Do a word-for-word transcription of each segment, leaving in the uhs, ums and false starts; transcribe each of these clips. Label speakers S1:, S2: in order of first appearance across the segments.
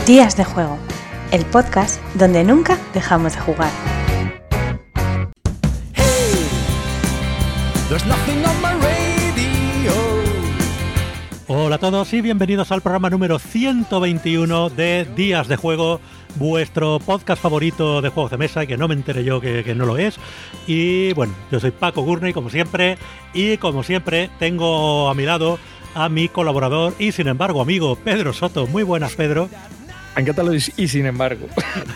S1: Días de Juego, el podcast donde nunca dejamos de jugar.
S2: Hey, there's nothing on my radio.
S3: Hola a todos y bienvenidos al programa número ciento veintiuno de Días de Juego, vuestro podcast favorito de juegos de mesa, que no me enteré yo que, que no lo es. Y bueno, yo soy Paco Gurney, como siempre, y como siempre tengo a mi lado a mi colaborador y sin embargo amigo Pedro Soto. Muy buenas, Pedro.
S4: Encantado y sin embargo.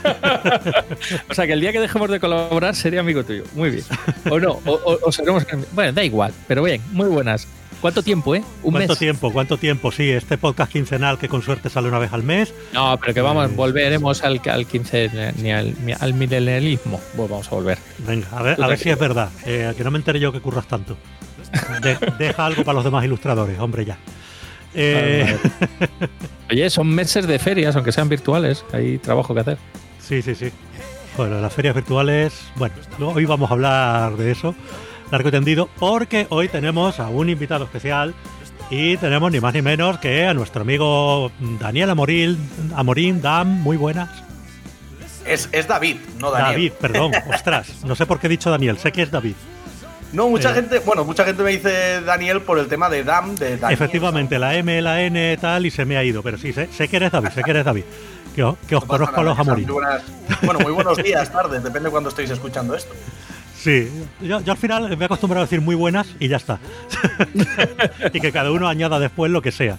S4: O sea, que el día que dejemos de colaborar sería amigo tuyo. Muy bien. O no, o, o, o seremos... Bueno, da igual, pero bien, muy buenas. ¿Cuánto tiempo, eh? ¿Un
S3: ¿Cuánto
S4: mes?
S3: tiempo? ¿Cuánto tiempo? Sí, este podcast quincenal que con suerte sale una vez al mes.
S4: No, pero que vamos,
S3: Pues...
S4: volveremos al, al quince, ni al, ni al milenialismo. Pues vamos a volver.
S3: Venga, a ver, a ver si es verdad. Eh, que no me enteré yo que curras tanto. De, deja algo para los demás ilustradores, hombre, ya. Eh...
S4: Oye, son meses de ferias, aunque sean virtuales. Hay trabajo que hacer.
S3: Sí, sí, sí. Bueno, las ferias virtuales, bueno, hoy vamos a hablar de eso, largo y tendido, porque hoy tenemos a un invitado especial y tenemos ni más ni menos que a nuestro amigo Daniel Amorín, Amorín, Dan, muy buenas.
S5: Es, es David, no Daniel.
S3: David, perdón, ostras, no sé por qué he dicho Daniel, sé que es David.
S5: No, mucha
S3: eh,
S5: gente, bueno, mucha gente me dice Daniel por el tema de Dam, de Daniel.
S3: Efectivamente, la M, la N, tal, y se me ha ido, pero sí, sé, sé que eres David, sé que eres David. Que, os, que os no conozco a los Amorín.
S5: Bueno, muy buenos días, tardes, depende de cuándo estéis escuchando esto.
S3: Sí, yo, yo al final me he acostumbrado a decir muy buenas y ya está. Y que cada uno añada después lo que sea.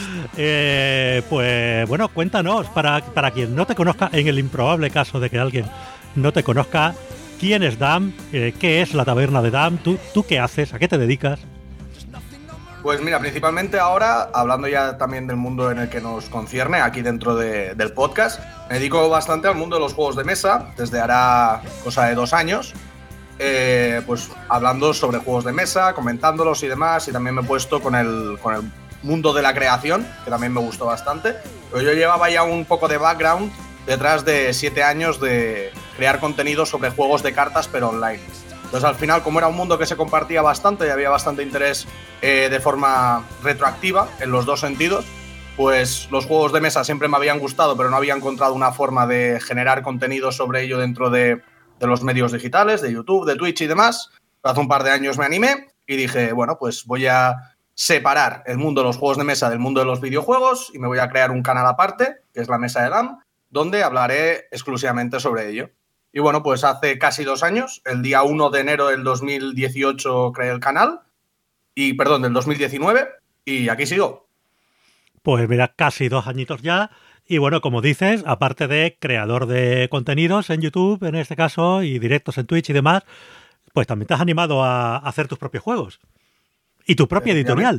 S3: Eh, pues bueno, cuéntanos, para, para quien no te conozca, en el improbable caso de que alguien no te conozca, ¿quién es Dam? Eh, ¿Qué es la taberna de Dam? ¿Tú, ¿Tú qué haces? ¿A qué te dedicas?
S5: Pues mira, principalmente ahora, hablando ya también del mundo en el que nos concierne, aquí dentro de, del podcast, me dedico bastante al mundo de los juegos de mesa, desde hará cosa de dos años, eh, pues hablando sobre juegos de mesa, comentándolos y demás, y también me he puesto con el, con el mundo de la creación, que también me gustó bastante, pero yo llevaba ya un poco de background detrás de siete años de crear contenido sobre juegos de cartas, pero online. Entonces, al final, como era un mundo que se compartía bastante y había bastante interés eh, de forma retroactiva en los dos sentidos, pues los juegos de mesa siempre me habían gustado, pero no había encontrado una forma de generar contenido sobre ello dentro de, de los medios digitales, de YouTube, de Twitch y demás. Hace un par de años me animé y dije, bueno, pues voy a separar el mundo de los juegos de mesa del mundo de los videojuegos y me voy a crear un canal aparte, que es la Mesa de Dam, donde hablaré exclusivamente sobre ello. Y bueno, pues hace casi dos años, el día uno de enero del dos mil dieciocho creé el canal, y perdón, del dos mil diecinueve, y aquí sigo.
S3: Pues mira, casi dos añitos ya, y bueno, como dices, aparte de creador de contenidos en YouTube, en este caso, y directos en Twitch y demás, pues también te has animado a hacer tus propios juegos. Y tu propia editorial.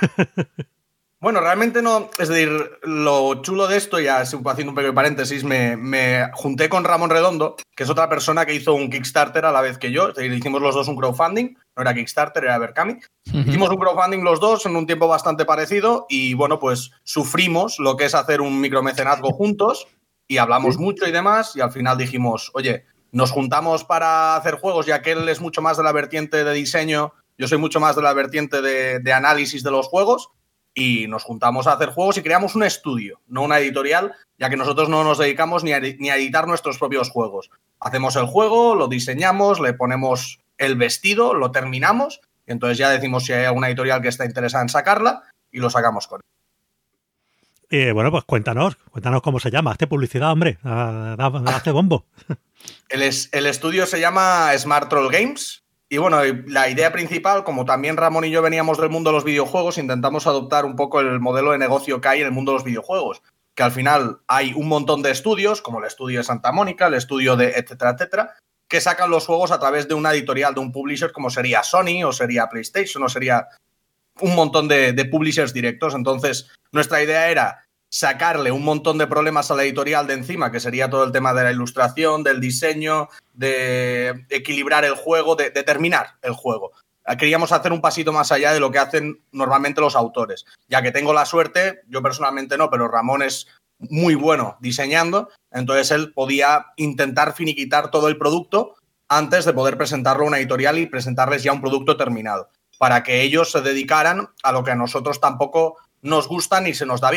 S5: Bueno, realmente no, es decir, lo chulo de esto, ya haciendo un pequeño paréntesis, me, me junté con Ramón Redondo, que es otra persona que hizo un Kickstarter a la vez que yo, es decir, hicimos los dos un crowdfunding, no era Kickstarter, era Berkami. Uh-huh. Hicimos un crowdfunding los dos en un tiempo bastante parecido y bueno, pues sufrimos lo que es hacer un micromecenazgo juntos y hablamos ¿Sí? mucho y demás y al final dijimos, oye, nos juntamos para hacer juegos ya que él es mucho más de la vertiente de diseño, yo soy mucho más de la vertiente de, de análisis de los juegos. Y nos juntamos a hacer juegos y creamos un estudio, no una editorial, ya que nosotros no nos dedicamos ni a, ni a editar nuestros propios juegos. Hacemos el juego, lo diseñamos, le ponemos el vestido, lo terminamos, y entonces ya decimos si hay alguna editorial que está interesada en sacarla y lo sacamos con él.
S3: Eh, bueno, pues cuéntanos, cuéntanos cómo se llama. Hazte publicidad, hombre, hazte bombo.
S5: El, es, el estudio se llama Smart Troll Games. Y bueno, la idea principal, como también Ramón y yo veníamos del mundo de los videojuegos, intentamos adoptar un poco el modelo de negocio que hay en el mundo de los videojuegos. Que al final hay un montón de estudios, como el estudio de Santa Mónica, el estudio de etcétera, etcétera, que sacan los juegos a través de una editorial, de un publisher, como sería Sony, o sería PlayStation, o sería un montón de, de publishers directos. Entonces, nuestra idea era sacarle un montón de problemas a la editorial de encima, que sería todo el tema de la ilustración, del diseño, de equilibrar el juego, de, de terminar el juego. Queríamos hacer un pasito más allá de lo que hacen normalmente los autores, ya que tengo la suerte, yo personalmente no, pero Ramón es muy bueno diseñando, entonces él podía intentar finiquitar todo el producto antes de poder presentarlo a una editorial y presentarles ya un producto terminado, para que ellos se dedicaran a lo que a nosotros tampoco nos gusta ni se nos da bien,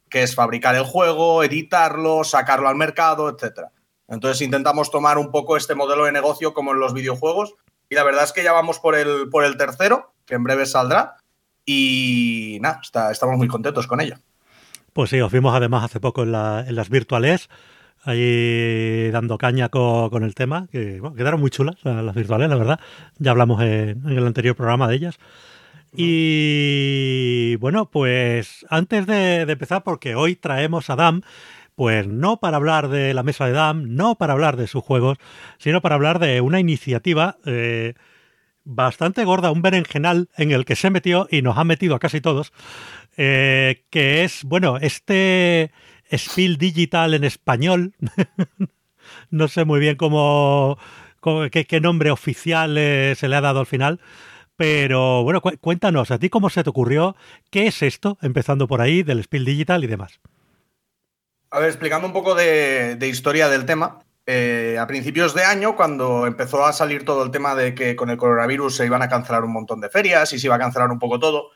S5: que es fabricar el juego, editarlo, sacarlo al mercado, etcétera. Entonces intentamos tomar un poco este modelo de negocio como en los videojuegos y la verdad es que ya vamos por el, por el tercero, que en breve saldrá y nada, está, estamos muy contentos con ello.
S3: Pues sí, os vimos además hace poco en, la, en las virtuales, ahí dando caña con, con el tema, que bueno, quedaron muy chulas las virtuales, la verdad. Ya hablamos en, en el anterior programa de ellas. Y bueno, pues antes de, de empezar, porque hoy traemos a Dan, pues no para hablar de la mesa de Dan, no para hablar de sus juegos, sino para hablar de una iniciativa eh, bastante gorda, un berenjenal en el que se metió y nos ha metido a casi todos, eh, que es, bueno, este Spiel Digital en español. No sé muy bien cómo, cómo qué, qué nombre oficial eh, se le ha dado al final. Pero bueno, cu- cuéntanos, ¿a ti cómo se te ocurrió? ¿Qué es esto? Empezando por ahí, del Spiel Digital y demás.
S5: A ver, explicando un poco de, de historia del tema. Eh, a principios de año, cuando empezó a salir todo el tema de que con el coronavirus se iban a cancelar un montón de ferias y se iba a cancelar un poco todo,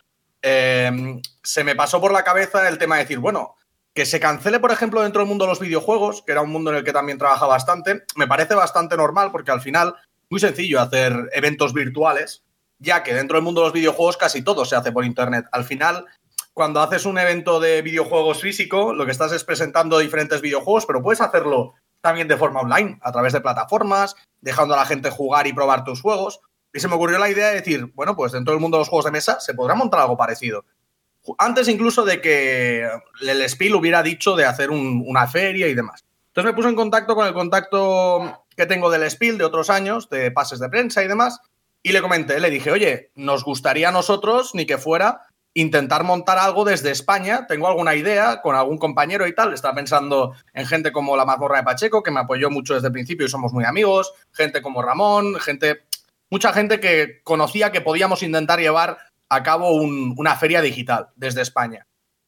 S5: eh, se me pasó por la cabeza el tema de decir, bueno, que se cancele, por ejemplo, dentro del mundo de los videojuegos, que era un mundo en el que también trabaja bastante, me parece bastante normal porque al final, muy sencillo hacer eventos virtuales, ya que dentro del mundo de los videojuegos casi todo se hace por internet. Al final, cuando haces un evento de videojuegos físico, lo que estás es presentando diferentes videojuegos, pero puedes hacerlo también de forma online, a través de plataformas, dejando a la gente jugar y probar tus juegos. Y se me ocurrió la idea de decir, bueno, pues dentro del mundo de los juegos de mesa se podrá montar algo parecido. Antes incluso de que el Spiel hubiera dicho de hacer un, una feria y demás. Entonces me puse en contacto con el contacto que tengo del Spiel de otros años, de pases de prensa y demás, y le comenté, le dije, oye, nos gustaría a nosotros, ni que fuera, intentar montar algo desde España. Tengo alguna idea con algún compañero y tal. Estaba pensando en gente como la Mazmorra de Pacheco, que me apoyó mucho desde el principio y somos muy amigos. Gente como Ramón, gente, mucha gente que conocía que podíamos intentar llevar a cabo un, una feria digital desde España.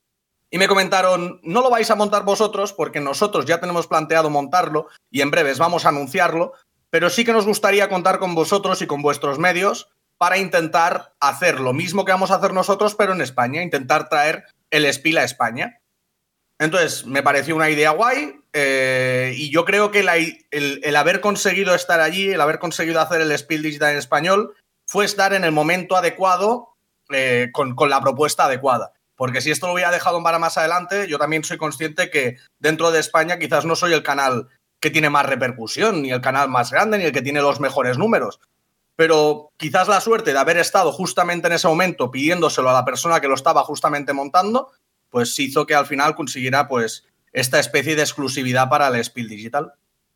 S5: Y me comentaron, no lo vais a montar vosotros porque nosotros ya tenemos planteado montarlo y en breves vamos a anunciarlo, pero sí que nos gustaría contar con vosotros y con vuestros medios para intentar hacer lo mismo que vamos a hacer nosotros, pero en España, intentar traer el Spiel a España. Entonces, me pareció una idea guay eh, y yo creo que la, el, el haber conseguido estar allí, el haber conseguido hacer el Spiel Digital en español, fue estar en el momento adecuado eh, con, con la propuesta adecuada. Porque si esto lo hubiera dejado para más adelante, yo también soy consciente que dentro de España quizás no soy el canal que tiene más repercusión, ni el canal más grande, ni el que tiene los mejores números. Pero quizás la suerte de haber estado justamente en ese momento pidiéndoselo a la persona que lo estaba justamente montando, pues hizo que al final consiguiera pues esta especie de exclusividad para el Spiel Digital.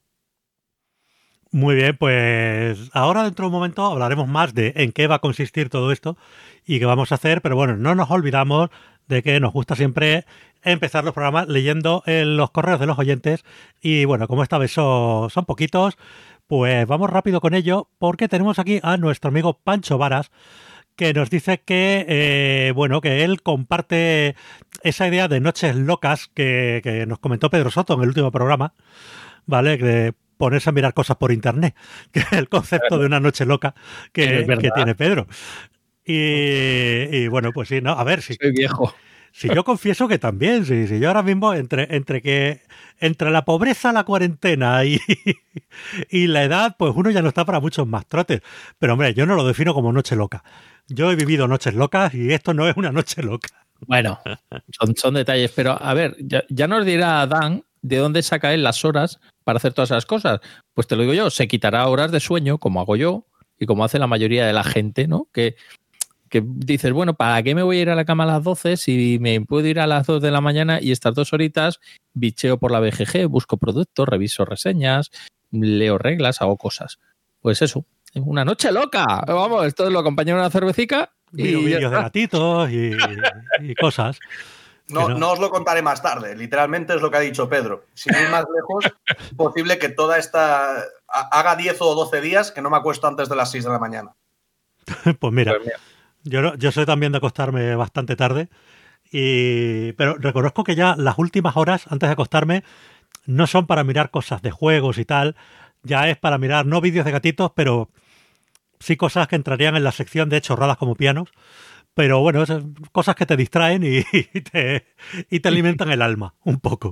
S3: Muy bien, pues ahora dentro de un momento hablaremos más de en qué va a consistir todo esto y qué vamos a hacer, pero bueno, no nos olvidamos de que nos gusta siempre empezar los programas leyendo en los correos de los oyentes y bueno, como esta vez son, son poquitos, pues vamos rápido con ello porque tenemos aquí a nuestro amigo Pancho Varas que nos dice que, eh, bueno, que él comparte esa idea de noches locas que, que nos comentó Pedro Soto en el último programa, ¿vale? Que ponerse a mirar cosas por internet, que es el concepto de una noche loca que, que tiene Pedro. Y, y bueno, pues sí, no, a ver si...
S4: Soy viejo.
S3: Si yo confieso que también, si, si yo ahora mismo entre, entre que entre la pobreza, la cuarentena y, y la edad, pues uno ya no está para muchos más trotes. Pero hombre, yo no lo defino como noche loca. Yo he vivido noches locas y esto no es una noche loca.
S4: Bueno, son, son detalles, pero a ver, ya, ya nos dirá Dan de dónde saca él las horas para hacer todas esas cosas. Pues te lo digo yo, se quitará horas de sueño, como hago yo y como hace la mayoría de la gente, ¿no? Que que dices, bueno, ¿para qué me voy a ir a la cama a las doce si me puedo ir a las dos de la mañana y estas dos horitas bicheo por la B G G, busco productos, reviso reseñas, leo reglas, hago cosas? Pues eso, una noche loca. Vamos, esto lo acompaña una cervecica y
S3: Miro vídeos de gatitos y, y cosas.
S5: No, no. no os lo contaré más tarde, literalmente es lo que ha dicho Pedro. Sin ir más lejos, es posible que toda esta haga diez o doce días que no me acuesto antes de las seis de la mañana.
S3: Pues mira, pues mira. Yo, yo soy también de acostarme bastante tarde, y, pero reconozco que ya las últimas horas antes de acostarme no son para mirar cosas de juegos y tal, ya es para mirar no vídeos de gatitos, pero sí cosas que entrarían en la sección de chorradas como pianos, pero bueno, son cosas que te distraen y, y, te, y te alimentan el alma un poco.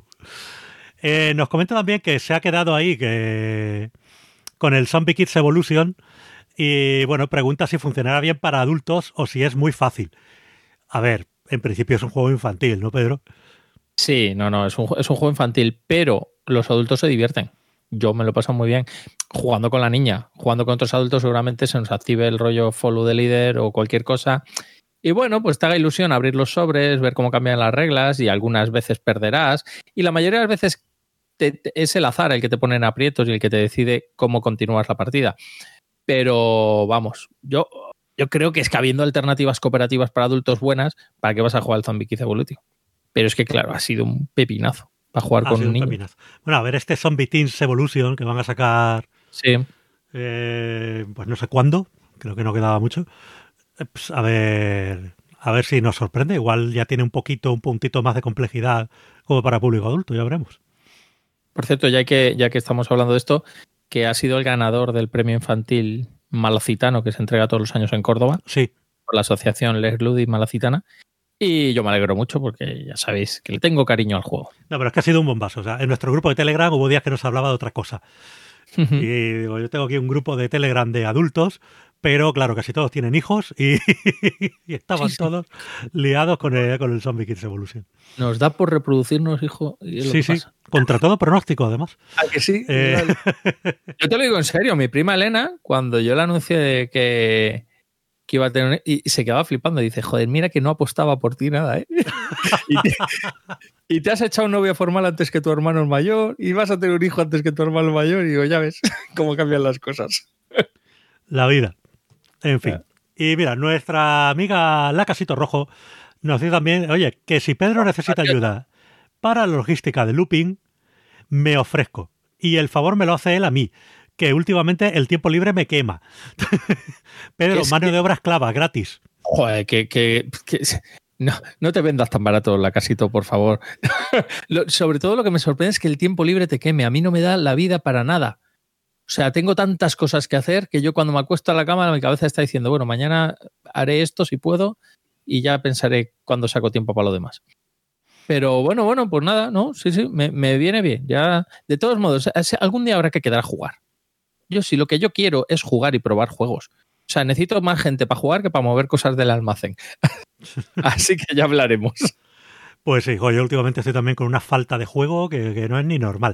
S3: Eh, nos comenta también que se ha quedado ahí que con el Zombie Kids Evolution y bueno, pregunta si funcionará bien para adultos o si es muy fácil. A ver, en principio es un juego infantil, ¿no, Pedro?
S4: Sí, no, no, es un, es un juego infantil, pero los adultos se divierten. Yo me lo paso muy bien jugando con la niña, jugando con otros adultos seguramente se nos active el rollo follow the leader o cualquier cosa. Y bueno, pues te haga ilusión abrir los sobres, ver cómo cambian las reglas y algunas veces perderás. Y la mayoría de las veces te, te, es el azar el que te pone en aprietos y el que te decide cómo continúas la partida. Pero vamos, yo, yo creo que es que habiendo alternativas cooperativas para adultos buenas, ¿para qué vas a jugar al Zombie Kids Evolution? Pero es que claro, ha sido un pepinazo para jugar
S3: ha
S4: con
S3: sido
S4: un
S3: un
S4: niño.
S3: Pepinazo. Bueno, a ver, este Zombie Teens Evolution que van a sacar
S4: sí.
S3: eh, pues no sé cuándo, creo que no quedaba mucho. Eh, pues a ver, a ver si nos sorprende. Igual ya tiene un poquito, un puntito más de complejidad como para público adulto, ya veremos.
S4: Por cierto, ya que, ya que estamos hablando de esto, que ha sido el ganador del premio infantil malacitano que se entrega todos los años en Córdoba.
S3: Sí.
S4: Por la asociación Les Ludi Malacitana. Y yo me alegro mucho porque ya sabéis que le tengo cariño al juego.
S3: No, pero es que ha sido un bombazo. O sea, en nuestro grupo de Telegram hubo días que nos hablaba de otra cosa. Uh-huh. Y digo, yo tengo aquí un grupo de Telegram de adultos, pero claro, casi todos tienen hijos y, y estaban sí, sí. todos liados con el, con el Zombie Kids Evolution.
S4: Nos da por reproducirnos, hijo. Y
S3: sí, sí. Pasa. Contra todo pronóstico, además.
S4: ¿A que sí? Eh... Yo te lo digo en serio. Mi prima Elena, cuando yo le anuncié que... que iba a tener y se quedaba flipando. Dice, joder, mira que no apostaba por ti nada, ¿eh? y, te, y te has echado un novio formal antes que tu hermano el mayor y vas a tener un hijo antes que tu hermano el mayor y digo, ya ves cómo cambian las cosas.
S3: La vida. En fin. Y mira, nuestra amiga La Casito Rojo nos dice también, oye, que si Pedro necesita ayuda para la logística de looping, me ofrezco. Y el favor me lo hace él a mí, que últimamente el tiempo libre me quema. Pedro, mano que... de obra esclava, gratis.
S4: Joder, que... que, que no, no te vendas tan barato La Casito, por favor. lo, sobre todo lo que me sorprende es que el tiempo libre te queme. A mí no me da la vida para nada. O sea, tengo tantas cosas que hacer que yo cuando me acuesto a la cama mi cabeza está diciendo, bueno, mañana haré esto si puedo y ya pensaré cuándo saco tiempo para lo demás. Pero bueno, bueno, pues nada, no, sí, sí, me, me viene bien. Ya, de todos modos, algún día habrá que quedar a jugar. Yo sí, lo que yo quiero es jugar y probar juegos. O sea, necesito más gente para jugar que para mover cosas del almacén. Así que ya hablaremos.
S3: Pues sí, yo últimamente estoy también con una falta de juego que, que no es ni normal.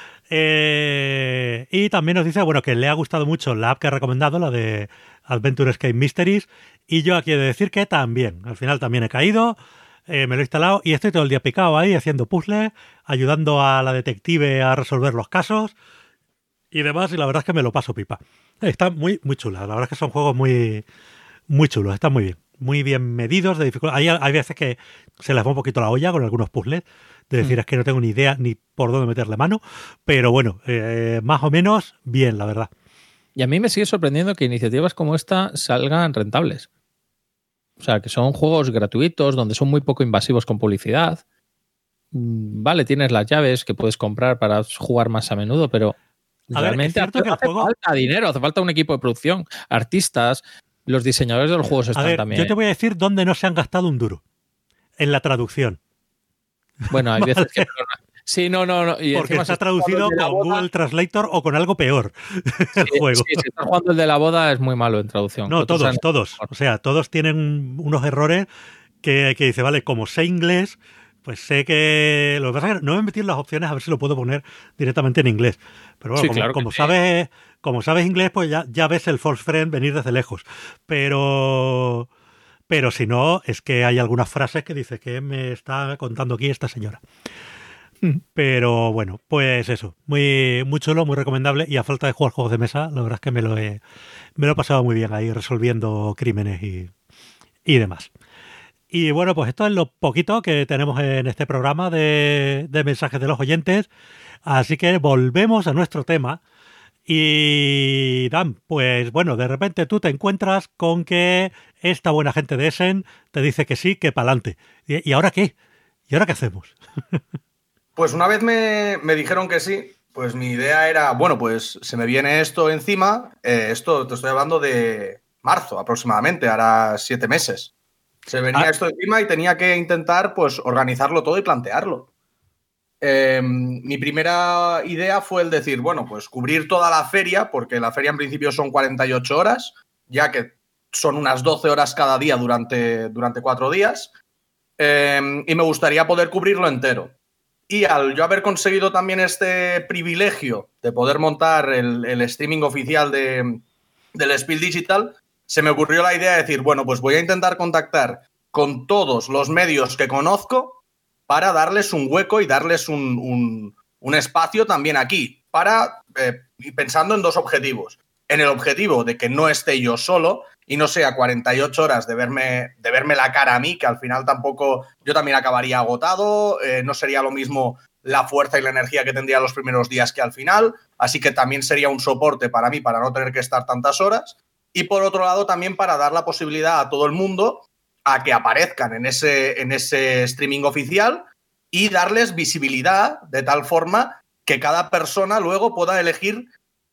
S3: Eh, y también nos dice, bueno, que le ha gustado mucho la app que ha recomendado, la de Adventure Escape Mysteries, y yo aquí he de decir que también. Al final también he caído, eh, me lo he instalado y estoy todo el día picado ahí haciendo puzzles, ayudando a la detective a resolver los casos y demás, y la verdad es que me lo paso pipa. Están muy, muy chulas, la verdad es que son juegos muy, muy chulos, están muy bien, muy bien medidos de dificultad. Hay, hay veces que se les va un poquito la olla con algunos puzzles, de decir, mm. es que no tengo ni idea ni por dónde meterle mano, pero bueno, eh, más o menos bien, la verdad.
S4: Y a mí me sigue sorprendiendo que iniciativas como esta salgan rentables. O sea, que son juegos gratuitos, donde son muy poco invasivos con publicidad. Vale, tienes las llaves que puedes comprar para jugar más a menudo, pero
S3: a
S4: realmente
S3: ver, es
S4: hace,
S3: que el
S4: hace
S3: juego...
S4: falta dinero, hace falta un equipo de producción, artistas, los diseñadores de los juegos están
S3: a ver,
S4: también.
S3: Yo te voy a decir dónde no se han gastado un duro. En la traducción.
S4: Bueno, hay
S3: vale.
S4: veces que... Sí, no, no, no. Y
S3: porque está traducido con Google Translator o con algo peor el
S4: sí,
S3: juego.
S4: Sí, si estás jugando el de la boda es muy malo en traducción.
S3: No, todos, han... todos. O sea, todos tienen unos errores que, que dice, vale, como sé inglés, pues sé que... Lo que pasa es que no me metí en las opciones a ver si lo puedo poner directamente en inglés. Pero bueno,
S4: sí,
S3: como,
S4: claro
S3: como
S4: sí.
S3: sabes como sabes inglés, pues ya, ya ves el false friend venir desde lejos. Pero... Pero si no, es que hay algunas frases que dice que me está contando aquí esta señora. Pero bueno, pues eso, muy, muy chulo, muy recomendable, y a falta de jugar juegos de mesa, la verdad es que me lo he, me lo he pasado muy bien ahí resolviendo crímenes y, y demás. Y bueno, pues esto es lo poquito que tenemos en este programa de, de mensajes de los oyentes, así que volvemos a nuestro tema. Y Dan, pues bueno, de repente tú te encuentras con que esta buena gente de Essen te dice que sí, que pa'lante. ¿Y, y ahora qué? ¿Y ahora qué hacemos?
S5: Pues una vez me, me dijeron que sí, pues mi idea era, bueno, pues se me viene esto encima, eh, esto te estoy hablando de marzo aproximadamente, hará siete meses. Se venía
S4: Ah.
S5: esto encima y tenía que intentar pues organizarlo todo y plantearlo. Eh, mi primera idea fue el decir, bueno, pues cubrir toda la feria, porque la feria en principio son cuarenta y ocho horas, ya que son unas doce horas cada día durante, durante cuatro días, eh, y me gustaría poder cubrirlo entero. Y al yo haber conseguido también este privilegio de poder montar el, el streaming oficial de, del Spiel Digital, se me ocurrió la idea de decir, bueno, pues voy a intentar contactar con todos los medios que conozco para darles un hueco y darles un, un, un espacio también aquí, para eh, pensando en dos objetivos. En el objetivo de que no esté yo solo y no sea cuarenta y ocho horas de verme, de verme la cara a mí, que al final tampoco yo también acabaría agotado, eh, no sería lo mismo la fuerza y la energía que tendría los primeros días que al final, así que también sería un soporte para mí para no tener que estar tantas horas. Y por otro lado también para dar la posibilidad a todo el mundo a que aparezcan en ese, en ese streaming oficial y darles visibilidad de tal forma que cada persona luego pueda elegir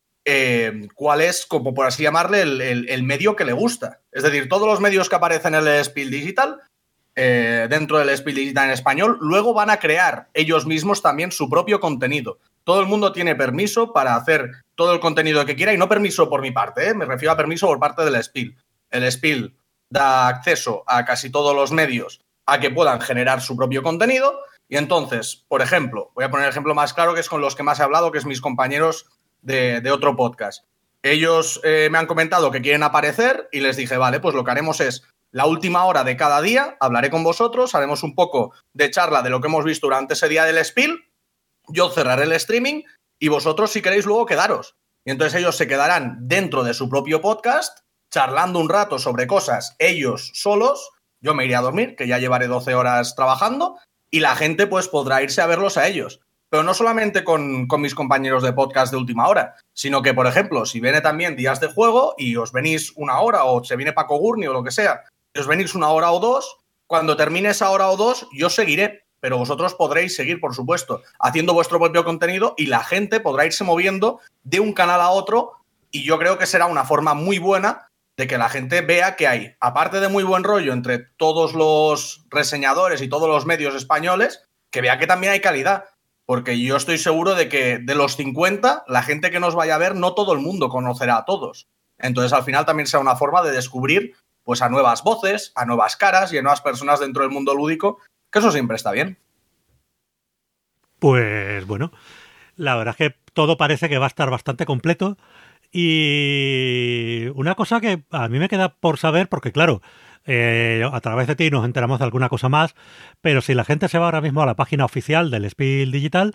S5: eh, cuál es, como por así llamarle, el, el, el medio que le gusta. Es decir, todos los medios que aparecen en el Spiel Digital, eh, dentro del Spiel Digital en español, luego van a crear ellos mismos también su propio contenido. Todo el mundo tiene permiso para hacer todo el contenido que quiera, y no permiso por mi parte, ¿eh? Me refiero a permiso por parte del Spiel. El Spiel da acceso a casi todos los medios a que puedan generar su propio contenido, y entonces, por ejemplo, voy a poner el ejemplo más claro, que es con los que más he hablado, que es mis compañeros de, de otro podcast. Ellos eh, me han comentado que quieren aparecer y les dije, vale, pues lo que haremos es la última hora de cada día, hablaré con vosotros, haremos un poco de charla de lo que hemos visto durante ese día del Spiel, yo cerraré el streaming y vosotros, si queréis, luego quedaros. Y entonces ellos se quedarán dentro de su propio podcast, charlando un rato sobre cosas ellos solos, yo me iré a dormir, que ya llevaré doce horas trabajando, y la gente pues podrá irse a verlos a ellos. Pero no solamente con, con mis compañeros de podcast de última hora, sino que, por ejemplo, si viene también Días de Juego y os venís una hora, o se viene Paco Gurni o lo que sea, y os venís una hora o dos, cuando termine esa hora o dos, yo seguiré, pero vosotros podréis seguir, por supuesto, haciendo vuestro propio contenido y la gente podrá irse moviendo de un canal a otro, y yo creo que será una forma muy buena de que la gente vea que hay, aparte de muy buen rollo entre todos los reseñadores y todos los medios españoles, que vea que también hay calidad. Porque yo estoy seguro de que de los cincuenta, la gente que nos vaya a ver, no todo el mundo conocerá a todos. Entonces, al final también será una forma de descubrir pues, a nuevas voces, a nuevas caras y a nuevas personas dentro del mundo lúdico, que eso siempre está bien.
S3: Pues bueno, la verdad es que todo parece que va a estar bastante completo. Y una cosa que a mí me queda por saber, porque claro, eh, a través de ti nos enteramos de alguna cosa más, pero si la gente se va ahora mismo a la página oficial del Spiel Digital,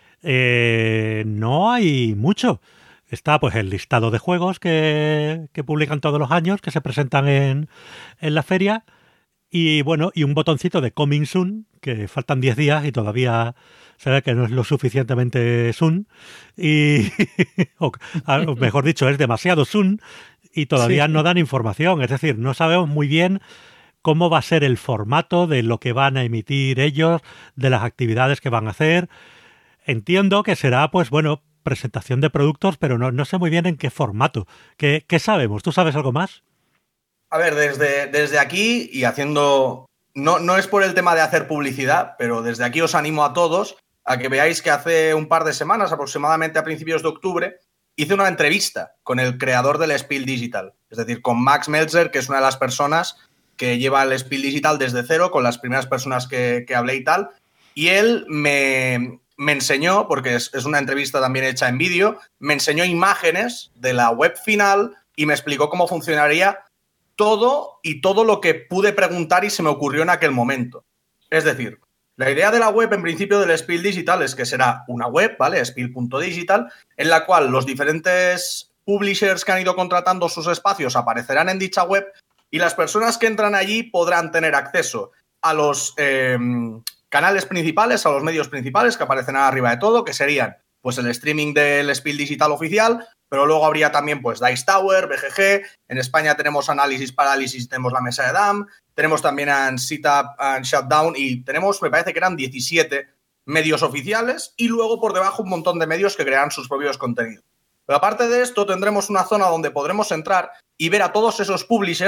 S3: eh, no hay mucho. Está pues el listado de juegos que, que publican todos los años, que se presentan en, en la feria, y bueno, y un botoncito de Coming Soon, que faltan diez días y todavía se ve que no es lo suficientemente soon, y o, mejor dicho, es demasiado soon, y todavía sí. no dan información. Es decir, no sabemos muy bien cómo va a ser el formato de lo que van a emitir ellos, de las actividades que van a hacer. Entiendo que será, pues bueno, presentación de productos, pero no, no sé muy bien en qué formato. ¿Qué, qué sabemos? ¿Tú sabes algo más?
S5: A ver, desde, desde aquí y haciendo... No, no es por el tema de hacer publicidad, pero desde aquí os animo a todos a que veáis que hace un par de semanas, aproximadamente a principios de octubre, hice una entrevista con el creador del Spiel Digital, es decir, con Max Meltzer, que es una de las personas que lleva el Spiel Digital desde cero, con las primeras personas que, que hablé y tal, y él me, me enseñó, porque es, es una entrevista también hecha en vídeo, me enseñó imágenes de la web final y me explicó cómo funcionaría todo y todo lo que pude preguntar y se me ocurrió en aquel momento. Es decir, la idea de la web en principio del Spiel Digital es que será una web, ¿vale? Spiel punto digital, en la cual los diferentes publishers que han ido contratando sus espacios aparecerán en dicha web y las personas que entran allí podrán tener acceso a los eh, canales principales, a los medios principales que aparecerán arriba de todo, que serían pues el streaming del Spiel Digital oficial, pero luego habría también pues Dice Tower, B G G, en España tenemos Análisis Parálisis, tenemos la mesa de D A M, tenemos también a Setup and Shutdown y tenemos, me parece que eran diecisiete medios oficiales y luego por debajo un montón de medios que crearán sus propios contenidos. Pero aparte de esto tendremos una zona donde podremos entrar y ver a todos esos publishers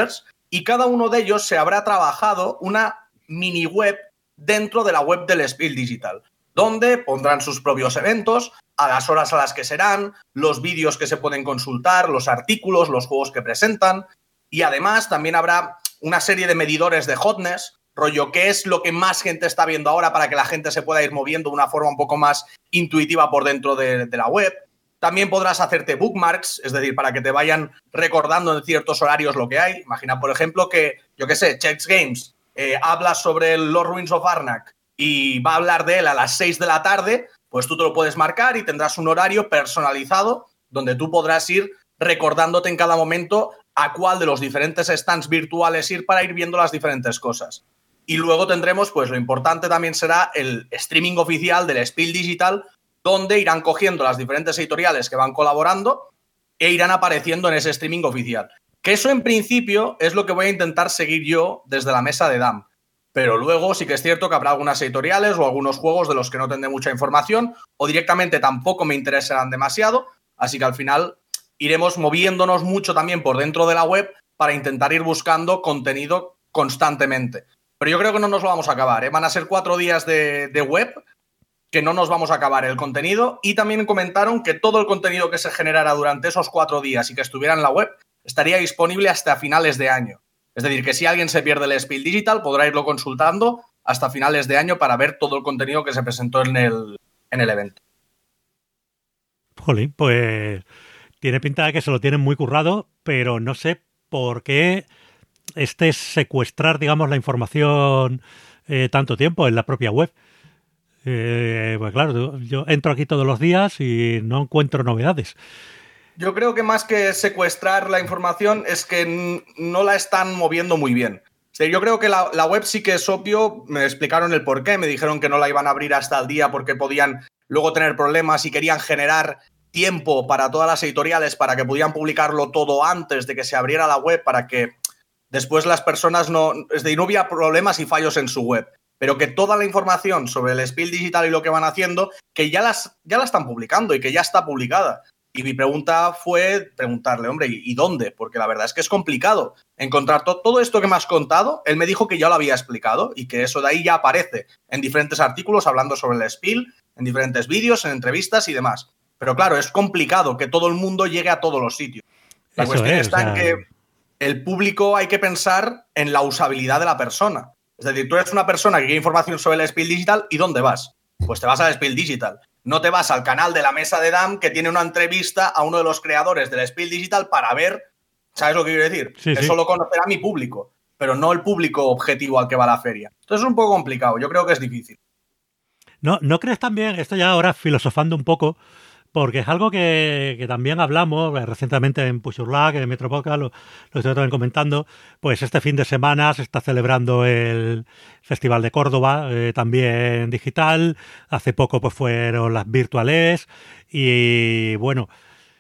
S5: y cada uno de ellos se habrá trabajado una mini web dentro de la web del Spiel Digital, donde pondrán sus propios eventos, a las horas a las que serán, los vídeos que se pueden consultar, los artículos, los juegos que presentan, y además también habrá una serie de medidores de hotness, rollo, qué es lo que más gente está viendo ahora para que la gente se pueda ir moviendo de una forma un poco más intuitiva por dentro de, de la web. También podrás hacerte bookmarks, es decir, para que te vayan recordando en ciertos horarios lo que hay. Imagina, por ejemplo, que, yo qué sé, Chex Games eh, habla sobre el Lord Ruins of Arnak y va a hablar de él a las seis de la tarde, pues tú te lo puedes marcar y tendrás un horario personalizado donde tú podrás ir recordándote en cada momento a cuál de los diferentes stands virtuales ir para ir viendo las diferentes cosas. Y luego tendremos, pues lo importante también será el streaming oficial del Spiel Digital, donde irán cogiendo las diferentes editoriales que van colaborando e irán apareciendo en ese streaming oficial. Que eso en principio es lo que voy a intentar seguir yo desde la mesa de D A M. Pero luego sí que es cierto que habrá algunas editoriales o algunos juegos de los que no tendré mucha información o directamente tampoco me interesarán demasiado, así que al final iremos moviéndonos mucho también por dentro de la web para intentar ir buscando contenido constantemente. Pero yo creo que no nos lo vamos a acabar, ¿eh? Van a ser cuatro días de, de web que no nos vamos a acabar el contenido, y también comentaron que todo el contenido que se generara durante esos cuatro días y que estuviera en la web estaría disponible hasta finales de año. Es decir, que si alguien se pierde el Spiel Digital podrá irlo consultando hasta finales de año para ver todo el contenido que se presentó en el, en el evento.
S3: Jolín, pues tiene pinta de que se lo tienen muy currado, pero no sé por qué este secuestrar, digamos, la información eh, tanto tiempo en la propia web. Eh, pues claro, yo entro aquí todos los días y no encuentro novedades.
S5: Yo creo que más que secuestrar la información es que n- no la están moviendo muy bien. O sea, yo creo que la, la web sí que es obvio, me explicaron el porqué, me dijeron que no la iban a abrir hasta el día porque podían luego tener problemas y querían generar tiempo para todas las editoriales para que pudieran publicarlo todo antes de que se abriera la web, para que después las personas no... Es decir, no hubiera problemas y fallos en su web, pero que toda la información sobre el Spiel Digital y lo que van haciendo, que ya, las, ya la están publicando y que ya está publicada. Y mi pregunta fue preguntarle, hombre, ¿y dónde? Porque la verdad es que es complicado encontrar to- todo esto que me has contado. Él me dijo que ya lo había explicado y que eso de ahí ya aparece en diferentes artículos hablando sobre el Spiel, en diferentes vídeos, en entrevistas y demás. Pero claro, es complicado que todo el mundo llegue a todos los sitios. La
S3: Eso
S5: cuestión
S3: es,
S5: está
S3: o sea...
S5: en que el público hay que pensar en la usabilidad de la persona. Es decir, tú eres una persona que quiere información sobre el Spiel Digital, ¿y dónde vas? Pues te vas al Spiel Digital. No te vas al canal de la mesa de D A M que tiene una entrevista a uno de los creadores del Spiel Digital para ver, ¿sabes lo que quiero decir?
S3: Sí,
S5: Eso
S3: sí.
S5: lo conocerá mi público, pero no el público objetivo al que va a la feria. Entonces es un poco complicado, yo creo que es difícil.
S3: ¿No, ¿No crees también, esto ya ahora filosofando un poco, porque es algo que, que también hablamos eh, recientemente en Push Your Luck, en Metro Podcast, lo, lo estoy también comentando, pues este fin de semana se está celebrando el Festival de Córdoba, eh, también digital, hace poco pues fueron las virtuales, y bueno,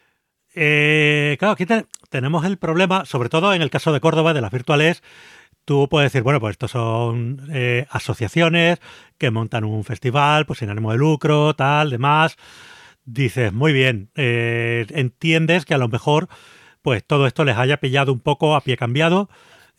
S3: eh, claro, aquí te, tenemos el problema, sobre todo en el caso de Córdoba, de las virtuales. Tú puedes decir, bueno, pues estos son eh, asociaciones que montan un festival, pues sin ánimo de lucro, tal, demás. Dices, muy bien, eh, entiendes que a lo mejor pues todo esto les haya pillado un poco a pie cambiado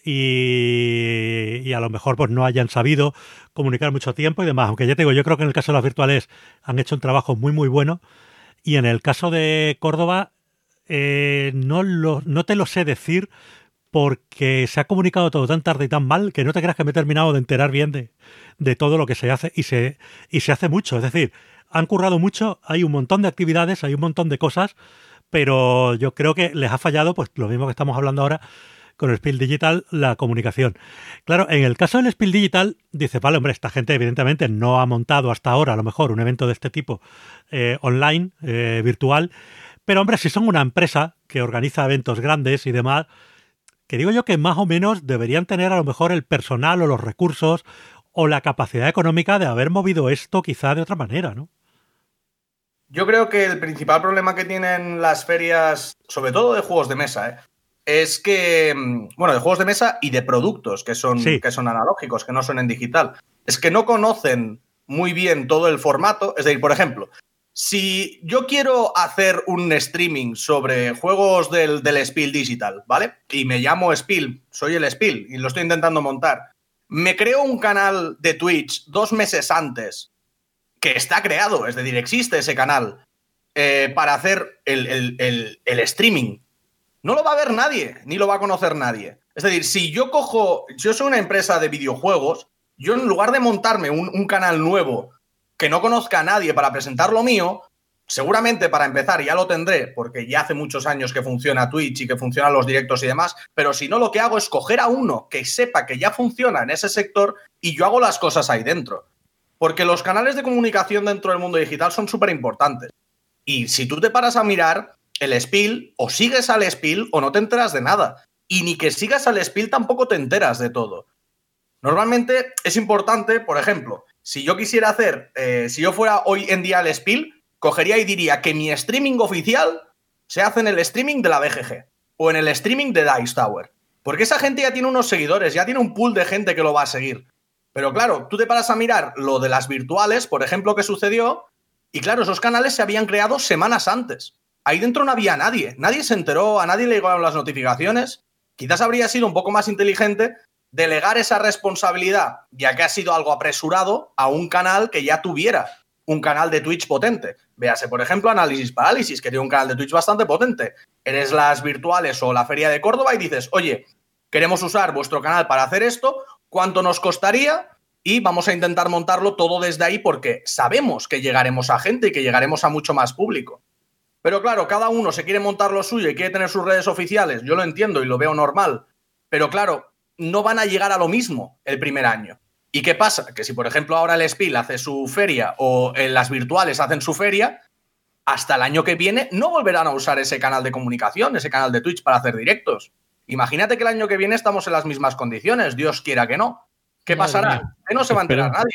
S3: y, y a lo mejor pues no hayan sabido comunicar mucho tiempo y demás. Aunque ya te digo, yo creo que en el caso de las virtuales han hecho un trabajo muy, muy bueno. Y en el caso de Córdoba, eh, no, lo, no te lo sé decir, porque se ha comunicado todo tan tarde y tan mal que no te creas que me he terminado de enterar bien de, de todo lo que se hace y se, y se hace mucho. Es decir, han currado mucho, hay un montón de actividades, hay un montón de cosas, pero yo creo que les ha fallado, pues lo mismo que estamos hablando ahora con el Spiel Digital, la comunicación. Claro, en el caso del Spiel Digital, dice, vale, hombre, esta gente evidentemente no ha montado hasta ahora a lo mejor un evento de este tipo eh, online, eh, virtual, pero hombre, si son una empresa que organiza eventos grandes y demás, que digo yo que más o menos deberían tener a lo mejor el personal o los recursos o la capacidad económica de haber movido esto quizá de otra manera, ¿no?
S5: Yo creo que el principal problema que tienen las ferias, sobre todo de juegos de mesa, ¿eh? es que, bueno, de juegos de mesa y de productos que son,
S3: sí.
S5: que son analógicos, que no son en digital, es que no conocen muy bien todo el formato. Es decir, por ejemplo, si yo quiero hacer un streaming sobre juegos del, del Spiel Digital, ¿vale? Y me llamo Spiel, soy el Spiel y lo estoy intentando montar. Me creo un canal de Twitch dos meses antes, que está creado, es decir, existe ese canal, eh, para hacer el, el, el, el streaming. No lo va a ver nadie, ni lo va a conocer nadie. Es decir, si yo cojo, yo soy una empresa de videojuegos, yo en lugar de montarme un, un canal nuevo que no conozca a nadie para presentar lo mío, seguramente para empezar ya lo tendré, porque ya hace muchos años que funciona Twitch y que funcionan los directos y demás, pero si no, lo que hago es coger a uno que sepa que ya funciona en ese sector y yo hago las cosas ahí dentro. Porque los canales de comunicación dentro del mundo digital son súper importantes. Y si tú te paras a mirar el Spiel, o sigues al Spiel o no te enteras de nada. Y ni que sigas al Spiel tampoco te enteras de todo. Normalmente es importante, por ejemplo, si yo quisiera hacer, eh, si yo fuera hoy en día al Spiel, cogería y diría que mi streaming oficial se hace en el streaming de la B G G o en el streaming de Dice Tower. Porque esa gente ya tiene unos seguidores, ya tiene un pool de gente que lo va a seguir. Pero claro, tú te paras a mirar lo de las virtuales, por ejemplo, que sucedió, y claro, esos canales se habían creado semanas antes. Ahí dentro no había nadie, nadie se enteró, a nadie le llegaron las notificaciones. Quizás habría sido un poco más inteligente delegar esa responsabilidad, ya que ha sido algo apresurado, a un canal que ya tuviera un canal de Twitch potente. Véase, por ejemplo, Análisis Parálisis, que tiene un canal de Twitch bastante potente. Eres las virtuales o la Feria de Córdoba y dices, oye, queremos usar vuestro canal para hacer esto, ¿cuánto nos costaría? Y vamos a intentar montarlo todo desde ahí porque sabemos que llegaremos a gente y que llegaremos a mucho más público. Pero claro, cada uno se quiere montar lo suyo y quiere tener sus redes oficiales, yo lo entiendo y lo veo normal, pero claro, no van a llegar a lo mismo el primer año. ¿Y qué pasa? Que si, por ejemplo, ahora el Spiel hace su feria o en las virtuales hacen su feria, hasta el año que viene no volverán a usar ese canal de comunicación, ese canal de Twitch para hacer directos. Imagínate que el año que viene estamos en las mismas condiciones, Dios quiera que no. ¿Qué pasará? Que no se va a enterar nadie.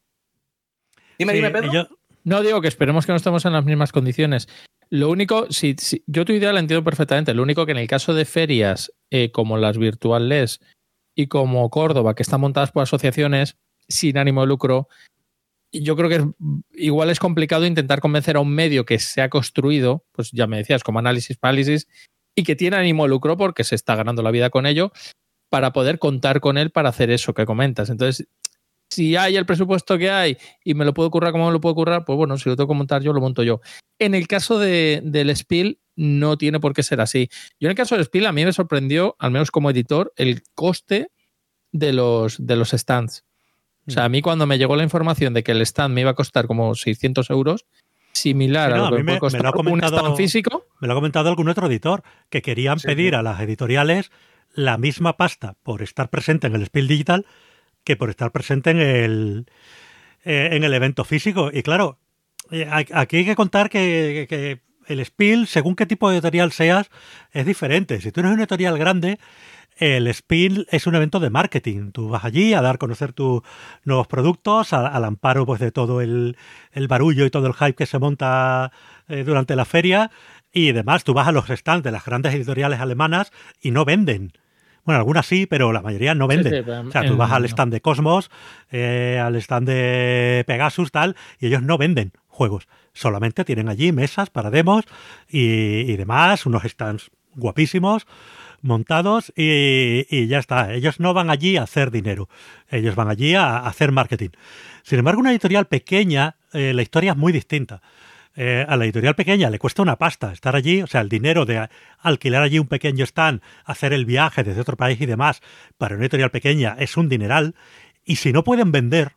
S5: Dime, sí, dime, Pedro.
S4: Yo, no digo que esperemos que no estemos en las mismas condiciones. Lo único, si, si yo tu idea la entiendo perfectamente, lo único que en el caso de ferias eh, como las virtuales y como Córdoba, que están montadas por asociaciones sin ánimo de lucro, yo creo que es, igual es complicado intentar convencer a un medio que se ha construido, pues ya me decías, como Análisis Parálisis, y que tiene ánimo de lucro porque se está ganando la vida con ello, para poder contar con él para hacer eso que comentas. Entonces, si hay el presupuesto que hay y me lo puedo currar como me lo puedo currar, pues bueno, si lo tengo que montar yo, lo monto yo. En el caso de, del Spiel, no tiene por qué ser así. Yo en el caso del Spiel, a mí me sorprendió, al menos como editor, el coste de los, de los stands. O sea, a mí cuando me llegó la información de que el stand me iba a costar como seiscientos euros, similar sí, no, a lo que me puede costar me un stand físico.
S3: Me lo ha comentado algún otro editor, que querían sí, pedir sí. a las editoriales la misma pasta por estar presente en el Spiel Digital que por estar presente en el, eh, en el evento físico. Y claro, eh, aquí hay que contar que, que el Spiel, según qué tipo de editorial seas, es diferente. Si tú eres una editorial grande, el Spiel es un evento de marketing. Tú vas allí a dar a conocer tus nuevos productos, a, al amparo pues, de todo el, el barullo y todo el hype que se monta eh, durante la feria. Y además, tú vas a los stands de las grandes editoriales alemanas y no venden. Bueno, algunas sí, pero la mayoría no venden. Sí, sí, o sea, tú vas al stand de Cosmos, eh, al stand de Pegasus, tal, y ellos no venden juegos. Solamente tienen allí mesas para demos y, y demás, unos stands guapísimos, montados, y, y ya está. Ellos no van allí a hacer dinero. Ellos van allí a, a hacer marketing. Sin embargo, una editorial pequeña, eh, la historia es muy distinta. Eh, a la editorial pequeña le cuesta una pasta estar allí, o sea, el dinero de alquilar allí un pequeño stand, hacer el viaje desde otro país y demás, para una editorial pequeña es un dineral, y si no pueden vender,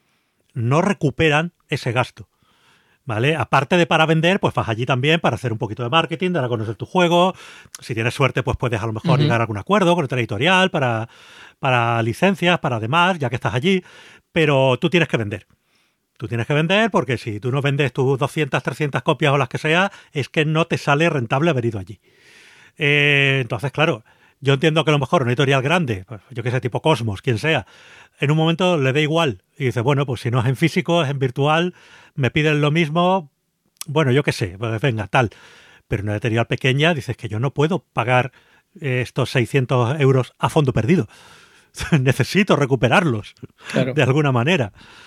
S3: no recuperan ese gasto, ¿vale? Aparte de para vender, pues vas allí también para hacer un poquito de marketing, dar a conocer tu juego, si tienes suerte, pues puedes a lo mejor uh-huh. llegar a algún acuerdo con otra editorial para, para licencias, para demás, ya que estás allí, pero tú tienes que vender. Tú tienes que vender porque si tú no vendes tus doscientas, trescientas copias o las que sea, es que no te sale rentable haber ido allí. Eh, entonces, claro, yo entiendo que a lo mejor una editorial grande, pues, yo que sé, tipo Cosmos, quien sea, en un momento le da igual y dice, bueno, pues si no es en físico, es en virtual, me piden lo mismo, bueno, yo qué sé, pues venga, tal. Pero una editorial pequeña dices que yo no puedo pagar eh, estos seiscientos euros a fondo perdido. Necesito recuperarlos claro. de alguna manera.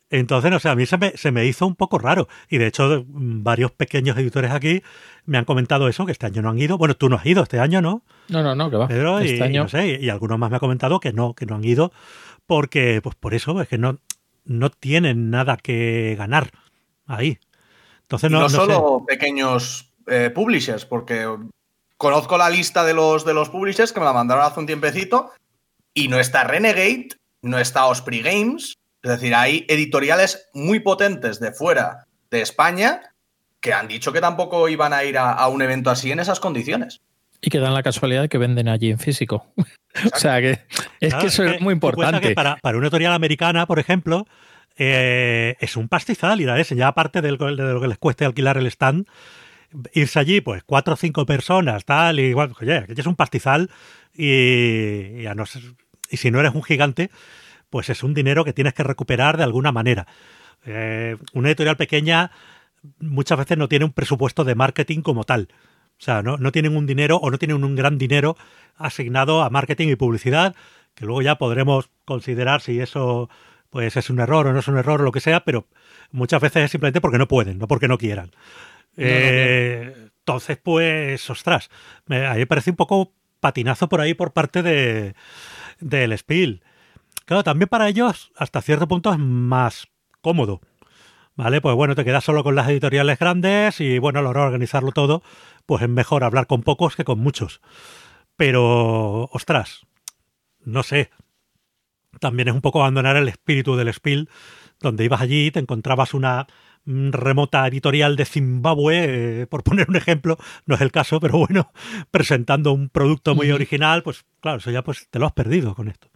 S3: Entonces, no sé, a mí se me, se me hizo un poco raro. Y de hecho, varios pequeños editores aquí me han comentado eso, que este año no han ido. Bueno, tú no has ido este año, ¿no?
S4: No, no, no, que va.
S3: Pedro,
S4: este
S3: y,
S4: año...
S3: y no sé, y, y algunos más me han comentado que no, que no han ido porque, pues por eso, es que no, no tienen nada que ganar ahí. Entonces,
S5: y
S3: no,
S5: no,
S3: no
S5: solo
S3: sé.
S5: pequeños eh, publishers, porque conozco la lista de los, de los publishers que me la mandaron hace un tiempecito y no está Renegade, no está Osprey Games. Es decir, hay editoriales muy potentes de fuera de España que han dicho que tampoco iban a ir a, a un evento así en esas condiciones.
S4: Y que dan la casualidad de que venden allí en físico. O sea, que es
S3: Claro,
S4: que eso
S3: es
S4: es,
S3: que
S4: muy
S3: tú cuenta
S4: importante.
S3: que para, para una editorial americana, por ejemplo, eh, es un pastizal ir a ese, ya aparte de lo, de lo que les cueste alquilar el stand, irse allí, pues cuatro o cinco personas, tal, y igual, oye, aquello es un pastizal y, y, a no ser, y si no eres un gigante, pues es un dinero que tienes que recuperar de alguna manera. Eh, una editorial pequeña muchas veces no tiene un presupuesto de marketing como tal. O sea, no, no tienen un dinero o no tienen un gran dinero asignado a marketing y publicidad, que luego ya podremos considerar si eso pues es un error o no es un error o lo que sea, pero muchas veces es simplemente porque no pueden, no porque no quieran.
S4: No,
S3: Eh,
S4: no, no.
S3: entonces, pues, ostras, me, a mí me parece un poco patinazo por ahí por parte de del Spiel. Claro, también para ellos, hasta cierto punto, es más cómodo. ¿Vale? Pues bueno, te quedas solo con las editoriales grandes y bueno, a la hora de organizarlo todo, pues es mejor hablar con pocos que con muchos. Pero, ostras, no sé. También es un poco abandonar el espíritu del Spiel, donde ibas allí y te encontrabas una remota editorial de Zimbabue, eh, por poner un ejemplo, no es el caso, pero bueno, presentando un producto muy original, pues claro, eso ya pues te lo has perdido con esto.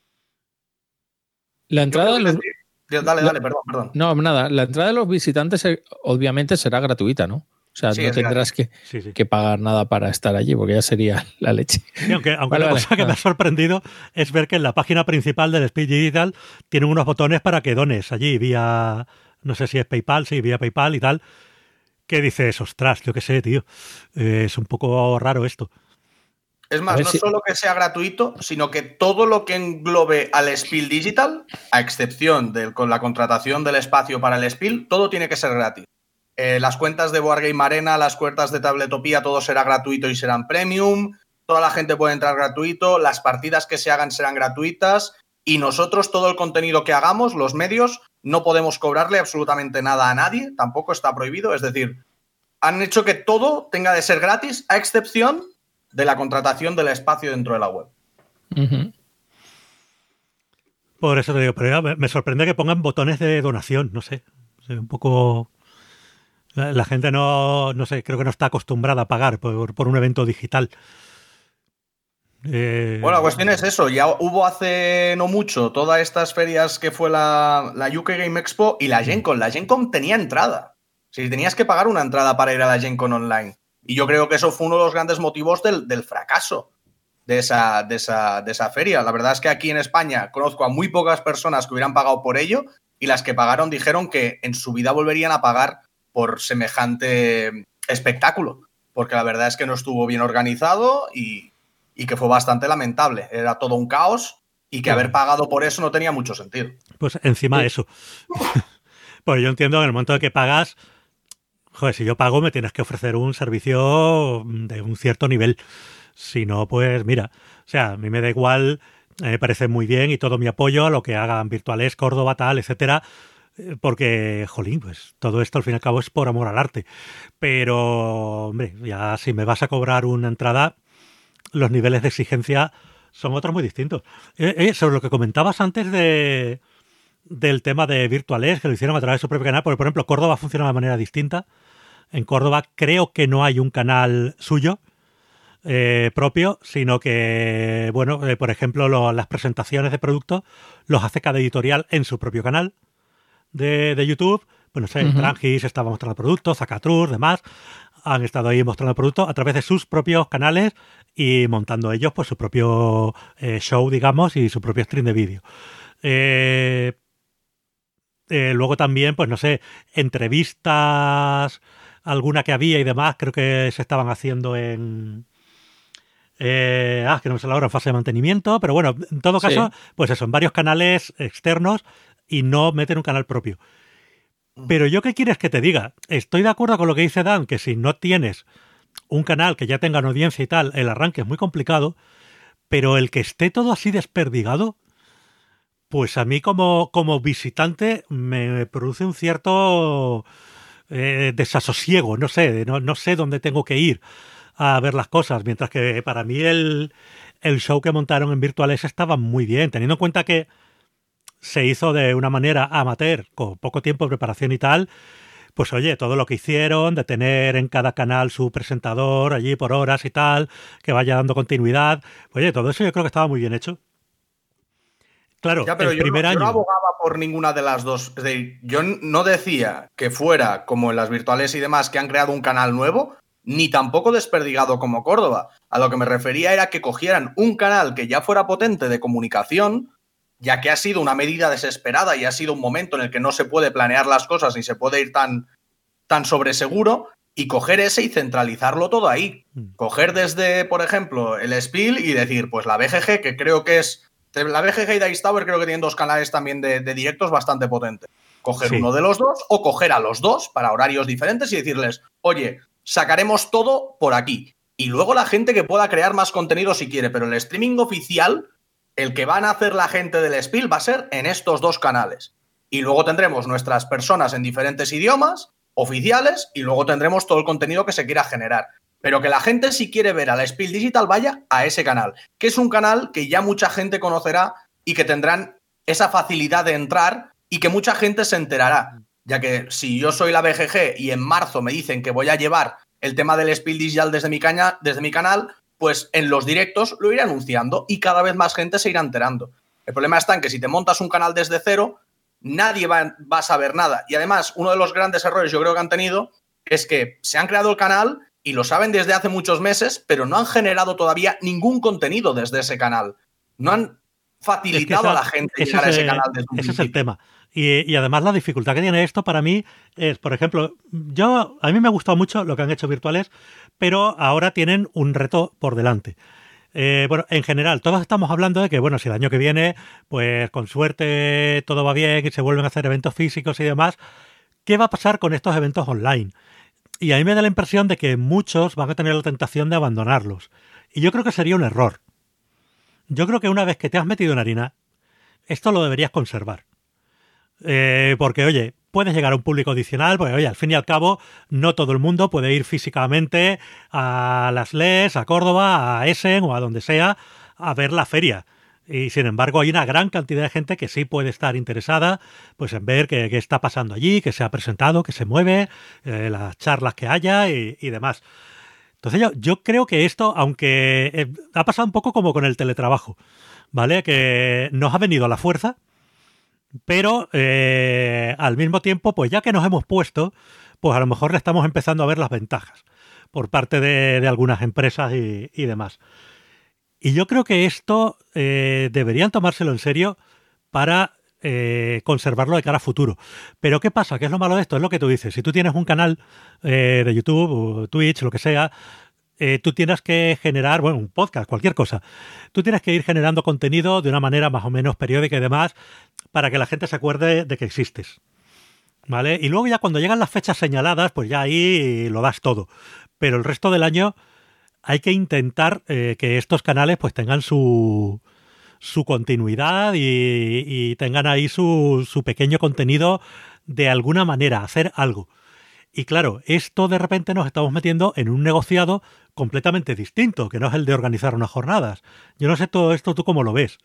S4: La entrada de los...
S5: Dale, dale, perdón, perdón.
S4: No, nada, la entrada de los visitantes eh, obviamente será gratuita, ¿no? O sea,
S5: Sí,
S4: no
S5: es
S4: tendrás que,
S3: Sí, sí.
S4: que pagar nada para estar allí, porque ya sería la leche.
S3: Sí, aunque aunque
S4: Vale,
S3: una
S4: vale.
S3: cosa que me ha sorprendido es ver que en la página principal del Speed Digital tienen unos botones para que dones allí vía, no sé si es PayPal, sí, vía PayPal y tal, que dices, ostras, yo qué sé, tío, eh, es un poco raro esto.
S5: Es
S4: A
S5: más,
S4: ver
S5: no
S4: si-
S5: solo que sea gratuito, sino que todo lo que englobe al Spiel Digital, a excepción de con la contratación del espacio para el Spiel, todo tiene que ser gratis. Eh, las cuentas de Board Game Arena, las cuentas de Tabletopía, todo será gratuito y serán premium. Toda la gente puede entrar gratuito. Las partidas que se hagan serán gratuitas. Y nosotros, todo el contenido que hagamos, los medios, no podemos cobrarle absolutamente nada a nadie. Tampoco está prohibido. Es decir, han hecho que todo tenga de ser gratis, a excepción de la contratación del espacio dentro de la web.
S4: Ujú.
S3: Por eso te digo, pero ya me, me sorprende que pongan botones de donación, no sé, o sea, un poco... La, la gente no, no sé, creo que no está acostumbrada a pagar por, por un evento digital. Eh,
S5: Bueno, la cuestión es eso. Ya hubo hace no mucho todas estas ferias que fue la, la U K Game Expo y la Gen Con. La Gen Con tenía entrada. Si tenías que pagar una entrada para ir a la Gen Con online. Y yo creo que eso fue uno de los grandes motivos del, del fracaso de esa, de, esa, de esa feria. La verdad es que aquí en España conozco a muy pocas personas que hubieran pagado por ello y las que pagaron dijeron que en su vida volverían a pagar por semejante espectáculo. Porque la verdad es que no estuvo bien organizado y, y que fue bastante lamentable. Era todo un caos y que haber pagado por eso no tenía mucho sentido.
S3: Pues encima
S4: Sí.
S3: eso. Pues yo entiendo que en el momento de que pagas, joder, si yo pago me tienes que ofrecer un servicio de un cierto nivel. Si no, pues mira, o sea, a mí me da igual, eh, me parece muy bien y todo mi apoyo a lo que hagan Virtuales, Córdoba, tal, etcétera, eh, porque, jolín, pues todo esto al fin y al cabo es por amor al arte. Pero, hombre, ya si me vas a cobrar una entrada, los niveles de exigencia son otros muy distintos. Eh, eh, sobre lo que comentabas antes de del tema de Virtuales, que lo hicieron a través de su propio canal, porque, por ejemplo, Córdoba funciona de manera distinta. En Córdoba creo que no hay un canal suyo eh, propio, sino que, bueno, eh, por ejemplo, lo, las presentaciones de productos los hace cada editorial en su propio canal de, de YouTube. Bueno, sé,
S4: Ujú.
S3: Trangis estaba mostrando productos, Zacatrus, demás, han estado ahí mostrando productos a través de sus propios canales y montando ellos pues su propio eh, show, digamos, y su propio stream de vídeo. Eh, eh, luego también, pues no sé, entrevistas, alguna que había y demás, creo que se estaban haciendo en... Eh, ah, que no me sale ahora en fase de mantenimiento, pero bueno, en todo
S4: Sí.
S3: caso, pues eso, en varios canales externos y no meter un canal propio. Pero yo, ¿qué quieres que te diga? Estoy de acuerdo con lo que dice Dan, que si no tienes un canal que ya tenga una audiencia y tal, el arranque es muy complicado, pero el que esté todo así desperdigado, pues a mí como, como visitante me produce un cierto eh, desasosiego, no sé, no, no sé dónde tengo que ir a ver las cosas, mientras que para mí el, el show que montaron en Virtuales estaba muy bien, teniendo en cuenta que se hizo de una manera amateur, con poco tiempo de preparación y tal. Pues oye, todo lo que hicieron, de tener en cada canal su presentador allí por horas y tal, que vaya dando continuidad, oye, todo eso yo creo que estaba muy bien hecho. Claro,
S5: ya, pero
S3: el
S5: yo
S3: primer
S5: no,
S3: año...
S5: yo no abogaba por ninguna de las dos. Es decir, yo no decía que fuera como en las Virtuales y demás, que han creado un canal nuevo, ni tampoco desperdigado como Córdoba. A lo que me refería era que cogieran un canal que ya fuera potente de comunicación, ya que ha sido una medida desesperada y ha sido un momento en el que no se puede planear las cosas ni se puede ir tan, tan sobre seguro, y coger ese y centralizarlo todo ahí. Mm. Coger desde, por ejemplo, el Spiel y decir, pues la B G G, que creo que es... La B G G y Dice Tower creo que tienen dos canales también de, de directos bastante potentes. Coger sí. uno de los dos o coger a los dos para horarios diferentes y decirles, oye, sacaremos todo por aquí. Y luego la gente que pueda crear más contenido si quiere, pero el streaming oficial... El que van a hacer la gente del Spiel va a ser en estos dos canales. Y luego tendremos nuestras personas en diferentes idiomas oficiales y luego tendremos todo el contenido que se quiera generar. Pero que la gente, si quiere ver a la Spiel Digital, vaya a ese canal, que es un canal que ya mucha gente conocerá y que tendrán esa facilidad de entrar y que mucha gente se enterará. Ya que si yo soy la B G G y en marzo me dicen que voy a llevar el tema del Spiel Digital desde mi, caña, desde mi canal... pues en los directos lo iré anunciando y cada vez más gente se irá enterando. El problema está en que si te montas un canal desde cero, nadie va, va a saber nada. Y además, uno de los grandes errores yo creo que han tenido es que se han creado el canal y lo saben desde hace muchos meses, pero no han generado todavía ningún contenido desde ese canal. No han facilitado es que esa, a la gente llegar a ese canal desde un
S3: Ese
S5: principio.
S3: es el tema. Y, y además la dificultad que tiene esto para mí es, por ejemplo, yo a mí me ha gustado mucho lo que han hecho Virtuales, pero ahora tienen un reto por delante. Eh, bueno, en general, todos estamos hablando de que, bueno, si el año que viene, pues con suerte todo va bien y se vuelven a hacer eventos físicos y demás, ¿qué va a pasar con estos eventos online? Y a mí me da la impresión de que muchos van a tener la tentación de abandonarlos. Y yo creo que sería un error. Yo creo que una vez que te has metido en harina, esto lo deberías conservar. Eh, porque, oye, puedes llegar a un público adicional, porque, oye, al fin y al cabo, no todo el mundo puede ir físicamente a las L E S, a Córdoba, a Essen o a donde sea a ver la feria. Y, sin embargo, hay una gran cantidad de gente que sí puede estar interesada pues en ver qué, qué está pasando allí, que se ha presentado, que se mueve, eh, las charlas que haya y, y demás. Entonces yo, yo creo que esto, aunque eh, ha pasado un poco como con el teletrabajo, ¿vale? Que nos ha venido a la fuerza, pero eh, al mismo tiempo, pues ya que nos hemos puesto, pues a lo mejor le estamos empezando a ver las ventajas por parte de, de algunas empresas y, y demás. Y yo creo que esto eh, deberían tomárselo en serio para eh, conservarlo de cara a futuro. Pero ¿qué pasa? ¿Qué es lo malo de esto? Es lo que tú dices. Si tú tienes un canal eh, de YouTube o Twitch, lo que sea, eh, tú tienes que generar, bueno, un podcast, cualquier cosa. Tú tienes que ir generando contenido de una manera más o menos periódica y demás para que la gente se acuerde de que existes. ¿Vale? Y luego ya cuando llegan las fechas señaladas, pues ya ahí lo das todo. Pero el resto del año hay que intentar eh, que estos canales pues tengan su, su continuidad y, y tengan ahí su, su pequeño contenido de alguna manera, hacer algo. Y claro, esto de repente nos estamos metiendo en un negociado completamente distinto, que no es el de organizar unas jornadas. Yo no sé todo esto, ¿tú cómo lo ves?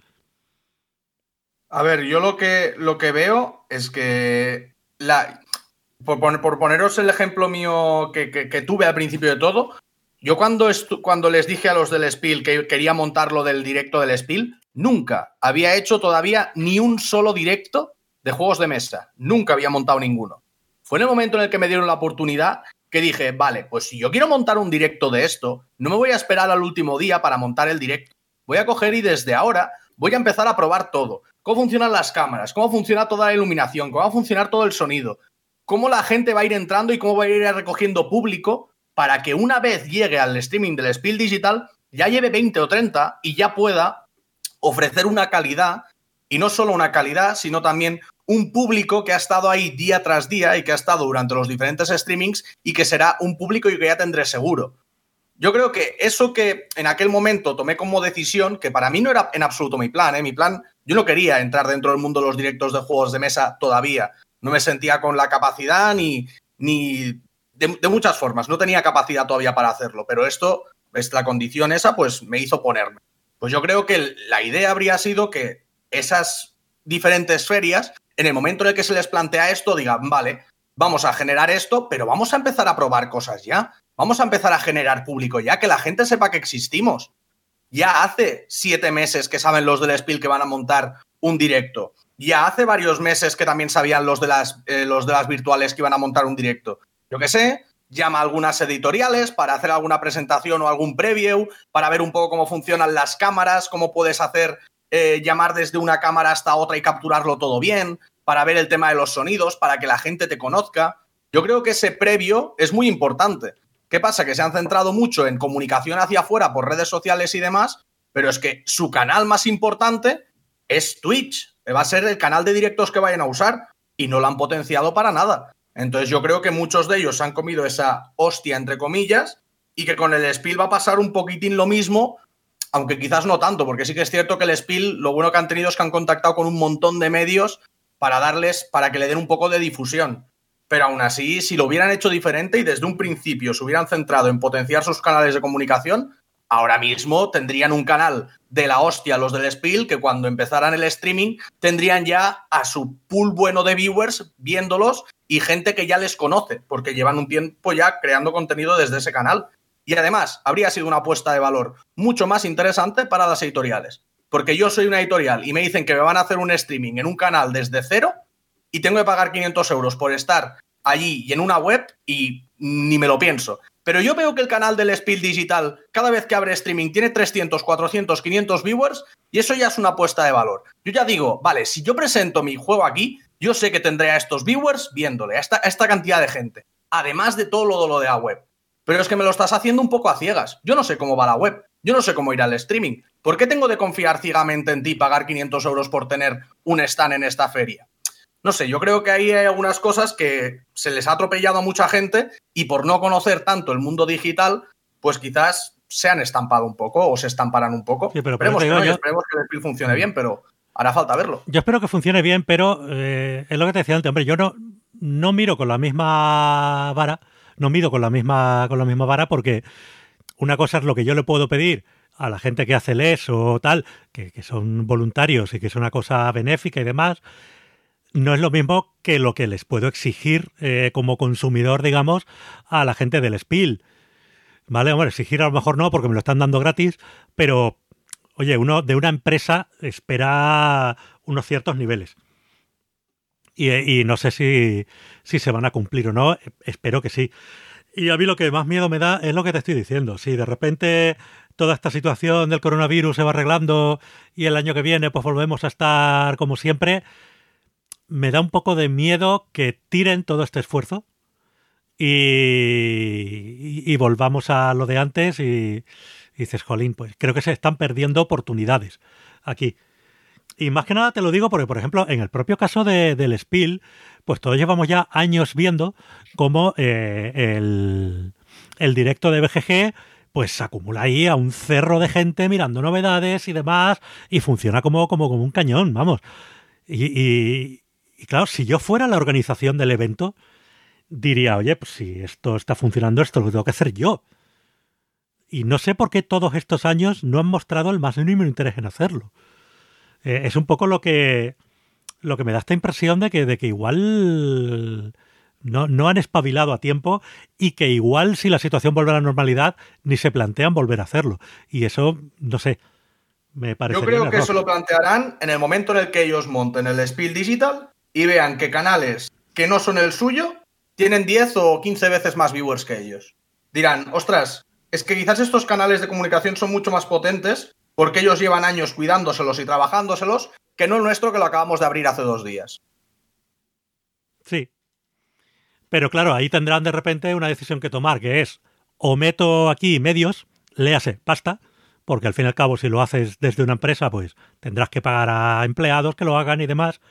S5: A ver, yo lo que, lo que veo es que, la, por, por poneros el ejemplo mío que, que, que tuve al principio de todo, yo cuando, estu- cuando les dije a los del Spiel que quería montar lo del directo del Spiel, nunca había hecho todavía ni un solo directo de juegos de mesa. Nunca había montado ninguno. Fue en el momento en el que me dieron la oportunidad que dije, vale, pues si yo quiero montar un directo de esto, no me voy a esperar al último día para montar el directo. Voy a coger y desde ahora voy a empezar a probar todo. Cómo funcionan las cámaras, cómo funciona toda la iluminación, cómo va a funcionar todo el sonido, cómo la gente va a ir entrando y cómo va a ir recogiendo público para que una vez llegue al streaming del Spiel Digital ya lleve veinte o treinta y ya pueda ofrecer una calidad Y no solo una calidad, sino también un público que ha estado ahí día tras día y que ha estado durante los diferentes streamings y que será un público y que ya tendré seguro. Yo creo que eso que en aquel momento tomé como decisión, que para mí no era en absoluto mi plan, ¿eh? Mi plan, yo no quería entrar dentro del mundo de los directos de juegos de mesa todavía. No me sentía con la capacidad ni, ni de, de muchas formas. No tenía capacidad todavía para hacerlo, pero esto, esta condición esa, pues me hizo ponerme. Pues yo creo que la idea habría sido que esas diferentes ferias, en el momento en el que se les plantea esto, digan, vale, vamos a generar esto, pero vamos a empezar a probar cosas ya. Vamos a empezar a generar público ya, que la gente sepa que existimos. Ya hace siete meses que saben los del Spiel que van a montar un directo. Ya hace varios meses que también sabían los de las, eh, los de las virtuales que iban a montar un directo. Yo qué sé, llama a algunas editoriales para hacer alguna presentación o algún preview, para ver un poco cómo funcionan las cámaras, cómo puedes hacer eh, llamar desde una cámara hasta otra y capturarlo todo bien, para ver el tema de los sonidos, para que la gente te conozca. Yo creo que ese previo es muy importante. ¿Qué pasa? Que se han centrado mucho en comunicación hacia afuera por redes sociales y demás, pero es que su canal más importante es Twitch. Va a ser el canal de directos que vayan a usar y no lo han potenciado para nada. Entonces yo creo que muchos de ellos han comido esa hostia, entre comillas, y que con el Spiel va a pasar un poquitín lo mismo, aunque quizás no tanto, porque sí que es cierto que el Spiel, lo bueno que han tenido es que han contactado con un montón de medios para darles, para que le den un poco de difusión. Pero aún así, si lo hubieran hecho diferente y desde un principio se hubieran centrado en potenciar sus canales de comunicación, ahora mismo tendrían un canal de la hostia los del Spiel, que cuando empezaran el streaming tendrían ya a su pool bueno de viewers viéndolos y gente que ya les conoce, porque llevan un tiempo ya creando contenido desde ese canal. Y además, habría sido una apuesta de valor mucho más interesante para las editoriales. Porque yo soy una editorial y me dicen que me van a hacer un streaming en un canal desde cero y tengo que pagar quinientos euros por estar allí y en una web y ni me lo pienso. Pero yo veo que el canal del Spiel Digital, cada vez que abre streaming, tiene trescientos, cuatrocientos, quinientos viewers y eso ya es una apuesta de valor. Yo ya digo, vale, si yo presento mi juego aquí, yo sé que tendré a estos viewers viéndole, a esta, a esta cantidad de gente, además de todo lo, lo de la web. Pero es que me lo estás haciendo un poco a ciegas. Yo no sé cómo va la web, yo no sé cómo irá el streaming. ¿Por qué tengo de confiar ciegamente en ti y pagar quinientos euros por tener un stand en esta feria? No sé, yo creo que ahí hay algunas cosas que se les ha atropellado a mucha gente y por no conocer tanto el mundo digital, pues quizás se han estampado un poco o se estamparán un poco.
S3: Sí, pero
S5: esperemos, que no,
S3: yo...
S5: esperemos que el Spiel funcione bien, pero hará falta verlo.
S3: Yo espero que funcione bien, pero eh, es lo que te decía antes, hombre, yo no, no miro con la misma vara, no mido con la misma, con la misma vara porque una cosa es lo que yo le puedo pedir a la gente que hace L E S o tal, que, que son voluntarios y que es una cosa benéfica y demás. No es lo mismo que lo que les puedo exigir eh, como consumidor, digamos, a la gente del Spiel. ¿Vale? Hombre, exigir a lo mejor no, porque me lo están dando gratis, pero, oye, uno de una empresa espera unos ciertos niveles. Y, y no sé si, si se van a cumplir o no, espero que sí. Y a mí lo que más miedo me da es lo que te estoy diciendo. Si de repente toda esta situación del coronavirus se va arreglando y el año que viene pues volvemos a estar como siempre, me da un poco de miedo que tiren todo este esfuerzo y, y, y volvamos a lo de antes y, y dices, jolín, pues creo que se están perdiendo oportunidades aquí. Y más que nada te lo digo porque, por ejemplo, en el propio caso de, del Spiel, pues todos llevamos ya años viendo cómo eh, el, el directo de B G G pues se acumula ahí a un cerro de gente mirando novedades y demás y funciona como, como, como un cañón, vamos. Y... y Y claro, si yo fuera la organización del evento, diría, oye, pues si esto está funcionando, esto lo tengo que hacer yo. Y no sé por qué todos estos años no han mostrado el más mínimo interés en hacerlo. Eh, es un poco lo que lo que me da esta impresión de que, de que igual no, no han espabilado a tiempo y que igual si la situación vuelve a la normalidad ni se plantean volver a hacerlo. Y eso, no sé, me parece.
S5: Yo creo que eso lo plantearán en el momento en el que ellos monten el Spiel Digital y vean que canales que no son el suyo tienen diez o quince veces más viewers que ellos. Dirán, ostras, es que quizás estos canales de comunicación son mucho más potentes porque ellos llevan años cuidándoselos y trabajándoselos que no el nuestro que lo acabamos de abrir hace dos días.
S3: Sí. Pero claro, ahí tendrán de repente una decisión que tomar, que es o meto aquí medios, léase, pasta, porque al fin y al cabo si lo haces desde una empresa, pues tendrás que pagar a empleados que lo hagan y demás,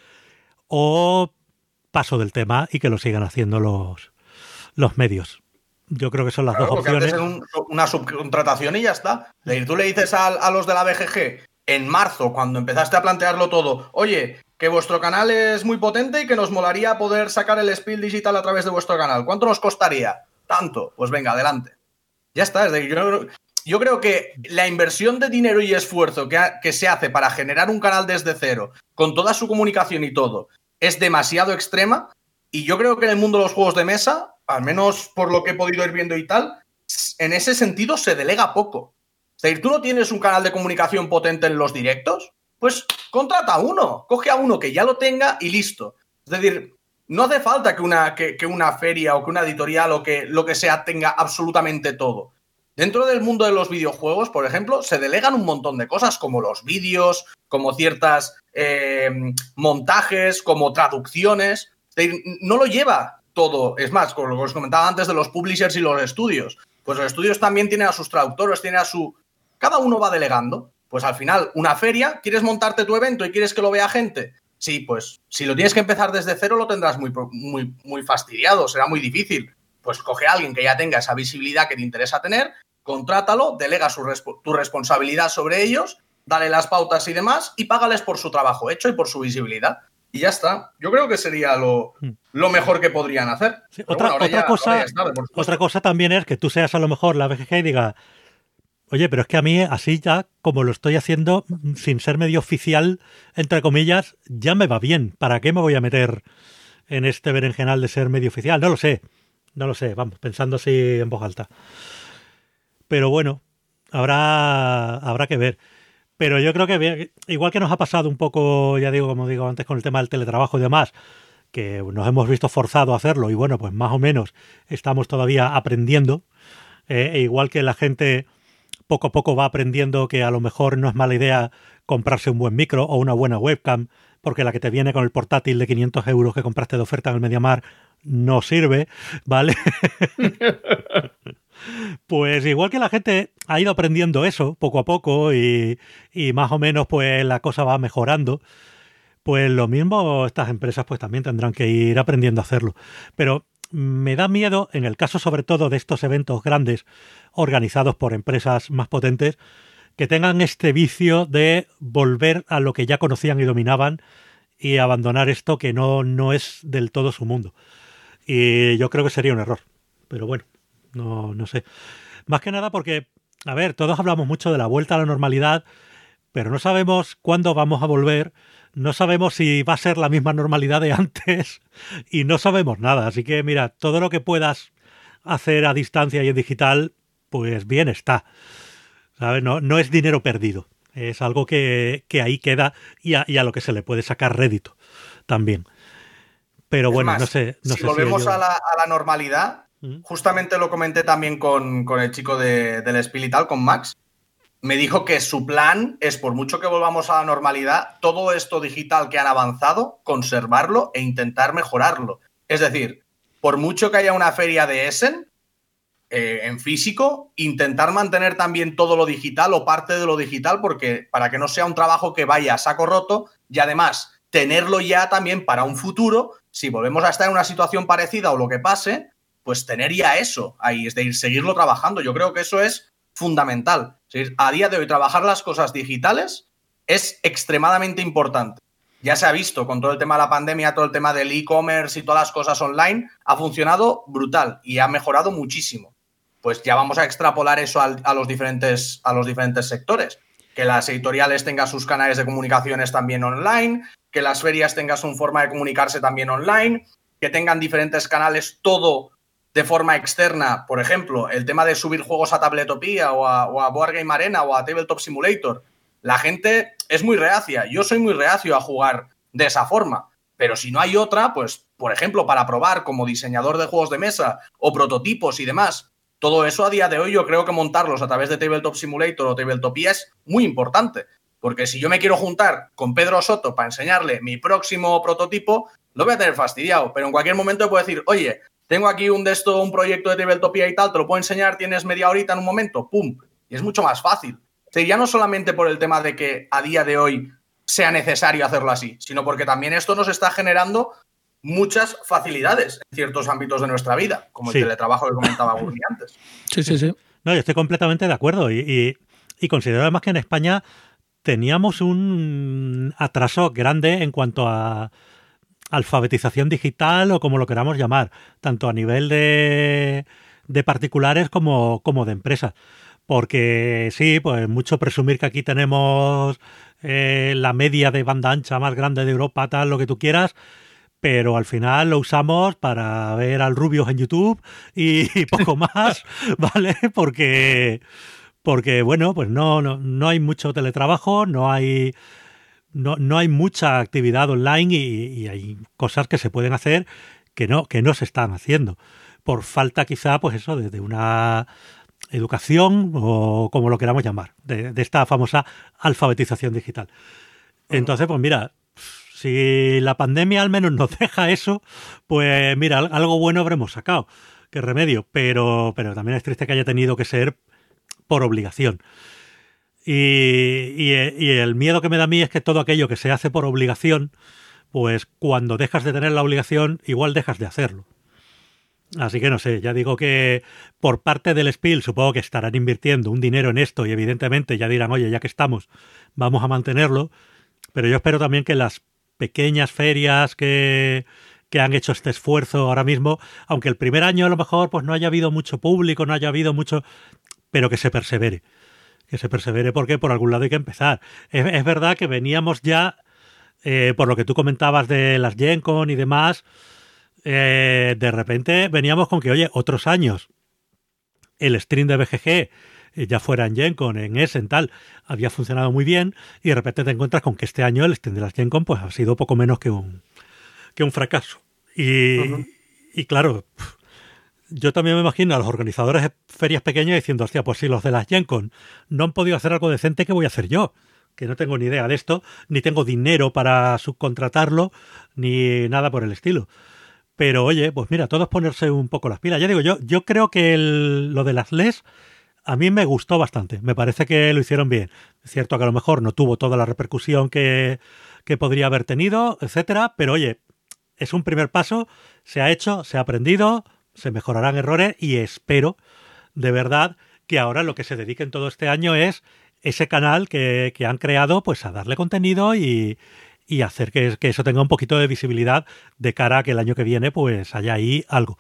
S3: o paso del tema y que lo sigan haciendo los, los medios. Yo creo que son las
S5: claro,
S3: dos opciones.
S5: Antes un, una subcontratación y ya está. Es decir, tú le dices a, a los de la B G G en marzo, cuando empezaste a plantearlo todo, oye, que vuestro canal es muy potente y que nos molaría poder sacar el Spiel digital a través de vuestro canal. ¿Cuánto nos costaría? Tanto. Pues venga, adelante. Ya está. Es decir, yo, yo creo que la inversión de dinero y esfuerzo que, ha, que se hace para generar un canal desde cero, con toda su comunicación y todo, es demasiado extrema. Y yo creo que en el mundo de los juegos de mesa, al menos por lo que he podido ir viendo y tal, en ese sentido se delega poco. Es decir, tú no tienes un canal de comunicación potente en los directos, pues contrata a uno, coge a uno que ya lo tenga y listo. Es decir, no hace falta que una, que, que una feria o que una editorial o que lo que sea tenga absolutamente todo. Dentro del mundo de los videojuegos, por ejemplo, se delegan un montón de cosas, como los vídeos, como ciertas eh, montajes, como traducciones. Es decir, no lo lleva todo. Es más, como lo que os comentaba antes de los publishers y los estudios. Pues los estudios también tienen a sus traductores, tienen a su... Cada uno va delegando. Pues al final, una feria, ¿quieres montarte tu evento y quieres que lo vea gente? Sí, pues si lo tienes que empezar desde cero lo tendrás muy, muy, muy fastidiado, será muy difícil. Pues coge a alguien que ya tenga esa visibilidad que te interesa tener, contrátalo, delega su resp- tu responsabilidad sobre ellos, dale las pautas y demás y págales por su trabajo hecho y por su visibilidad. Y ya está. Yo creo que sería lo, lo mejor que podrían hacer.
S3: Sí, otra,
S5: bueno,
S3: otra,
S5: ya,
S3: cosa,
S5: tarde,
S3: otra cosa también es que tú seas a lo mejor la B G G y diga, oye, pero es que a mí así ya, como lo estoy haciendo, sin ser medio oficial, entre comillas, ya me va bien. ¿Para qué me voy a meter en este berenjenal de ser medio oficial? No lo sé, no lo sé, vamos, pensando así en voz alta. Pero bueno, habrá, habrá que ver. Pero yo creo que igual que nos ha pasado un poco, ya digo, como digo antes, con el tema del teletrabajo y demás, que nos hemos visto forzados a hacerlo y bueno, pues más o menos estamos todavía aprendiendo, eh, e igual que la gente poco a poco va aprendiendo que a lo mejor no es mala idea comprarse un buen micro o una buena webcam, porque la que te viene con el portátil de quinientos euros que compraste de oferta en el MediaMarkt no sirve, ¿vale? Pues igual que la gente ha ido aprendiendo eso poco a poco y, y más o menos pues la cosa va mejorando, pues lo mismo estas empresas pues también tendrán que ir aprendiendo a hacerlo. Pero me da miedo, en el caso sobre todo de estos eventos grandes organizados por empresas más potentes, que tengan este vicio de volver a lo que ya conocían y dominaban y abandonar esto que no, no es del todo su mundo. Y yo creo que sería un error. Pero bueno, no, no sé. Más que nada porque, a ver, todos hablamos mucho de la vuelta a la normalidad, pero no sabemos cuándo vamos a volver, no sabemos si va a ser la misma normalidad de antes y no sabemos nada. Así que, mira, todo lo que puedas hacer a distancia y en digital, pues bien está. ¿Sabes? No, no es dinero perdido. Es algo que, que ahí queda y a, y a lo que se le puede sacar rédito también. Pero
S5: es
S3: bueno,
S5: más,
S3: no sé. No
S5: si
S3: sé
S5: volvemos
S3: si yo...
S5: a, la, a la normalidad, ¿Mm? Justamente lo comenté también con, con el chico de, del Spiel y tal, con Max. Me dijo que su plan es, por mucho que volvamos a la normalidad, todo esto digital que han avanzado, conservarlo e intentar mejorarlo. Es decir, por mucho que haya una feria de Essen, eh, en físico, intentar mantener también todo lo digital o parte de lo digital, porque para que no sea un trabajo que vaya a saco roto y además tenerlo ya también para un futuro, si volvemos a estar en una situación parecida o lo que pase, pues tener ya eso ahí, es decir, seguirlo trabajando. Yo creo que eso es fundamental. Es decir, a día de hoy trabajar las cosas digitales es extremadamente importante. Ya se ha visto con todo el tema de la pandemia, todo el tema del e-commerce y todas las cosas online, ha funcionado brutal y ha mejorado muchísimo. Pues ya vamos a extrapolar eso a, a, los, diferentes, a los diferentes sectores. Que las editoriales tengan sus canales de comunicaciones también online, que las ferias tengan su forma de comunicarse también online, que tengan diferentes canales, todo de forma externa. Por ejemplo, el tema de subir juegos a Tabletopía o a, o a Board Game Arena o a Tabletop Simulator. La gente es muy reacia. Yo soy muy reacio a jugar de esa forma. Pero si no hay otra, pues, por ejemplo, para probar como diseñador de juegos de mesa o prototipos y demás, todo eso a día de hoy yo creo que montarlos a través de Tabletop Simulator o Tabletopía es muy importante. Porque si yo me quiero juntar con Pedro Soto para enseñarle mi próximo prototipo, lo voy a tener fastidiado. Pero en cualquier momento le puedo decir, oye, tengo aquí un de esto, un proyecto de Tabletopía y tal, te lo puedo enseñar, tienes media horita en un momento, ¡pum! Y es mucho más fácil. Sí, ya no solamente por el tema de que a día de hoy sea necesario hacerlo así, sino porque también esto nos está generando muchas facilidades en ciertos ámbitos de nuestra vida, como
S3: Sí.
S5: el teletrabajo que comentaba Gurni antes.
S4: Sí, sí, sí.
S3: No, yo estoy completamente de acuerdo y, y, y considero además que en España teníamos un atraso grande en cuanto a alfabetización digital o como lo queramos llamar, tanto a nivel de, de particulares como, como de empresas. Porque sí, pues mucho presumir que aquí tenemos eh, la media de banda ancha más grande de Europa, tal, lo que tú quieras, pero al final lo usamos para ver al Rubius en YouTube y, y poco más, ¿vale? Porque, porque bueno, pues no, no, no hay mucho teletrabajo, no hay... No, no hay mucha actividad online y, y hay cosas que se pueden hacer que no, que no se están haciendo. Por falta quizá, pues eso, de, de una educación o como lo queramos llamar, de, de esta famosa alfabetización digital. Entonces, pues mira, si la pandemia al menos nos deja eso, pues mira, algo bueno habremos sacado. Qué remedio. Pero, pero también es triste que haya tenido que ser por obligación. Y, y, y el miedo que me da a mí es que todo aquello que se hace por obligación, pues cuando dejas de tener la obligación, igual dejas de hacerlo. Así que no sé, ya digo que por parte del Spiel supongo que estarán invirtiendo un dinero en esto y evidentemente ya dirán, oye, ya que estamos, vamos a mantenerlo. Pero yo espero también que las pequeñas ferias que, que han hecho este esfuerzo ahora mismo, aunque el primer año a lo mejor pues no haya habido mucho público, no haya habido mucho, pero que se persevere. Que se persevere porque por algún lado hay que empezar. Es, es verdad que veníamos ya, eh, por lo que tú comentabas de las Gen Con y demás, eh, de repente veníamos con que, oye, otros años el stream de B G G, eh, ya fuera en Gen Con, en Essen, tal, había funcionado muy bien y de repente te encuentras con que este año el stream de las Gen Con pues, ha sido poco menos que un, que un fracaso. Y, uh-huh. y claro... Yo también me imagino a los organizadores de ferias pequeñas diciendo, hostia, pues si los de las Gen Con no han podido hacer algo decente, ¿qué voy a hacer yo? Que no tengo ni idea de esto, ni tengo dinero para subcontratarlo, ni nada por el estilo. Pero oye, pues mira, todo es ponerse un poco las pilas. Ya digo, yo, yo creo que el, lo de las L E S a mí me gustó bastante. Me parece que lo hicieron bien. Es cierto que a lo mejor no tuvo toda la repercusión que, que podría haber tenido, etcétera, pero oye, es un primer paso, se ha hecho, se ha aprendido... Se mejorarán errores y espero de verdad que ahora lo que se dediquen todo este año es ese canal que, que han creado pues a darle contenido y, y hacer que, que eso tenga un poquito de visibilidad de cara a que el año que viene pues haya ahí algo.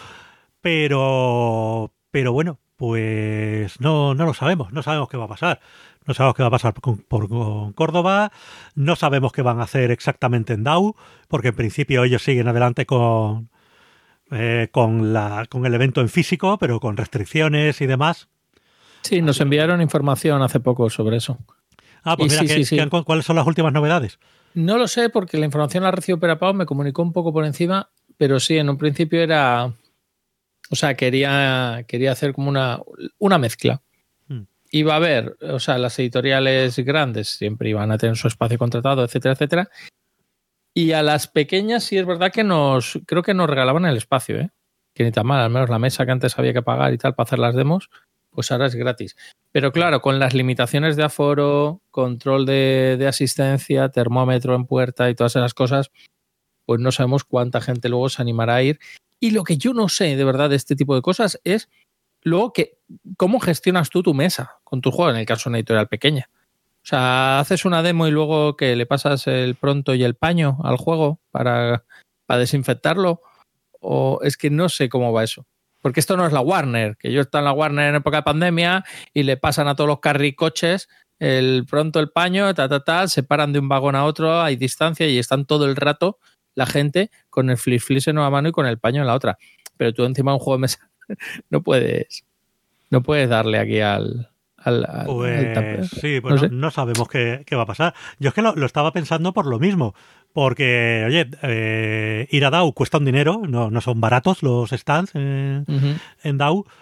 S3: Pero, pero bueno, pues no, no lo sabemos, no sabemos qué va a pasar. No sabemos qué va a pasar con, por, con Córdoba, no sabemos qué van a hacer exactamente en D A O, porque en principio ellos siguen adelante con... Eh, con, la, con el evento en físico, pero con restricciones y demás.
S4: Sí, nos enviaron información hace poco sobre eso.
S3: Ah, pues y mira, sí, que, sí, sí. Que, ¿cuáles son las últimas novedades?
S4: No lo sé, porque la información la recibió Perapau, me comunicó un poco por encima, pero sí, en un principio era... O sea, quería, quería hacer como una, una mezcla. Hmm. Iba a haber, o sea, las editoriales grandes siempre iban a tener su espacio contratado, etcétera, etcétera. Y a las pequeñas sí es verdad que nos creo que nos regalaban el espacio, ¿eh? Que ni tan mal, al menos la mesa que antes había que pagar y tal para hacer las demos, pues ahora es gratis. Pero claro, con las limitaciones de aforo, control de, de asistencia, termómetro en puerta y todas esas cosas, pues no sabemos cuánta gente luego se animará a ir. Y lo que yo no sé de verdad de este tipo de cosas es luego que cómo gestionas tú tu mesa con tu juego, en el caso de una editorial pequeña. O sea, haces una demo y luego que le pasas el pronto y el paño al juego para, para desinfectarlo. O es que no sé cómo va eso. Porque esto no es la Warner, que yo estoy en la Warner en época de pandemia y le pasan a todos los carricoches el pronto, el paño, ta, ta, ta, se paran de un vagón a otro, hay distancia y están todo el rato la gente con el flip-flis en una mano y con el paño en la otra. Pero tú encima de un juego de mesa no puedes, no puedes darle aquí al... Al, al,
S3: pues
S4: al
S3: sí, bueno, no, sé. no sabemos qué, qué va a pasar. Yo es que lo, lo estaba pensando por lo mismo, porque, oye, eh, ir a D A O cuesta un dinero, no, no son baratos los stands en, uh-huh. en D A O,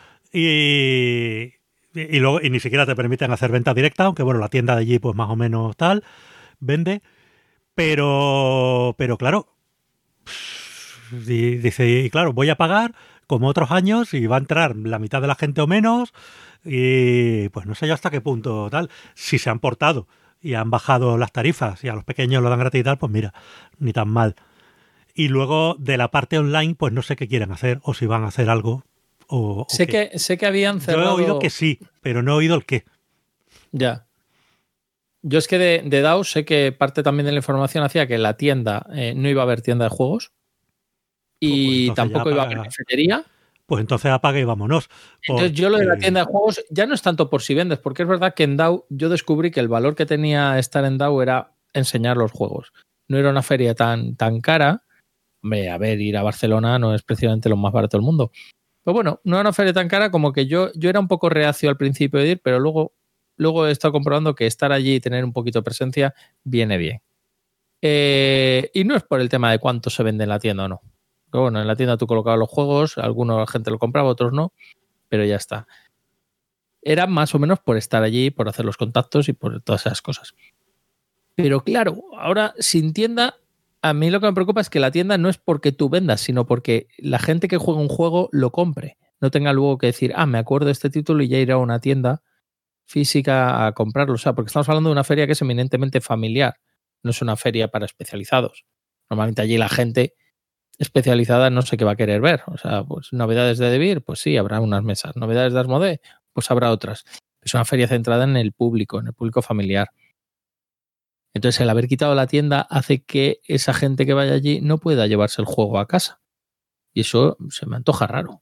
S3: y, y, luego, y ni siquiera te permiten hacer venta directa, aunque bueno, la tienda de allí pues más o menos tal, vende, pero, pero claro, y, dice, y claro, voy a pagar como otros años, y va a entrar la mitad de la gente o menos, y pues no sé yo hasta qué punto tal. Si se han portado y han bajado las tarifas y a los pequeños lo dan gratis y tal, pues mira, ni tan mal. Y luego de la parte online, pues no sé qué quieren hacer, o si van a hacer algo. O,
S4: sé,
S3: o
S4: que, sé que habían cerrado...
S3: Yo he oído que sí, pero no he oído el qué.
S4: Ya. Yo es que de, de DAO sé que parte también de la información hacía que la tienda eh, no iba a haber tienda de juegos y pues tampoco iba a haber cafetería.
S3: Pues entonces apague y vámonos.
S4: Entonces yo lo de la tienda de juegos ya no es tanto por si vendes, porque es verdad que en DAO yo descubrí que el valor que tenía estar en DAO era enseñar los juegos. No era una feria tan, tan cara. Hombre, a ver, ir a Barcelona no es precisamente lo más barato del mundo. Pero bueno, no era una feria tan cara como que yo, yo era un poco reacio al principio de ir, pero luego, luego he estado comprobando que estar allí y tener un poquito de presencia viene bien. Eh, y no es por el tema de cuánto se vende en la tienda o no. Pero bueno, en la tienda tú colocabas los juegos, algunos la gente lo compraba, otros no, pero ya está. Era más o menos por estar allí, por hacer los contactos y por todas esas cosas. Pero claro, ahora sin tienda, a mí lo que me preocupa es que la tienda no es porque tú vendas, sino porque la gente que juega un juego lo compre. No tenga luego que decir, ah, me acuerdo de este título y ya ir a una tienda física a comprarlo. O sea, porque estamos hablando de una feria que es eminentemente familiar. No es una feria para especializados. Normalmente allí la gente especializada no sé qué va a querer ver. O sea, pues novedades de Devir, pues sí, habrá unas mesas. Novedades de Asmodee, pues habrá otras. Es una feria centrada en el público, en el público familiar. Entonces, el haber quitado la tienda hace que esa gente que vaya allí no pueda llevarse el juego a casa. Y eso se me antoja raro.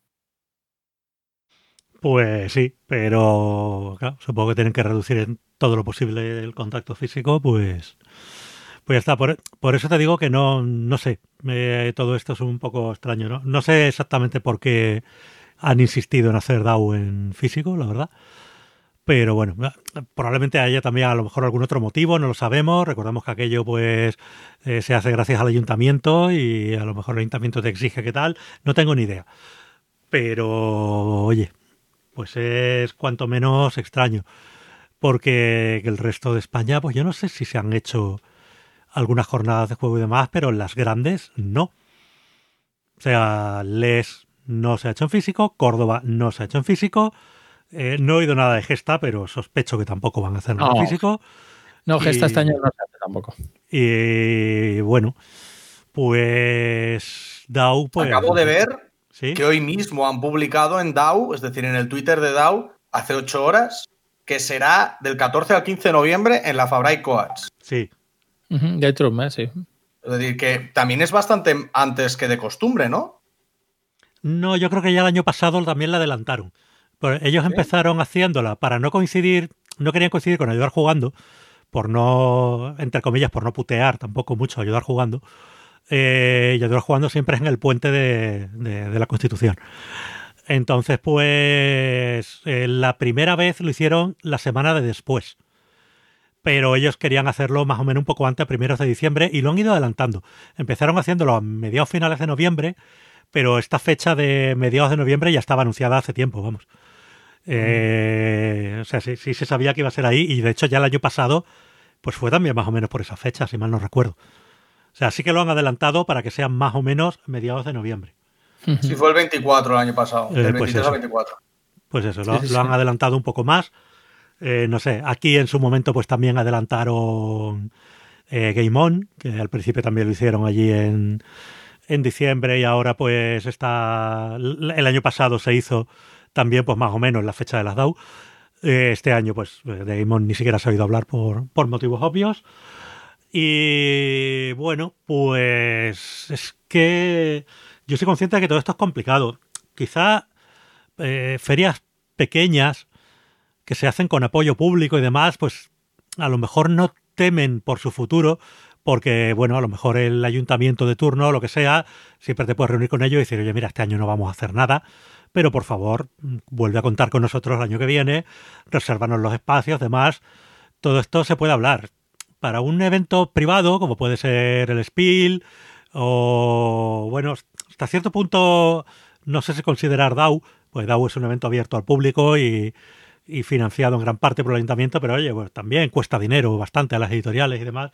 S3: Pues sí, pero claro, supongo que tienen que reducir en todo lo posible el contacto físico, pues, pues ya está. Por, por eso te digo que no, no sé, eh, todo esto es un poco extraño, ¿no? No sé exactamente por qué han insistido en hacer DAO en físico, la verdad. Pero bueno, probablemente haya también a lo mejor algún otro motivo, no lo sabemos. Recordamos que aquello pues eh, se hace gracias al ayuntamiento y a lo mejor el ayuntamiento te exige que tal. No tengo ni idea. Pero, oye, pues es cuanto menos extraño. Porque el resto de España, pues yo no sé si se han hecho algunas jornadas de juego y demás, pero las grandes no. O sea, Les no se ha hecho en físico, Córdoba no se ha hecho en físico. Eh, no he oído nada de Gesta, pero sospecho que tampoco van a hacer nada
S4: no.
S3: físico.
S4: No, Gesta
S3: y,
S4: este año no se hace tampoco.
S3: Y bueno, pues DAO... Pues,
S5: acabo de ver
S3: ¿sí?
S5: que hoy mismo han publicado en DAO, es decir, en el Twitter de DAO, hace ocho horas, que será del catorce al quince de noviembre en la Fabrai Coats.
S3: Sí.
S4: Uh-huh, ya hay otro mes, sí.
S5: Es decir, que también es bastante antes que de costumbre, ¿no?
S3: No, yo creo que ya el año pasado también la adelantaron. Pues ellos ¿sí? empezaron haciéndola para no coincidir, no querían coincidir con Ayudar Jugando, por no, entre comillas, por no putear tampoco mucho Ayudar Jugando. Eh, y Ayudar Jugando siempre es en el puente de, de, de la Constitución. Entonces, pues, eh, la primera vez lo hicieron la semana de después. Pero ellos querían hacerlo más o menos un poco antes, a primeros de diciembre, y lo han ido adelantando. Empezaron haciéndolo a mediados finales de noviembre, pero esta fecha de mediados de noviembre ya estaba anunciada hace tiempo, vamos. Eh, o sea, sí, sí se sabía que iba a ser ahí, y de hecho ya el año pasado pues fue también más o menos por esa fecha, si mal no recuerdo. O sea, sí que lo han adelantado para que sean más o menos mediados de noviembre.
S5: Sí, fue el veinticuatro el año pasado, del
S3: eh,
S5: veintitrés
S3: pues
S5: al veinticuatro.
S3: Pues eso,
S4: sí,
S3: lo,
S4: sí,
S3: lo han
S4: sí.
S3: adelantado un poco más. Eh, no sé, aquí en su momento pues también adelantaron eh, Game On, que al principio también lo hicieron allí en, en diciembre, y ahora pues está, el año pasado se hizo también pues más o menos la fecha de las DAO. Eh, este año pues de Game On ni siquiera se ha oído hablar por, por motivos obvios. Y bueno, pues es que yo soy consciente de que todo esto es complicado. Quizá eh, ferias pequeñas que se hacen con apoyo público y demás, pues a lo mejor no temen por su futuro, porque, bueno, a lo mejor el ayuntamiento de turno o lo que sea, siempre te puedes reunir con ellos y decir, oye, mira, este año no vamos a hacer nada, pero por favor, vuelve a contar con nosotros el año que viene, resérvanos los espacios, demás. Todo esto se puede hablar. Para un evento privado, como puede ser el Spiel, o, bueno, hasta cierto punto, no sé si considerar DAO, pues DAO es un evento abierto al público y... y financiado en gran parte por el ayuntamiento, pero oye, pues también cuesta dinero bastante a las editoriales y demás.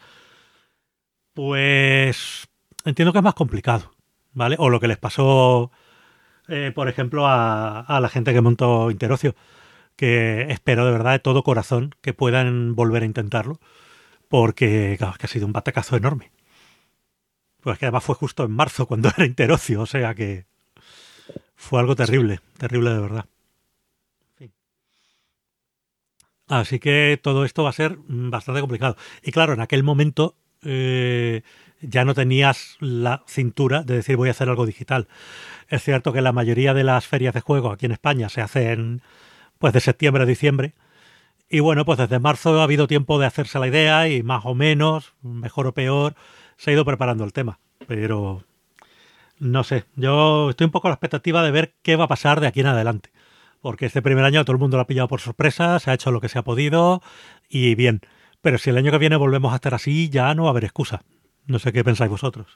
S3: Pues entiendo que es más complicado, ¿vale? O lo que les pasó eh, por ejemplo, a, a la gente que montó Interocio, que espero de verdad de todo corazón que puedan volver a intentarlo, porque claro, que ha sido un batacazo enorme. Pues que además fue justo en marzo cuando era Interocio, o sea que fue algo terrible, terrible de verdad. En fin. Así que todo esto va a ser bastante complicado. Y claro, en aquel momento eh, ya no tenías la cintura de decir voy a hacer algo digital. Es cierto que la mayoría de las ferias de juego aquí en España se hacen pues de septiembre a diciembre. Y bueno, pues desde marzo ha habido tiempo de hacerse la idea y más o menos, mejor o peor, se ha ido preparando el tema. Pero no sé, yo estoy un poco a la expectativa de ver qué va a pasar de aquí en adelante. Porque este primer año todo el mundo lo ha pillado por sorpresa, se ha hecho lo que se ha podido y bien. Pero si el año que viene volvemos a estar así, ya no va a haber excusa. No sé qué pensáis vosotros.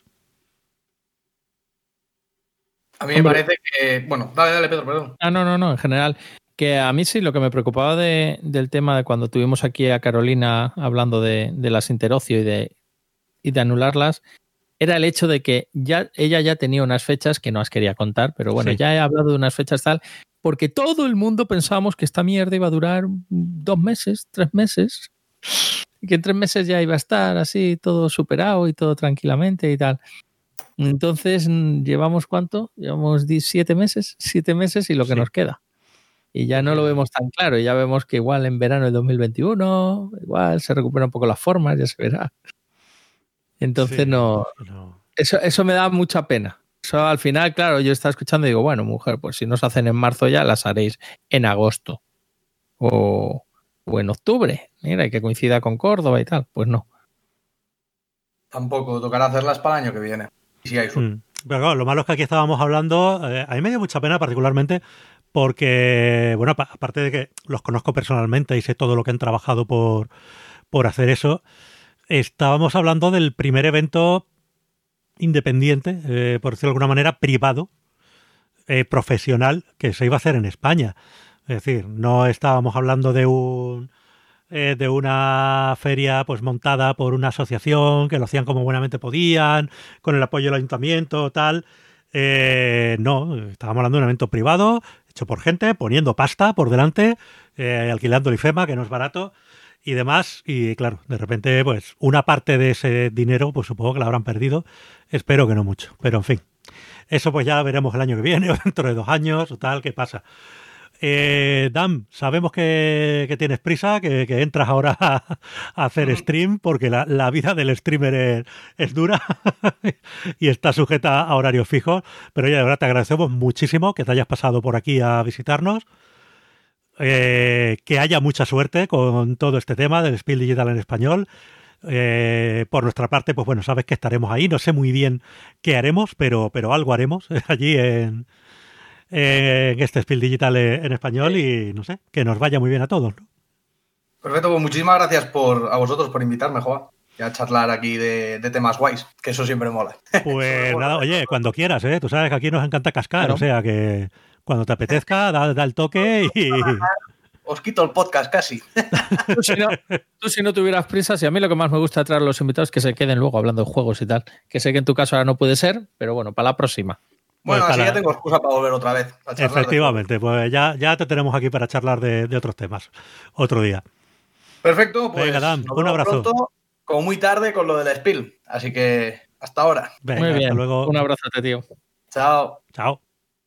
S5: A mí me parece que... Bueno, dale, dale, Pedro, perdón.
S4: Ah, no, no, no, en general... Que a mí sí, lo que me preocupaba de, del tema de cuando tuvimos aquí a Carolina hablando de, de las Interocio y de, y de anularlas, era el hecho de que ya ella ya tenía unas fechas que no las quería contar, pero bueno, sí. Ya he hablado de unas fechas tal, porque todo el mundo pensábamos que esta mierda iba a durar dos meses, tres meses, y que en tres meses ya iba a estar así todo superado y todo tranquilamente y tal. Entonces, ¿llevamos cuánto? Llevamos siete meses, siete meses y lo que sí. Nos queda. Y ya no lo vemos tan claro, ya vemos que igual en verano del dos mil veintiuno, igual se recuperan un poco las formas, ya se verá. Entonces sí, no, no. Eso, eso me da mucha pena. Eso al final, claro, yo estaba escuchando y digo, bueno, mujer, pues si no se hacen en marzo ya, las haréis en agosto o, o en octubre. Mira, que coincida con Córdoba y tal. Pues no.
S5: Tampoco, tocará hacerlas para el año que viene. Si hay
S3: mm. Pero claro, lo malo es que aquí estábamos hablando, eh, a mí me dio mucha pena particularmente porque, bueno, aparte de que los conozco personalmente y sé todo lo que han trabajado por, por hacer eso, estábamos hablando del primer evento independiente, eh, por decirlo de alguna manera, privado, eh, profesional, que se iba a hacer en España. Es decir, no estábamos hablando de un eh, de una feria pues montada por una asociación que lo hacían como buenamente podían, con el apoyo del ayuntamiento, tal. Eh, no, estábamos hablando de un evento privado, hecho por gente, poniendo pasta por delante, eh, alquilando el IFEMA, que no es barato, y demás. Y claro, de repente, pues una parte de ese dinero, pues supongo que la habrán perdido. Espero que no mucho, pero en fin. Eso pues ya veremos el año que viene, o dentro de dos años, o tal, qué pasa. Eh, Dan, sabemos que, que tienes prisa, que, que entras ahora a, a hacer stream, porque la, la vida del streamer es, es dura y está sujeta a horarios fijos, pero ya de verdad te agradecemos muchísimo que te hayas pasado por aquí a visitarnos, eh, que haya mucha suerte con todo este tema del Spiel Digital en español. Eh, por nuestra parte, pues bueno, sabes que estaremos ahí, no sé muy bien qué haremos, pero, pero algo haremos allí en... en este Spiel Digital en español y no sé, que nos vaya muy bien a todos, ¿no?
S5: Perfecto, pues muchísimas gracias por, a vosotros por invitarme, Joa, y a charlar aquí de, de temas guays, que eso siempre mola.
S3: Pues nada, oye, cuando quieras, ¿eh? Tú sabes que aquí nos encanta cascar, claro. O sea que cuando te apetezca, da, da el toque y...
S5: Os quito el podcast casi.
S4: Tú si, no, tú si no tuvieras prisas, y a mí lo que más me gusta traer a los invitados es que se queden luego hablando de juegos y tal, que sé que en tu caso ahora no puede ser, pero bueno, para la próxima.
S5: Bueno,
S3: pues
S5: así
S3: para...
S5: ya tengo excusa para volver otra vez. A
S3: Efectivamente, pues ya, ya te tenemos aquí para charlar de, de otros temas otro día.
S5: Perfecto, pues
S3: venga, Dan, un abrazo.
S5: Pronto, como muy tarde con lo del Spiel, así que hasta ahora.
S3: Venga,
S4: muy bien,
S3: hasta luego.
S4: Un abrazote, tío.
S5: Chao.
S3: Chao.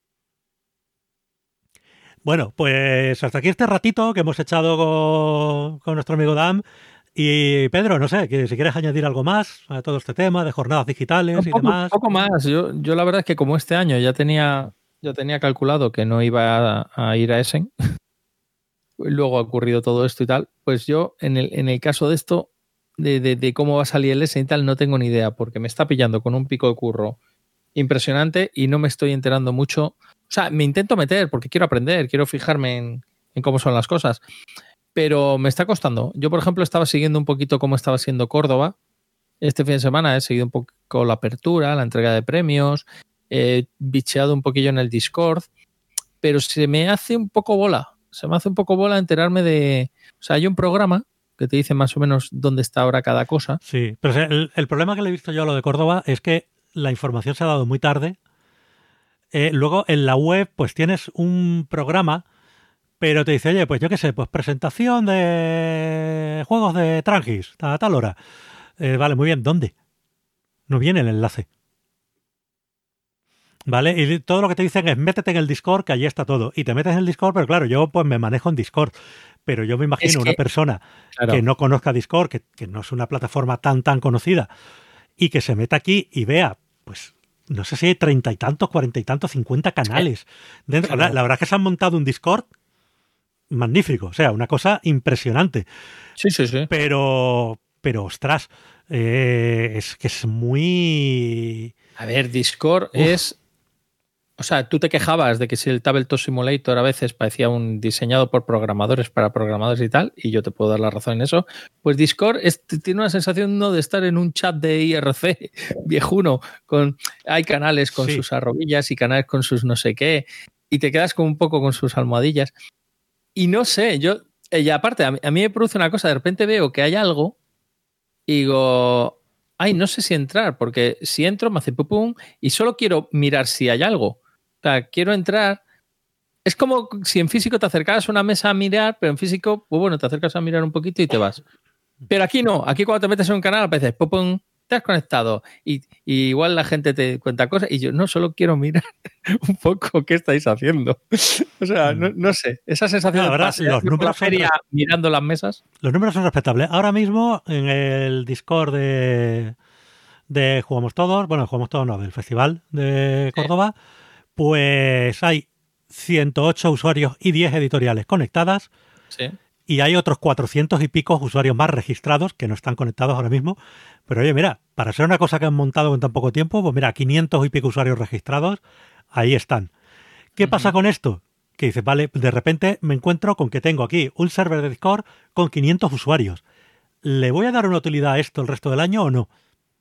S3: Bueno, pues hasta aquí este ratito que hemos echado con, con nuestro amigo Dan. Y Pedro, no sé, que si quieres añadir algo más a todo este tema de jornadas digitales
S4: un
S3: y
S4: poco,
S3: demás.
S4: Un poco más. Yo, yo la verdad es que como este año ya tenía, ya tenía calculado que no iba a, a ir a Essen, luego ha ocurrido todo esto y tal, pues yo en el, en el caso de esto, de, de, de cómo va a salir el Essen y tal, no tengo ni idea, porque me está pillando con un pico de curro impresionante y no me estoy enterando mucho. O sea, me intento meter porque quiero aprender, quiero fijarme en, en cómo son las cosas. Pero me está costando. Yo, por ejemplo, estaba siguiendo un poquito cómo estaba siendo Córdoba. Este fin de semana he seguido un poco la apertura, la entrega de premios, he bicheado un poquillo en el Discord, pero se me hace un poco bola. Se me hace un poco bola enterarme de... O sea, hay un programa que te dice más o menos dónde está ahora cada cosa.
S3: Sí, pero el, el problema que le he visto yo a lo de Córdoba es que la información se ha dado muy tarde Eh, luego en la web pues tienes un programa, pero te dice, oye, pues yo qué sé, pues presentación de juegos de Trangis, a tal hora. Eh, vale, muy bien, ¿dónde? No viene el enlace. ¿Vale? Y todo lo que te dicen es métete en el Discord, que allí está todo. Y te metes en el Discord, pero claro, yo pues me manejo en Discord. Pero yo me imagino
S4: Es que,
S3: una persona
S4: claro.
S3: que no conozca Discord, que, que no es una plataforma tan, tan conocida, y que se meta aquí y vea, pues, no sé si hay treinta y tantos, cuarenta y tantos, cincuenta canales. Dentro.
S4: Claro.
S3: La, la verdad es que se han montado un Discord magnífico, o sea, una cosa impresionante.
S4: Sí, sí, sí.
S3: Pero, pero ostras, eh, es que es muy...
S4: A ver, Discord
S3: Uf.
S4: es... O sea, tú te quejabas de que si el Tabletop Simulator a veces parecía un diseñado por programadores para programadores y tal, y yo te puedo dar la razón en eso, pues Discord es, tiene una sensación ¿no? de estar en un chat de I R C viejuno, con hay canales con
S3: Sí.
S4: sus arrobillas y canales con sus no sé qué, y te quedas como un poco con sus almohadillas. Y no sé, yo... Y aparte, a mí, a mí me produce una cosa, de repente veo que hay algo y digo... Ay, no sé si entrar, porque si entro me hace pum pum y solo quiero mirar si hay algo. O sea, quiero entrar. Es como si en físico te acercaras a una mesa a mirar, pero en físico, pues bueno, te acercas a mirar un poquito y te vas. Pero aquí no. Aquí cuando te metes en un canal, a veces, pum, pum, te has conectado. Y, y igual la gente te cuenta cosas y yo no, solo quiero mirar un poco qué estáis haciendo. O sea, no, no sé. Esa sensación
S3: No,
S4: de
S3: ahora
S4: pasear
S3: los
S4: por
S3: números
S4: la
S3: son
S4: feria
S3: re-
S4: mirando las mesas.
S3: Los números son respetables. Ahora mismo en el Discord de, de Jugamos Todos, bueno, Jugamos Todos no, del Festival de Córdoba, pues hay ciento ocho usuarios y diez editoriales conectadas
S4: Sí.
S3: y hay otros cuatrocientos y pico usuarios más registrados que no están conectados ahora mismo. Pero oye, mira, para ser una cosa que han montado en tan poco tiempo, pues mira, quinientos y pico usuarios registrados, ahí están. ¿Qué
S4: Ujú.
S3: pasa con esto? Que dices, vale, de repente me encuentro con que tengo aquí un server de Discord con quinientos usuarios. ¿Le voy a dar una utilidad a esto el resto del año o no?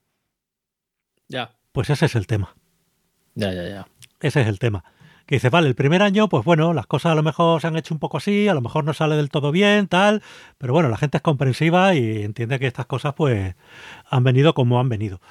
S4: Ya.
S3: Pues ese es el tema.
S4: Ya, ya, ya.
S3: Ese es el tema. Que dices, vale, el primer año, pues bueno, las cosas a lo mejor se han hecho un poco así, a lo mejor no sale del todo bien, tal, pero bueno, la gente es comprensiva y entiende que estas cosas, pues, han venido como han venido.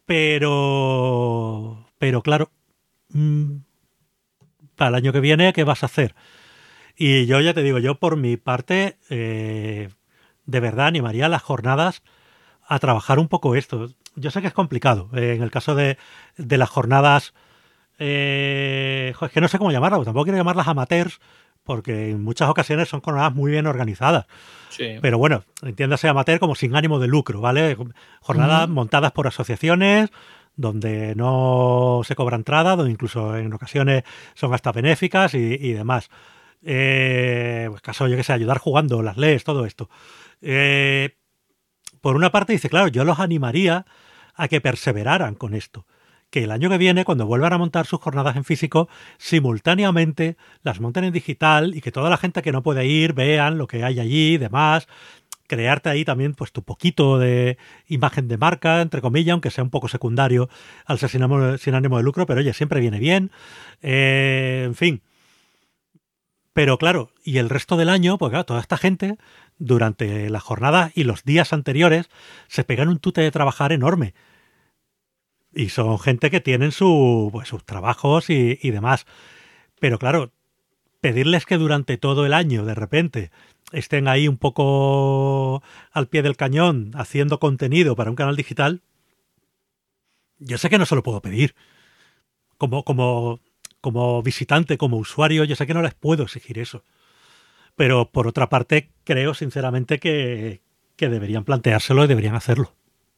S3: Pero, pero claro, mmm, para el año que viene, ¿qué vas a hacer? Y yo ya te digo, yo por mi parte, eh, de verdad animaría a las jornadas a trabajar un poco esto. Yo sé que es complicado. Eh, en el caso de, de las jornadas, eh, jo, es que no sé cómo llamarlas, tampoco quiero llamarlas amateurs, porque en muchas ocasiones son jornadas muy bien organizadas.
S4: Sí.
S3: Pero bueno, entiéndase amateur como sin ánimo de lucro, ¿vale? Jornadas
S4: Ujú.
S3: montadas por asociaciones, donde no se cobra entrada, donde incluso en ocasiones son hasta benéficas y, y demás. Eh, pues caso, yo que sé, ayudar jugando, las leyes, todo esto. Eh, por una parte dice, claro, yo los animaría a que perseveraran con esto. Que el año que viene, cuando vuelvan a montar sus jornadas en físico, simultáneamente las monten en digital y que toda la gente que no puede ir vean lo que hay allí y demás. Crearte ahí también pues tu poquito de imagen de marca, entre comillas, aunque sea un poco secundario al ser sin ánimo, sin ánimo de lucro, pero oye, siempre viene bien. Eh, en fin. Pero claro, y el resto del año, pues claro, toda esta gente, durante las jornadas y los días anteriores, se pegan un tute de trabajar enorme. Y son gente que tienen su, pues, sus trabajos y, y demás. Pero claro, pedirles que durante todo el año, de repente, estén ahí un poco al pie del cañón haciendo contenido para un canal digital, yo sé que no se lo puedo pedir. Como, como, como visitante, como usuario, yo sé que no les puedo exigir eso. Pero por otra parte, creo sinceramente que, que deberían planteárselo y deberían hacerlo.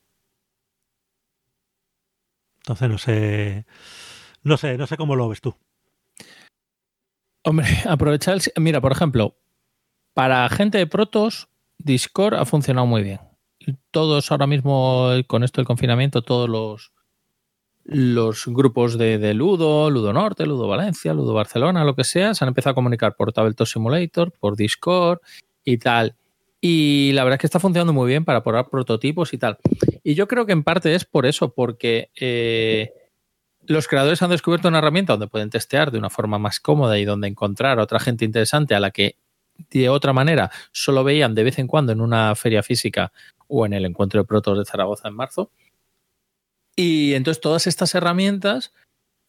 S3: Entonces no sé, no sé, no sé cómo lo ves tú.
S4: Hombre, aprovechar el... Mira, por ejemplo, para gente de protos, Discord ha funcionado muy bien. Todos ahora mismo, con esto del confinamiento, todos los, los grupos de, de Ludo, Ludo Norte, Ludo Valencia, Ludo Barcelona, lo que sea, se han empezado a comunicar por Tabletop Simulator, por Discord y tal. Y la verdad es que está funcionando muy bien para probar prototipos y tal. Y yo creo que en parte es por eso, porque eh, los creadores han descubierto una herramienta donde pueden testear de una forma más cómoda y donde encontrar a otra gente interesante a la que de otra manera solo veían de vez en cuando en una feria física o en el encuentro de protos de Zaragoza en marzo. Y entonces todas estas herramientas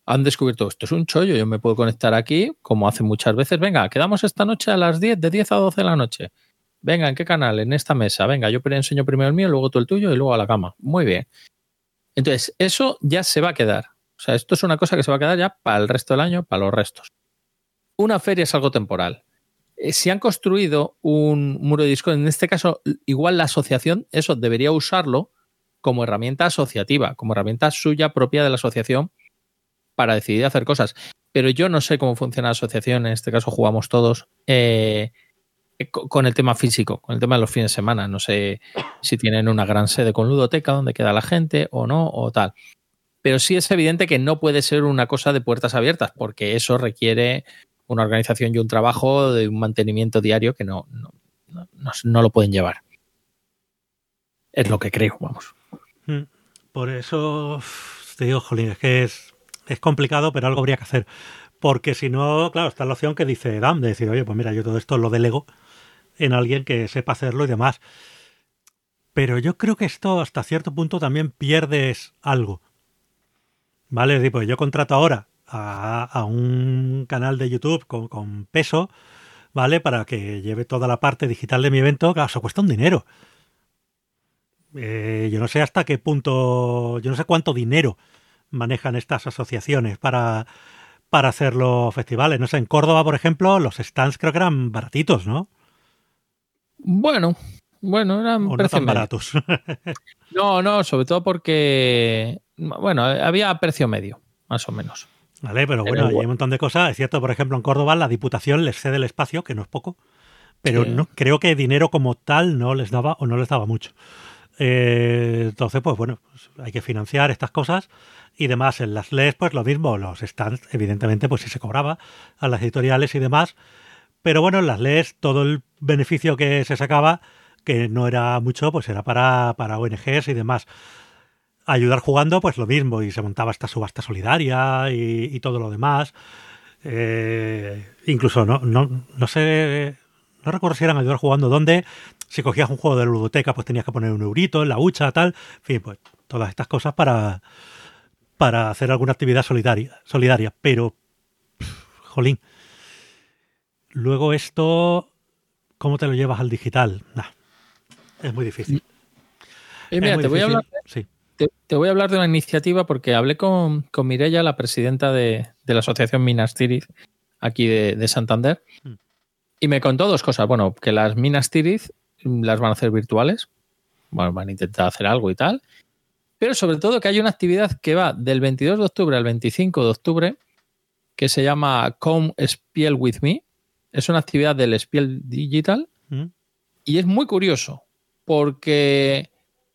S4: han descubierto esto es un chollo, yo me puedo conectar aquí, como hacen muchas veces. Venga, quedamos esta noche a las diez, de diez a doce de la noche. Venga, ¿en qué canal? En esta mesa. Venga, yo enseño primero el mío, luego tú el tuyo y luego a la cama. Muy bien. Entonces, eso ya se va a quedar. O sea, esto es una cosa que se va a quedar ya para el resto del año, para los restos. Una feria es algo temporal. Eh, si han construido un muro de Discord, en este caso, igual la asociación, eso debería usarlo como herramienta asociativa, como herramienta suya propia de la asociación para decidir hacer cosas. Pero yo no sé cómo funciona la asociación, en este caso jugamos todos, eh, con el tema físico, con el tema de los fines de semana. No sé si tienen una gran sede con ludoteca donde queda la gente o no, o tal. Pero sí es evidente que no puede ser una cosa de puertas abiertas, porque eso requiere una organización y un trabajo de un mantenimiento diario que no, no, no, no, no lo pueden llevar. Es lo que creo, vamos.
S3: Por eso te digo, jolín, es que es, es complicado, pero algo habría que hacer. Porque si no, claro, está la opción que dice Dan, de decir, oye, pues mira, yo todo esto lo delego en alguien que sepa hacerlo y demás. Pero yo creo que esto hasta cierto punto también pierdes algo. ¿Vale? Pues yo contrato ahora a, a un canal de YouTube con, con peso, ¿vale? Para que lleve toda la parte digital de mi evento. Claro, eso cuesta un dinero. Eh, yo no sé hasta qué punto, yo no sé cuánto dinero manejan estas asociaciones para, para hacer los festivales. No sé, en Córdoba, por ejemplo, los stands creo que eran baratitos, ¿no?
S4: Bueno, bueno, eran
S3: o no tan
S4: medio.
S3: baratos.
S4: No, no, sobre todo porque, bueno, había precio medio, más o menos.
S3: Vale, pero bueno, hay un montón de cosas. Es cierto, por ejemplo, en Córdoba la Diputación les cede el espacio, que no es poco, pero sí. no, creo que dinero como tal no les daba o no les daba mucho. Eh, entonces, pues bueno, pues hay que financiar estas cosas y demás. En las L E S, pues lo mismo, los stands, evidentemente, pues sí se cobraba a las editoriales y demás. Pero bueno, en las L E S todo el beneficio que se sacaba, que no era mucho, pues era para, para O N Ges y demás. Ayudar jugando, pues lo mismo, y se montaba esta subasta solidaria y, y todo lo demás. Eh, incluso, no, no, no sé, no recuerdo si eran ayudar jugando dónde. Si cogías un juego de ludoteca, pues tenías que poner un eurito en la hucha, tal. En fin, pues todas estas cosas para, para hacer alguna actividad solidaria. solidaria. Pero, pff, jolín. Luego esto, ¿cómo te lo llevas al digital? Nah, es muy difícil.
S4: Eh, mira,
S3: es muy
S4: te, voy
S3: difícil.
S4: a hablar,
S3: sí.
S4: te, te voy a hablar de una iniciativa porque hablé con, con Mireia, la presidenta de, de la asociación Minas Tirith, aquí de, de Santander, mm. y me contó dos cosas. Bueno, que las Minas Tirith las van a hacer virtuales, bueno, van a intentar hacer algo y tal, pero sobre todo que hay una actividad que va del veintidós de octubre al veinticinco de octubre que se llama Come Spiel with Me. Es una actividad del Spiel Digital mm. y es muy curioso porque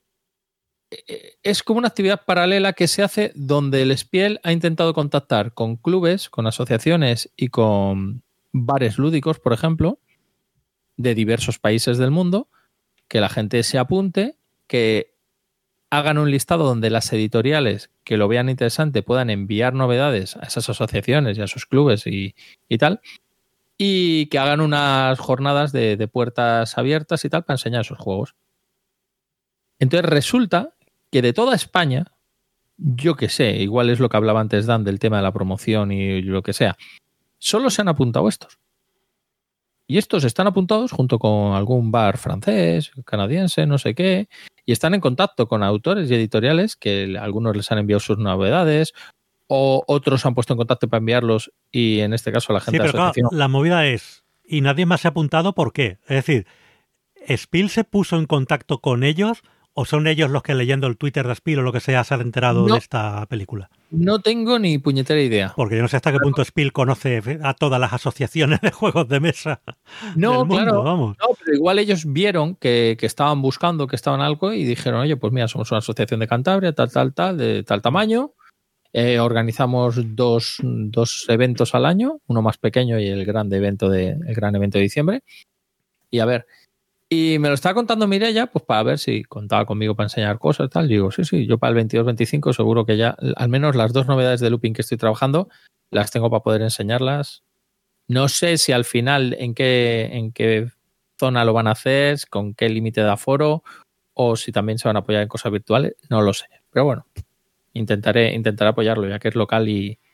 S4: es como una actividad paralela que se hace donde el Spiel ha intentado contactar con clubes, con asociaciones y con bares lúdicos, por ejemplo, de diversos países del mundo, que la gente se apunte, que hagan un listado donde las editoriales que lo vean interesante puedan enviar novedades a esas asociaciones y a esos clubes y, y tal, y que hagan unas jornadas de, de puertas abiertas y tal para enseñar esos juegos. Entonces resulta que de toda España, yo que sé, igual es lo que hablaba antes Dan del tema de la promoción y lo que sea, solo se han apuntado estos. Y estos están apuntados junto con algún bar francés, canadiense, no sé qué, y están en contacto con autores y editoriales que algunos les han enviado sus novedades o otros han puesto en contacto para enviarlos y en este caso la gente
S3: sí, pero
S4: de la asociación.
S3: Claro, la movida es, y nadie más se ha apuntado, ¿por qué? Es decir, ¿Spiel se puso en contacto con ellos o son ellos los que leyendo el Twitter de Spiel o lo que sea se han enterado
S4: no,
S3: de esta película?
S4: No tengo ni puñetera idea.
S3: Porque yo no sé hasta qué punto Spiel conoce a todas las asociaciones de juegos de mesa
S4: no,
S3: del mundo,
S4: claro,
S3: vamos.
S4: No, pero igual ellos vieron que, que estaban buscando, que estaban algo y dijeron, oye, pues mira, somos una asociación de Cantabria, tal, tal, tal, de tal tamaño. Eh, organizamos dos, dos eventos al año, uno más pequeño y el grande evento de, el gran evento de diciembre. Y a ver, y me lo estaba contando Mireia, pues para ver si contaba conmigo para enseñar cosas y tal. Digo, sí, sí, yo para el veintidós veinticinco seguro que ya, al menos las dos novedades de looping que estoy trabajando, las tengo para poder enseñarlas. No sé si al final en qué, en qué zona lo van a hacer, con qué límite de aforo, o si también se van a apoyar en cosas virtuales, no lo sé. Pero bueno, intentaré, intentaré apoyarlo, ya que es local y,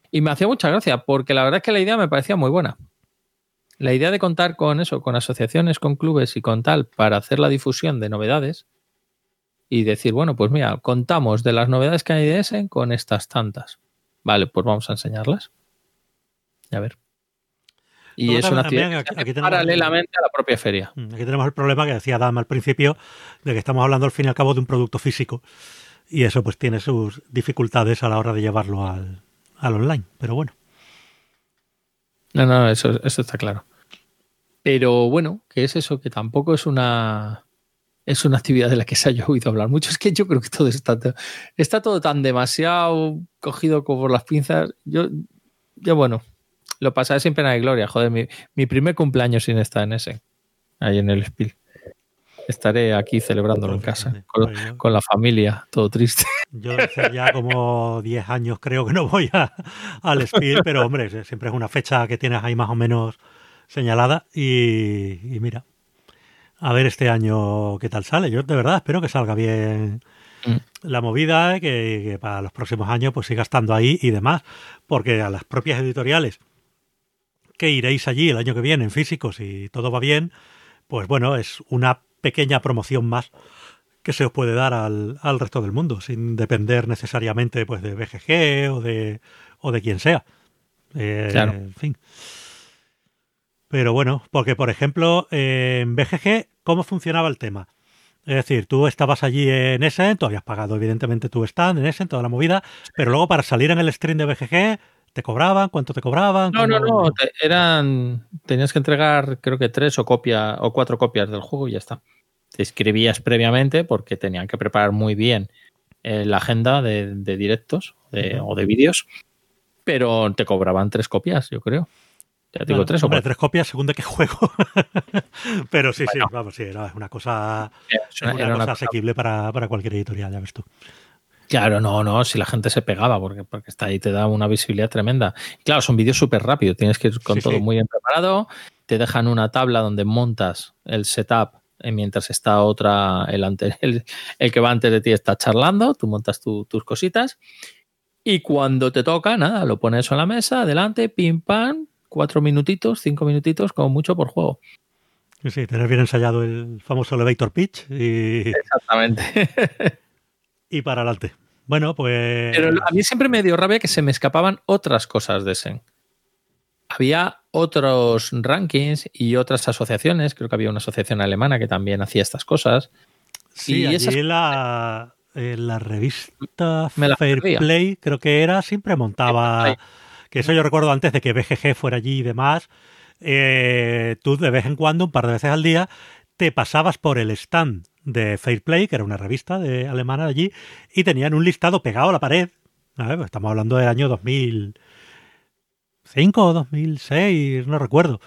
S4: Y me hacía mucha gracia, porque la verdad es que la idea me parecía muy buena. La idea de contar con eso, con asociaciones, con clubes y con tal, para hacer la difusión de novedades y decir, bueno, pues mira, contamos de las novedades que hay de Essen con estas tantas. Vale, pues vamos a enseñarlas. A ver. Y
S3: Luego
S4: es
S3: también,
S4: una actividad
S3: también,
S4: que
S3: aquí,
S4: se hace
S3: aquí tenemos,
S4: paralelamente a la propia feria.
S3: Aquí tenemos el problema que decía Adam al principio, de que estamos hablando al fin y al cabo de un producto físico. Y eso pues tiene sus dificultades a la hora de llevarlo al, al online. Pero bueno.
S4: No, no, eso, eso está claro. Pero bueno, que es eso, que tampoco es una es una actividad de la que se haya oído hablar mucho. Es que yo creo que todo está, está todo tan demasiado cogido como por las pinzas. Yo, yo bueno, lo pasaré sin pena de gloria. Joder, mi, mi primer cumpleaños sin estar en ese, ahí en el Spiel. Estaré aquí celebrándolo en casa, con, con la familia, todo triste.
S3: Yo hace ya como diez años creo que no voy a, al Spiel, pero hombre, siempre es una fecha que tienes ahí más o menos señalada y, y mira, a ver este año qué tal sale. Yo de verdad espero que salga bien mm. la movida, que, que para los próximos años pues siga estando ahí y demás, porque a las propias editoriales que iréis allí el año que viene en físico, si todo va bien, pues bueno, es una pequeña promoción más que se os puede dar al, al resto del mundo, sin depender necesariamente pues de B G G o de, o de quien sea. Eh,
S4: claro.
S3: En fin. Pero bueno, porque por ejemplo, eh, en B G G, ¿cómo funcionaba el tema? Es decir, tú estabas allí en Essen, tú habías pagado evidentemente tu stand en Essen, toda la movida, pero luego para salir en el stream de B G G, ¿te cobraban? ¿Cuánto te cobraban?
S4: No,
S3: ¿Cómo?
S4: no, no, te, eran, tenías que entregar creo que tres o, copia, o cuatro copias del juego y ya está. Te inscribías previamente porque tenían que preparar muy bien eh, la agenda de, de directos de, uh-huh. o de vídeos, pero te cobraban tres copias, yo creo. Ya digo,
S3: bueno,
S4: tres
S3: hombre,
S4: o cuatro.
S3: Tres copias según de qué juego. Pero sí,
S4: bueno.
S3: sí, vamos, sí, no, es una cosa,
S4: es una,
S3: una
S4: era
S3: cosa
S4: una
S3: asequible cosa... para, para cualquier editorial, ya ves tú.
S4: Claro, no, no, si la gente se pegaba, porque, porque está ahí, te da una visibilidad tremenda. Y claro, son vídeos súper rápidos, tienes que ir con sí, todo sí. muy bien preparado, te dejan una tabla donde montas el setup mientras está otra, el, ante, el, el que va antes de ti está charlando, tú montas tu, tus cositas y cuando te toca, nada, lo pones en la mesa, adelante, pim, pam, cuatro minutitos, cinco minutitos, como mucho por juego.
S3: Sí, sí, tener bien ensayado el famoso elevator pitch y...
S4: Exactamente.
S3: Y para adelante. Bueno, pues...
S4: Pero a mí siempre me dio rabia que se me escapaban otras cosas de Essen. Había otros rankings y otras asociaciones. Creo que había una asociación alemana que también hacía estas cosas.
S3: Sí,
S4: y
S3: allí
S4: esas...
S3: la, eh, la revista
S4: me la
S3: Fair
S4: perdía.
S3: Play, creo que era, siempre montaba... Que eso yo recuerdo antes de que B G G fuera allí y demás. Eh, tú de vez en cuando, un par de veces al día, te pasabas por el stand de Fair Play, que era una revista de, alemana de allí, y tenían un listado pegado a la pared. A ver, estamos hablando del año dos mil cinco o dos mil seis, no recuerdo.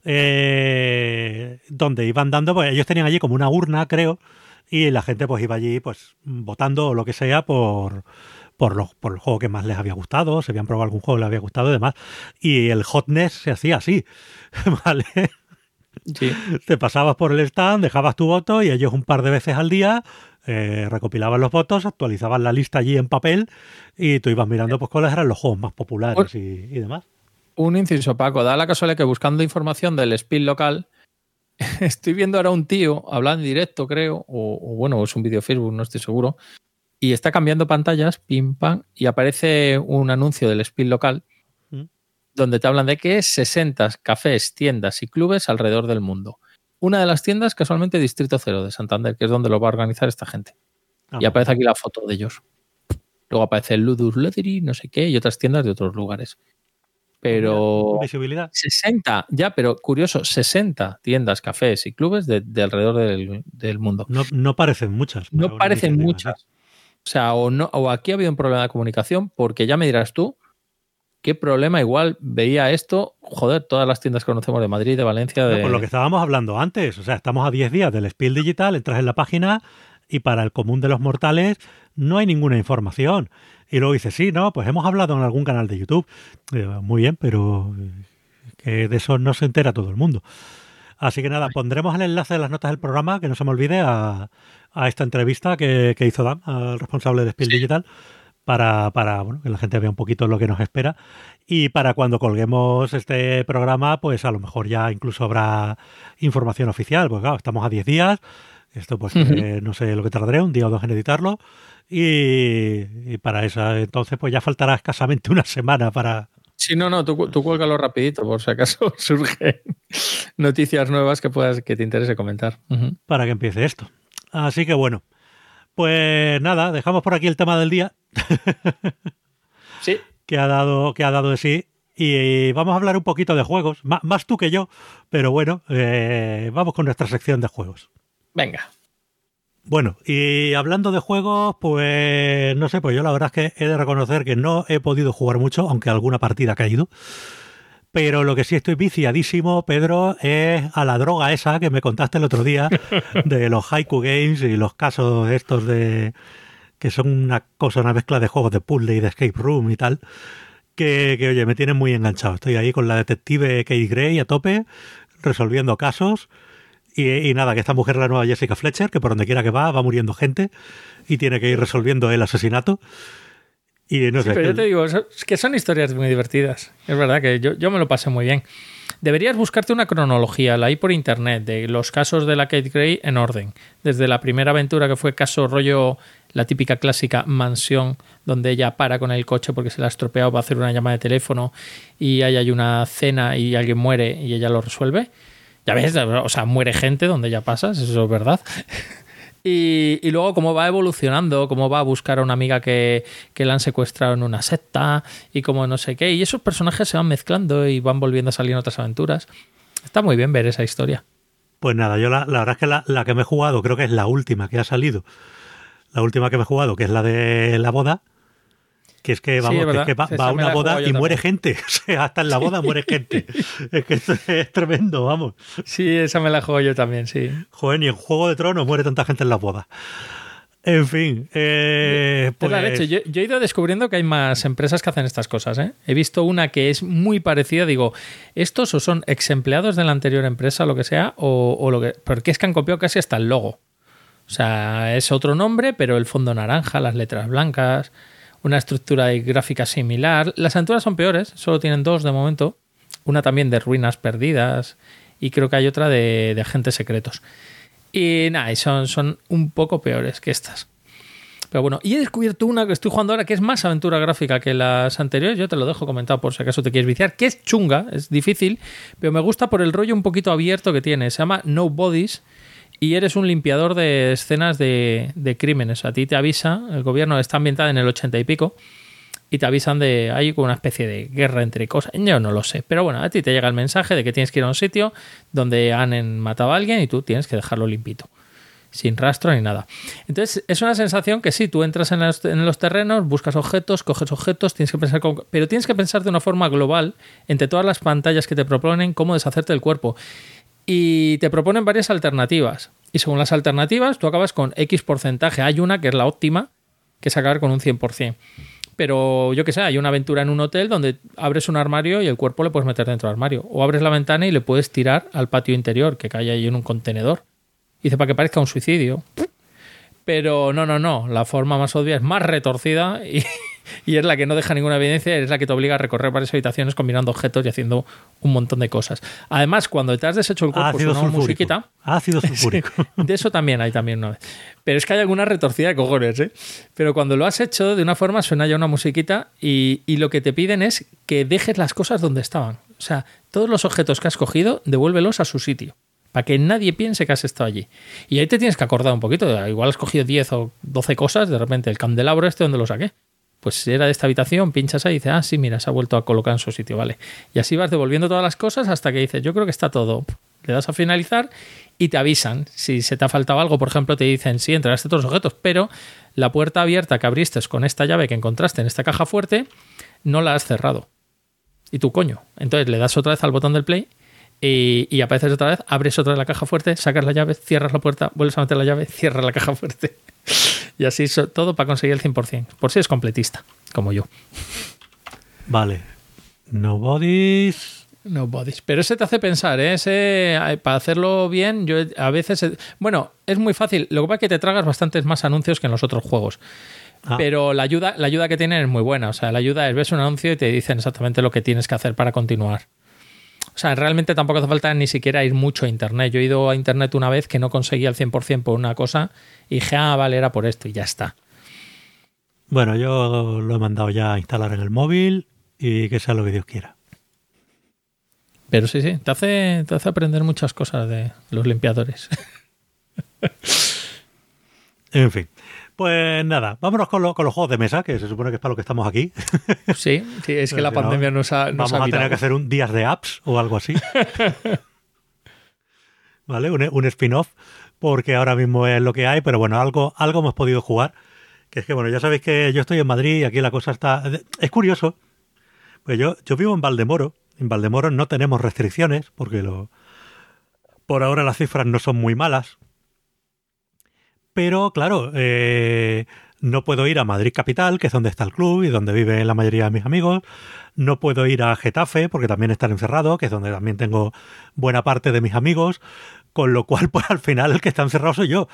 S3: Eh, donde iban dando, pues ellos tenían allí como una urna, creo, y la gente pues iba allí pues votando o lo que sea por, por, los, por el juego que más les había gustado, si habían probado algún juego que les había gustado y demás. Y el hotness se hacía así, ¿vale?
S4: Sí.
S3: Te pasabas por el stand, dejabas tu voto y ellos un par de veces al día eh, recopilaban los votos, actualizaban la lista allí en papel y tú ibas mirando pues cuáles eran los juegos más populares y, y demás.
S4: Un inciso, Paco. Da la casualidad que buscando información del Spiel local estoy viendo ahora un tío hablando en directo, creo, o, o bueno, es un vídeo Facebook, no estoy seguro, y está cambiando pantallas, pim, pam, y aparece un anuncio del Spiel local ¿Mm? donde te hablan de que sesenta cafés, tiendas y clubes alrededor del mundo. Una de las tiendas, casualmente, Distrito Cero de Santander, que es donde lo va a organizar esta gente. Ah, y aparece aquí la foto de ellos. Luego aparece el Ludus Ledery, no sé qué, y otras tiendas de otros lugares. Pero
S3: visibilidad.
S4: sesenta, ya, pero curioso, sesenta tiendas, cafés y clubes de, de alrededor del, del mundo.
S3: No, no parecen muchas.
S4: No parecen muchas. ¿Sí? O sea, o, no, o aquí ha habido un problema de comunicación, porque ya me dirás tú, ¿qué problema? Igual veía esto, joder, todas las tiendas que conocemos de Madrid, de Valencia... De...
S3: No, por lo que estábamos hablando antes, o sea, estamos a diez días del Spiel Digital, entras en la página y para el común de los mortales no hay ninguna información. Y luego dices, sí, no, pues hemos hablado en algún canal de YouTube. Eh, muy bien, pero que de eso no se entera todo el mundo. Así que nada, pondremos el enlace de las notas del programa, que no se me olvide, a, a esta entrevista que, que hizo Dan, al responsable de Spiel sí. Digital, para, para bueno, que la gente vea un poquito lo que nos espera. Y para cuando colguemos este programa, pues a lo mejor ya incluso habrá información oficial, porque claro, estamos a diez días. Esto pues uh-huh. eh, no sé lo que tardaré, un día o dos en editarlo. Y, y para eso entonces pues ya faltará escasamente una semana para...
S4: Sí, no, no, tú, tú cuélgalo rapidito por si acaso surgen noticias nuevas que puedas que te interese comentar. Uh-huh.
S3: Para que empiece esto. Así que bueno, pues nada, dejamos por aquí el tema del día.
S4: Sí.
S3: Que ha dado, que ha dado de sí. Y vamos a hablar un poquito de juegos, más, más tú que yo, pero bueno, eh, vamos con nuestra sección de juegos.
S4: Venga.
S3: Bueno, y hablando de juegos, pues no sé, pues yo la verdad es que he de reconocer que no he podido jugar mucho, aunque alguna partida ha caído. Pero lo que sí estoy viciadísimo, Pedro, es a la droga esa que me contaste el otro día de los Haiku Games y los casos estos de que son una cosa, una mezcla de juegos de puzzle y de escape room y tal, que, que oye, me tienen muy enganchado. Estoy ahí con la detective Kate Gray a tope, resolviendo casos. Y, y nada, que esta mujer es la nueva Jessica Fletcher, que por donde quiera que va, va muriendo gente y tiene que ir resolviendo el asesinato. Y no
S4: sí,
S3: sé.
S4: Pero yo te digo, es que son historias muy divertidas. Es verdad que yo, yo me lo pasé muy bien. Deberías buscarte una cronología, la hay por internet, de los casos de la Kate Gray en orden. Desde la primera aventura, que fue caso rollo, la típica clásica mansión, donde ella para con el coche porque se la ha estropeado para hacer una llamada de teléfono y ahí hay una cena y alguien muere y ella lo resuelve. Ya ves, o sea, muere gente donde ya pasas, eso es verdad. Y, y luego cómo va evolucionando, cómo va a buscar a una amiga que, que la han secuestrado en una secta y cómo no sé qué. Y esos personajes se van mezclando y van volviendo a salir en otras aventuras. Está muy bien ver esa historia.
S3: Pues nada, yo la, la verdad es que la, la que me he jugado creo que es la última que ha salido. La última que me he jugado, que es la de la boda. Que es que, vamos, sí, que, es que va, va a una boda y muere también. gente. O sea, hasta en la boda muere gente. Es que esto es tremendo, vamos.
S4: Sí, esa me la juego yo también, sí.
S3: Joder, ni en Juego de Tronos muere tanta gente en las bodas. En fin. Eh,
S4: pues... la leche. Yo, yo he ido descubriendo que hay más empresas que hacen estas cosas, ¿eh? He visto una que es muy parecida. Digo, estos o son ex empleados de la anterior empresa, lo que sea, o, o lo que... Porque es que han copiado casi hasta el logo. O sea, es otro nombre, pero el fondo naranja, las letras blancas... Una estructura gráfica similar. Las aventuras son peores, solo tienen dos de momento. Una también de ruinas perdidas y creo que hay otra de, de agentes secretos. Y nada, y son, son un poco peores que estas. Pero bueno, y he descubierto una que estoy jugando ahora que es más aventura gráfica que las anteriores. Yo te lo dejo comentado por si acaso te quieres viciar. Que es chunga, es difícil, pero me gusta por el rollo un poquito abierto que tiene. Se llama No Bodies. Y eres un limpiador de escenas de, de crímenes. A ti te avisa, el gobierno está ambientado en el ochenta y pico, y te avisan de hay como una especie de guerra entre cosas. Yo no lo sé, pero bueno, a ti te llega el mensaje de que tienes que ir a un sitio donde han matado a alguien y tú tienes que dejarlo limpito, sin rastro ni nada. Entonces es una sensación que sí, tú entras en los, en los terrenos, buscas objetos, coges objetos, tienes que pensar con, pero tienes que pensar de una forma global entre todas las pantallas que te proponen cómo deshacerte del cuerpo. Y te proponen varias alternativas. Y según las alternativas, tú acabas con X porcentaje. Hay una que es la óptima, que es acabar con un cien por ciento. Pero yo qué sé, hay una aventura en un hotel donde abres un armario y el cuerpo le puedes meter dentro del armario. O abres la ventana y le puedes tirar al patio interior, que cae ahí en un contenedor. Y dice, para que parezca un suicidio. Pero no, no, no. La forma más obvia es más retorcida y, y es la que no deja ninguna evidencia, es la que te obliga a recorrer varias habitaciones combinando objetos y haciendo un montón de cosas. Además, cuando te has deshecho el cuerpo, suena una musiquita.
S3: Ácido sulfúrico.
S4: Sí, de eso también hay también una vez. Pero es que hay alguna retorcida de cojones, ¿eh? Pero cuando lo has hecho de una forma suena ya una musiquita y, y lo que te piden es que dejes las cosas donde estaban. O sea, todos los objetos que has cogido, devuélvelos a su sitio, para que nadie piense que has estado allí. Y ahí te tienes que acordar un poquito. Igual has cogido diez o doce cosas, de repente el candelabro este, ¿dónde lo saqué? Pues era de esta habitación, pinchas ahí y dices, ah, sí, mira, se ha vuelto a colocar en su sitio, vale. Y así vas devolviendo todas las cosas hasta que dices, yo creo que está todo. Le das a finalizar y te avisan. Si se te ha faltado algo, por ejemplo, te dicen, sí, entregaste todos los objetos, pero la puerta abierta que abriste con esta llave que encontraste en esta caja fuerte, no la has cerrado. Y tú, coño. Entonces le das otra vez al botón del play y, y apareces otra vez, abres otra vez la caja fuerte, sacas la llave, cierras la puerta, vuelves a meter la llave, cierras la caja fuerte. Y así todo para conseguir el cien por ciento. Por si es completista, como yo.
S3: Vale. No Bodies.
S4: Nobodies. Pero ese te hace pensar, ¿eh? Ese, para hacerlo bien, yo a veces... Bueno, es muy fácil. Lo que pasa es que te tragas bastantes más anuncios que en los otros juegos. Ah. Pero la ayuda, la ayuda que tienen es muy buena. O sea, la ayuda es ves un anuncio y te dicen exactamente lo que tienes que hacer para continuar. O sea, realmente tampoco hace falta ni siquiera ir mucho a internet. Yo he ido a internet una vez que no conseguía al cien por ciento por una cosa y dije, ah, vale, era por esto y ya está.
S3: Bueno, yo lo he mandado ya a instalar en el móvil y que sea lo que Dios quiera.
S4: Pero sí, sí, te hace, te hace aprender muchas cosas de los limpiadores.
S3: En fin. Pues nada, vámonos con, lo, con los juegos de mesa, que se supone que es para lo que estamos aquí.
S4: Sí, sí, es que la pandemia no, nos ha nos
S3: Vamos
S4: ha
S3: a
S4: mirado.
S3: tener que hacer un días de apps o algo así. ¿Vale? Un, un spin-off, porque ahora mismo es lo que hay, pero bueno, algo, algo hemos podido jugar. Que es que, bueno, ya sabéis que yo estoy en Madrid y aquí la cosa está... Es curioso, pues yo, yo vivo en Valdemoro. En Valdemoro no tenemos restricciones, porque lo, por ahora las cifras no son muy malas. Pero, claro, eh, no puedo ir a Madrid Capital, que es donde está el club y donde viven la mayoría de mis amigos. No puedo ir a Getafe, porque también están encerrados, que es donde también tengo buena parte de mis amigos. Con lo cual, pues al final el que está encerrado soy yo.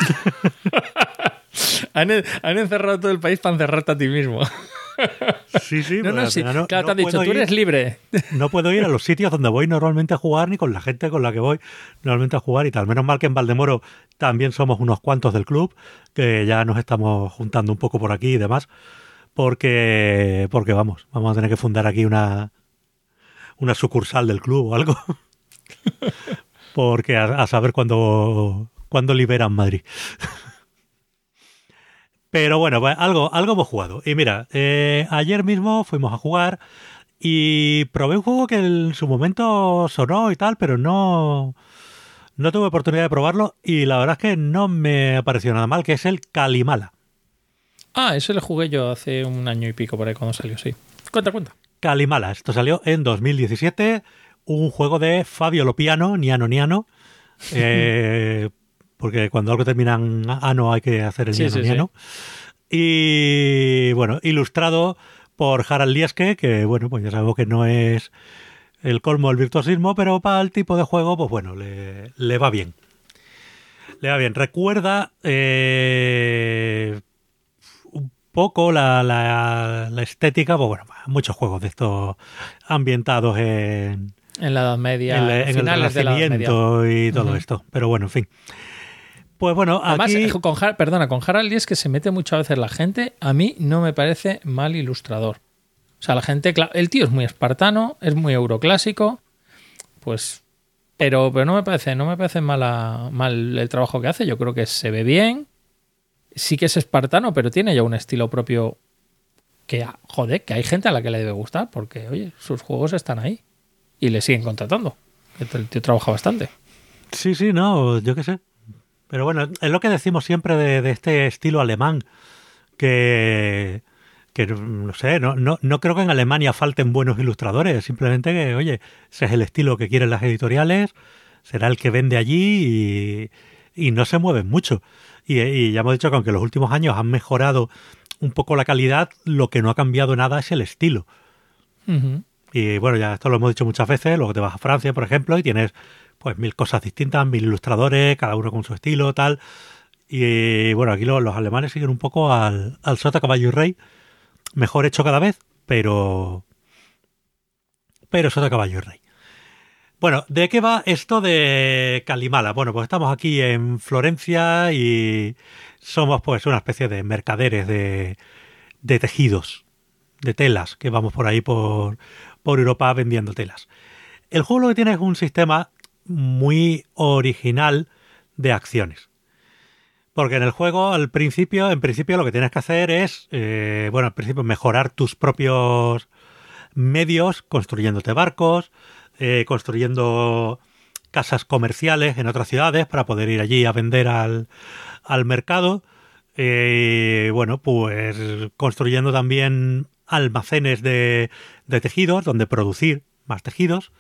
S4: han, han encerrado todo el país para encerrarte a ti mismo.
S3: Sí, sí.
S4: No, no, sí.
S3: No,
S4: claro,
S3: no
S4: te han dicho,
S3: ir,
S4: tú eres libre.
S3: No puedo ir a los sitios donde voy normalmente a jugar ni con la gente con la que voy normalmente a jugar y tal. Menos mal que en Valdemoro también somos unos cuantos del club, que ya nos estamos juntando un poco por aquí y demás, porque, porque vamos, vamos a tener que fundar aquí una, una sucursal del club o algo. Porque a, a saber cuándo, cuándo liberan Madrid. Pero bueno, pues algo, algo hemos jugado. Y mira, eh, ayer mismo fuimos a jugar y probé un juego que en su momento sonó y tal, pero no, no tuve oportunidad de probarlo y la verdad es que no me ha parecido nada mal, que es el Kalimala.
S4: Ah, ese lo jugué yo hace un año y pico por ahí cuando salió, sí. Cuenta, cuenta.
S3: Kalimala, esto salió en dos mil diecisiete, un juego de Fabio Lopiano, Niano Niano, eh... porque cuando algo termina en ano hay que hacer el
S4: sí,
S3: niano
S4: sí,
S3: niano. Sí. Y bueno, ilustrado por Harald Lieske, que bueno, pues ya sabemos que no es el colmo del virtuosismo, pero para el tipo de juego, pues bueno, le, le va bien. Le va bien. Recuerda eh, un poco la, la, la estética, pues bueno, muchos juegos de estos ambientados en...
S4: En la Edad Media,
S3: en, la, en el Renacimiento y todo uh-huh. esto. Pero bueno, en fin. Pues bueno,
S4: además,
S3: aquí...
S4: con, perdona, con Harald Lieske se mete muchas veces la gente. A mí no me parece mal ilustrador. O sea, la gente... El tío es muy espartano, es muy euroclásico, pues... Pero, pero no me parece, no me parece mala, mal el trabajo que hace. Yo creo que se ve bien. Sí que es espartano, pero tiene ya un estilo propio que, joder, que hay gente a la que le debe gustar, porque, oye, sus juegos están ahí. Y le siguen contratando. El tío trabaja bastante.
S3: Sí, sí, no, yo qué sé. Pero bueno, es lo que decimos siempre de, de este estilo alemán, que, que no sé, no, no, no creo que en Alemania falten buenos ilustradores, simplemente que, oye, ese es el estilo que quieren las editoriales, será el que vende allí y, y no se mueven mucho. Y, y ya hemos dicho que aunque los últimos años han mejorado un poco la calidad, lo que no ha cambiado nada es el estilo.
S4: Uh-huh.
S3: Y bueno, ya esto lo hemos dicho muchas veces, luego te vas a Francia, por ejemplo, y tienes pues mil cosas distintas, mil ilustradores, cada uno con su estilo, tal. Y bueno, aquí los, los alemanes siguen un poco al, al sota, caballo y rey, mejor hecho cada vez, pero pero sota, caballo y rey. Bueno, ¿de qué va esto de Kalimala? Bueno, pues estamos aquí en Florencia y somos pues una especie de mercaderes de, de tejidos, de telas, que vamos por ahí por, por Europa vendiendo telas. El juego lo que tiene es un sistema muy original de acciones. Porque en el juego, al principio, en principio lo que tienes que hacer es, eh, bueno, al principio mejorar tus propios medios, construyéndote barcos, eh, construyendo casas comerciales en otras ciudades para poder ir allí a vender al, al mercado. Eh, bueno, pues construyendo también almacenes de, de tejidos donde producir más tejidos.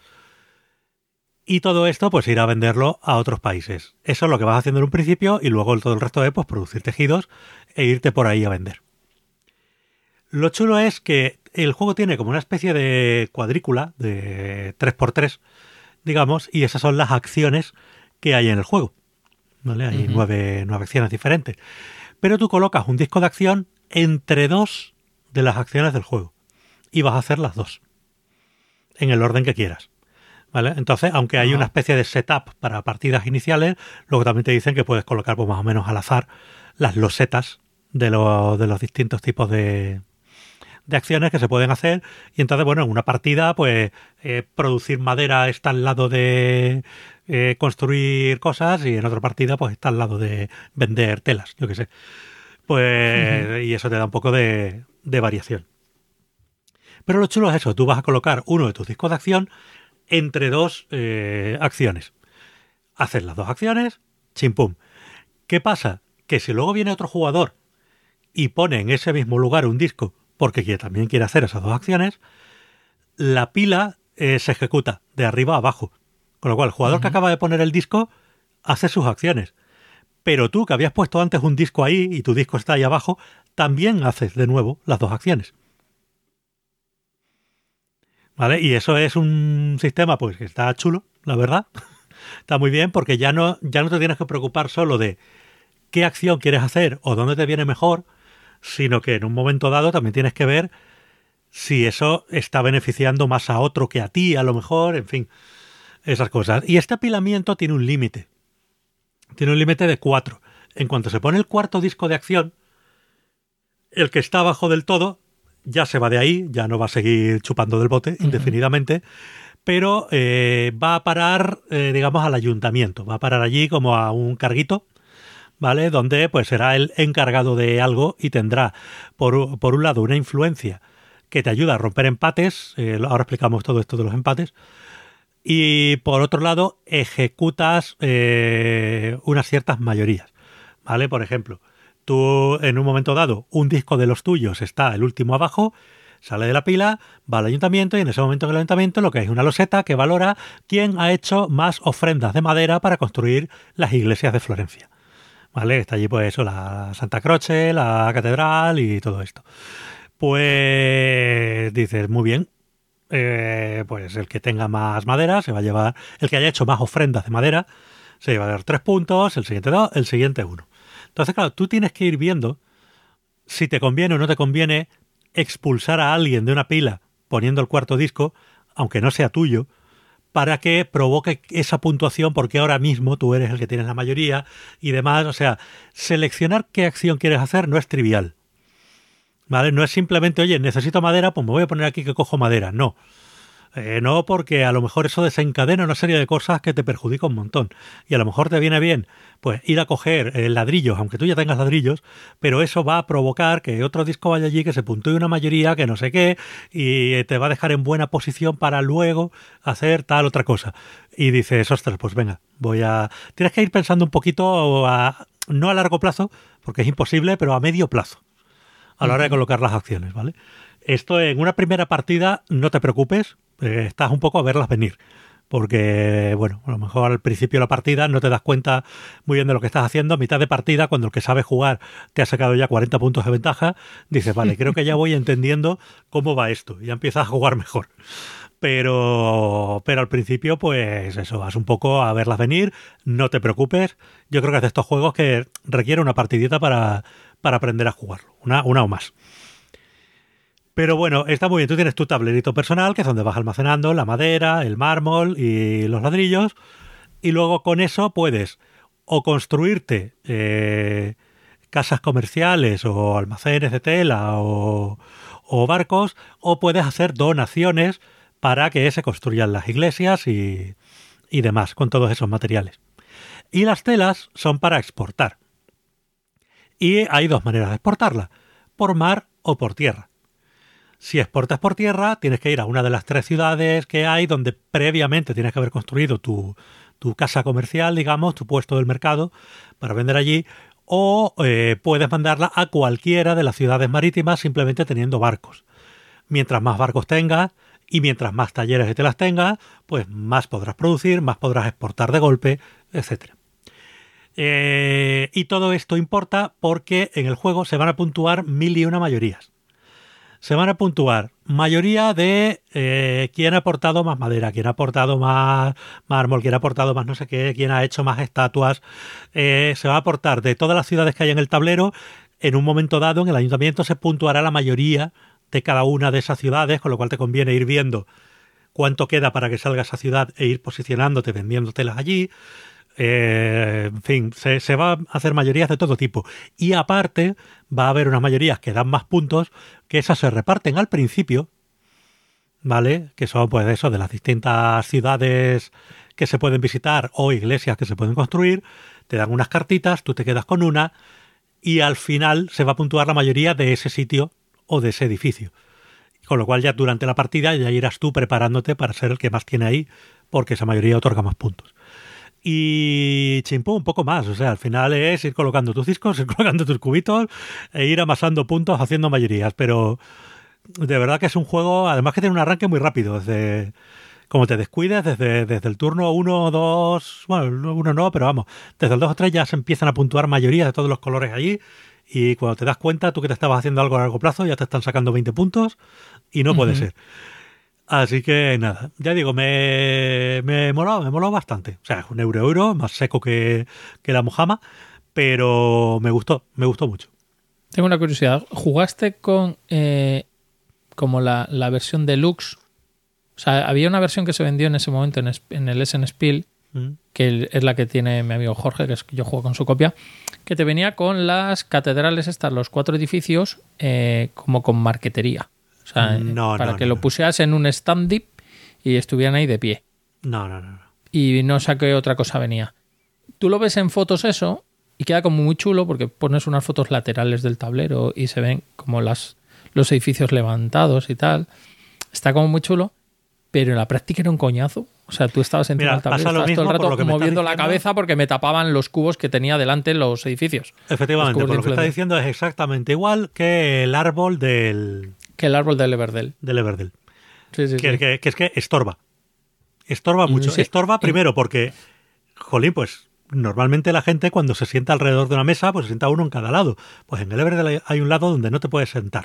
S3: Y todo esto, pues ir a venderlo a otros países. Eso es lo que vas haciendo en un principio y luego todo el resto es pues producir tejidos e irte por ahí a vender. Lo chulo es que el juego tiene como una especie de cuadrícula de tres por tres, digamos, y esas son las acciones que hay en el juego. ¿Vale? Hay uh-huh. nueve, nueve acciones diferentes. Pero tú colocas un disco de acción entre dos de las acciones del juego y vas a hacer las dos en el orden que quieras. ¿Vale? Entonces, aunque hay uh-huh. una especie de setup para partidas iniciales, luego también te dicen que puedes colocar pues, más o menos al azar las losetas de, lo, de los distintos tipos de, de acciones que se pueden hacer. Y entonces, bueno, en una partida, pues eh, producir madera está al lado de eh, construir cosas, y en otra partida, pues está al lado de vender telas, yo qué sé. Pues, uh-huh. y eso te da un poco de, de variación. Pero lo chulo es eso, tú vas a colocar uno de tus discos de acción entre dos eh, acciones. Haces las dos acciones, chimpum. ¿Qué pasa? Que si luego viene otro jugador y pone en ese mismo lugar un disco, porque también quiere hacer esas dos acciones, la pila eh, se ejecuta de arriba a abajo. Con lo cual, el jugador uh-huh. que acaba de poner el disco hace sus acciones. Pero tú, que habías puesto antes un disco ahí y tu disco está ahí abajo, también haces de nuevo las dos acciones. ¿Vale? Y eso es un sistema pues que está chulo, la verdad. Está muy bien, porque ya no, ya no te tienes que preocupar solo de qué acción quieres hacer o dónde te viene mejor, sino que en un momento dado también tienes que ver si eso está beneficiando más a otro que a ti, a lo mejor, en fin, esas cosas. Y este apilamiento tiene un límite. Tiene un límite de cuatro. En cuanto se pone el cuarto disco de acción, el que está abajo del todo ya se va de ahí, ya no va a seguir chupando del bote uh-huh. indefinidamente, pero eh, va a parar, eh, digamos, al ayuntamiento. Va a parar allí como a un carguito, ¿vale? Donde pues será el encargado de algo y tendrá, por, por un lado, una influencia que te ayuda a romper empates. Eh, ahora explicamos todo esto de los empates. Y por otro lado, ejecutas eh, unas ciertas mayorías, ¿vale? Por ejemplo, tú en un momento dado, un disco de los tuyos está el último abajo, sale de la pila, va al ayuntamiento, y en ese momento en el ayuntamiento lo que hay es una loseta que valora quién ha hecho más ofrendas de madera para construir las iglesias de Florencia. ¿Vale? Está allí pues eso, la Santa Croce, la catedral y todo esto. Pues dices, muy bien, eh, pues el que tenga más madera se va a llevar, el que haya hecho más ofrendas de madera se va a dar tres puntos, el siguiente dos, el siguiente uno. Entonces, claro, tú tienes que ir viendo si te conviene o no te conviene expulsar a alguien de una pila poniendo el cuarto disco, aunque no sea tuyo, para que provoque esa puntuación, porque ahora mismo tú eres el que tienes la mayoría y demás. O sea, seleccionar qué acción quieres hacer no es trivial, ¿vale? No es simplemente, oye, necesito madera, pues me voy a poner aquí que cojo madera. No. Eh, no, porque a lo mejor eso desencadena una serie de cosas que te perjudica un montón. Y a lo mejor te viene bien pues ir a coger eh, ladrillos, aunque tú ya tengas ladrillos, pero eso va a provocar que otro disco vaya allí, que se puntúe una mayoría, que no sé qué, y te va a dejar en buena posición para luego hacer tal otra cosa. Y dices, ostras, pues venga, voy a... Tienes que ir pensando un poquito, a, no a largo plazo, porque es imposible, pero a medio plazo, a la hora de colocar las acciones, ¿vale? Esto en una primera partida, no te preocupes, eh, estás un poco a verlas venir, porque, bueno, a lo mejor al principio de la partida no te das cuenta muy bien de lo que estás haciendo. A mitad de partida, cuando el que sabe jugar te ha sacado ya cuarenta puntos de ventaja, dices, vale, creo que ya voy entendiendo cómo va esto, y ya empiezas a jugar mejor. Pero, pero al principio, pues eso, vas un poco a verlas venir, no te preocupes. Yo creo que es de estos juegos que requiere una partidita para, para aprender a jugarlo, una, una o más. Pero bueno, está muy bien. Tú tienes tu tablerito personal, que es donde vas almacenando la madera, el mármol y los ladrillos. Y luego con eso puedes o construirte eh, casas comerciales o almacenes de tela o, o barcos, o puedes hacer donaciones para que se construyan las iglesias y, y demás con todos esos materiales. Y las telas son para exportar. Y hay dos maneras de exportarlas, por mar o por tierra. Si exportas por tierra, tienes que ir a una de las tres ciudades que hay donde previamente tienes que haber construido tu, tu casa comercial, digamos, tu puesto del mercado para vender allí, o eh, puedes mandarla a cualquiera de las ciudades marítimas simplemente teniendo barcos. Mientras más barcos tengas y mientras más talleres de telas tengas, pues más podrás producir, más podrás exportar de golpe, etcétera. Eh, y todo esto importa porque en el juego se van a puntuar mil y una mayorías. Se van a puntuar mayoría de eh, quién ha aportado más madera, quién ha aportado más mármol, quién ha aportado más no sé qué, quién ha hecho más estatuas. Eh, se va a aportar de todas las ciudades que hay en el tablero. En un momento dado, en el ayuntamiento se puntuará la mayoría de cada una de esas ciudades, con lo cual te conviene ir viendo cuánto queda para que salga esa ciudad e ir posicionándote, vendiéndotelas allí. Eh, en fin, se, se va a hacer mayorías de todo tipo. Y aparte, va a haber unas mayorías que dan más puntos, que esas se reparten al principio, ¿vale? Que son, pues, eso, de las distintas ciudades que se pueden visitar o iglesias que se pueden construir. Te dan unas cartitas, tú te quedas con una, y al final se va a puntuar la mayoría de ese sitio o de ese edificio. Con lo cual, ya durante la partida, ya irás tú preparándote para ser el que más tiene ahí, porque esa mayoría otorga más puntos. Y chimpú, un poco más. O sea, al final es ir colocando tus discos, ir colocando tus cubitos e ir amasando puntos haciendo mayorías. Pero de verdad que es un juego, además que tiene un arranque muy rápido. Desde, como te descuides, desde, desde el turno uno o dos, bueno, uno no, pero vamos, desde el dos o tres ya se empiezan a puntuar mayorías de todos los colores allí. Y cuando te das cuenta, tú que te estabas haciendo algo a largo plazo, ya te están sacando veinte puntos y no uh-huh. puede ser. Así que nada, ya digo, me, me moló, me moló bastante. O sea, es un euro euro, más seco que, que la Mojama, pero me gustó, me gustó mucho.
S4: Tengo una curiosidad. ¿Jugaste con eh, como la, la versión deluxe? O sea, había una versión que se vendió en ese momento en, en el Essen Spiel, mm. que es la que tiene mi amigo Jorge, que es, yo juego con su copia, que te venía con las catedrales estas, los cuatro edificios, eh, como con marquetería. O sea,
S3: no,
S4: para
S3: no,
S4: que
S3: no,
S4: lo
S3: no.
S4: pusieras en un stand-up y estuvieran ahí de pie.
S3: No, no, no, no.
S4: Y no sé qué otra cosa venía. Tú lo ves en fotos eso y queda como muy chulo porque pones unas fotos laterales del tablero y se ven como las, los edificios levantados y tal. Está como muy chulo, pero en la práctica era un coñazo. O sea, tú estabas encima
S3: Mira,
S4: del tablero, estabas
S3: mismo,
S4: todo el rato moviendo la
S3: diciendo...
S4: cabeza porque me tapaban los cubos que tenía delante los edificios.
S3: Efectivamente,
S4: por
S3: por lo que estás diciendo es exactamente igual que el árbol del...
S4: Que el árbol del Everdell.
S3: Del Everdell.
S4: Sí, sí,
S3: que,
S4: sí.
S3: Que, que es que estorba. Estorba mucho.
S4: Sí.
S3: Estorba primero porque, jolín, pues normalmente la gente cuando se sienta alrededor de una mesa, pues se sienta uno en cada lado. Pues en el Everdell hay un lado donde no te puedes sentar.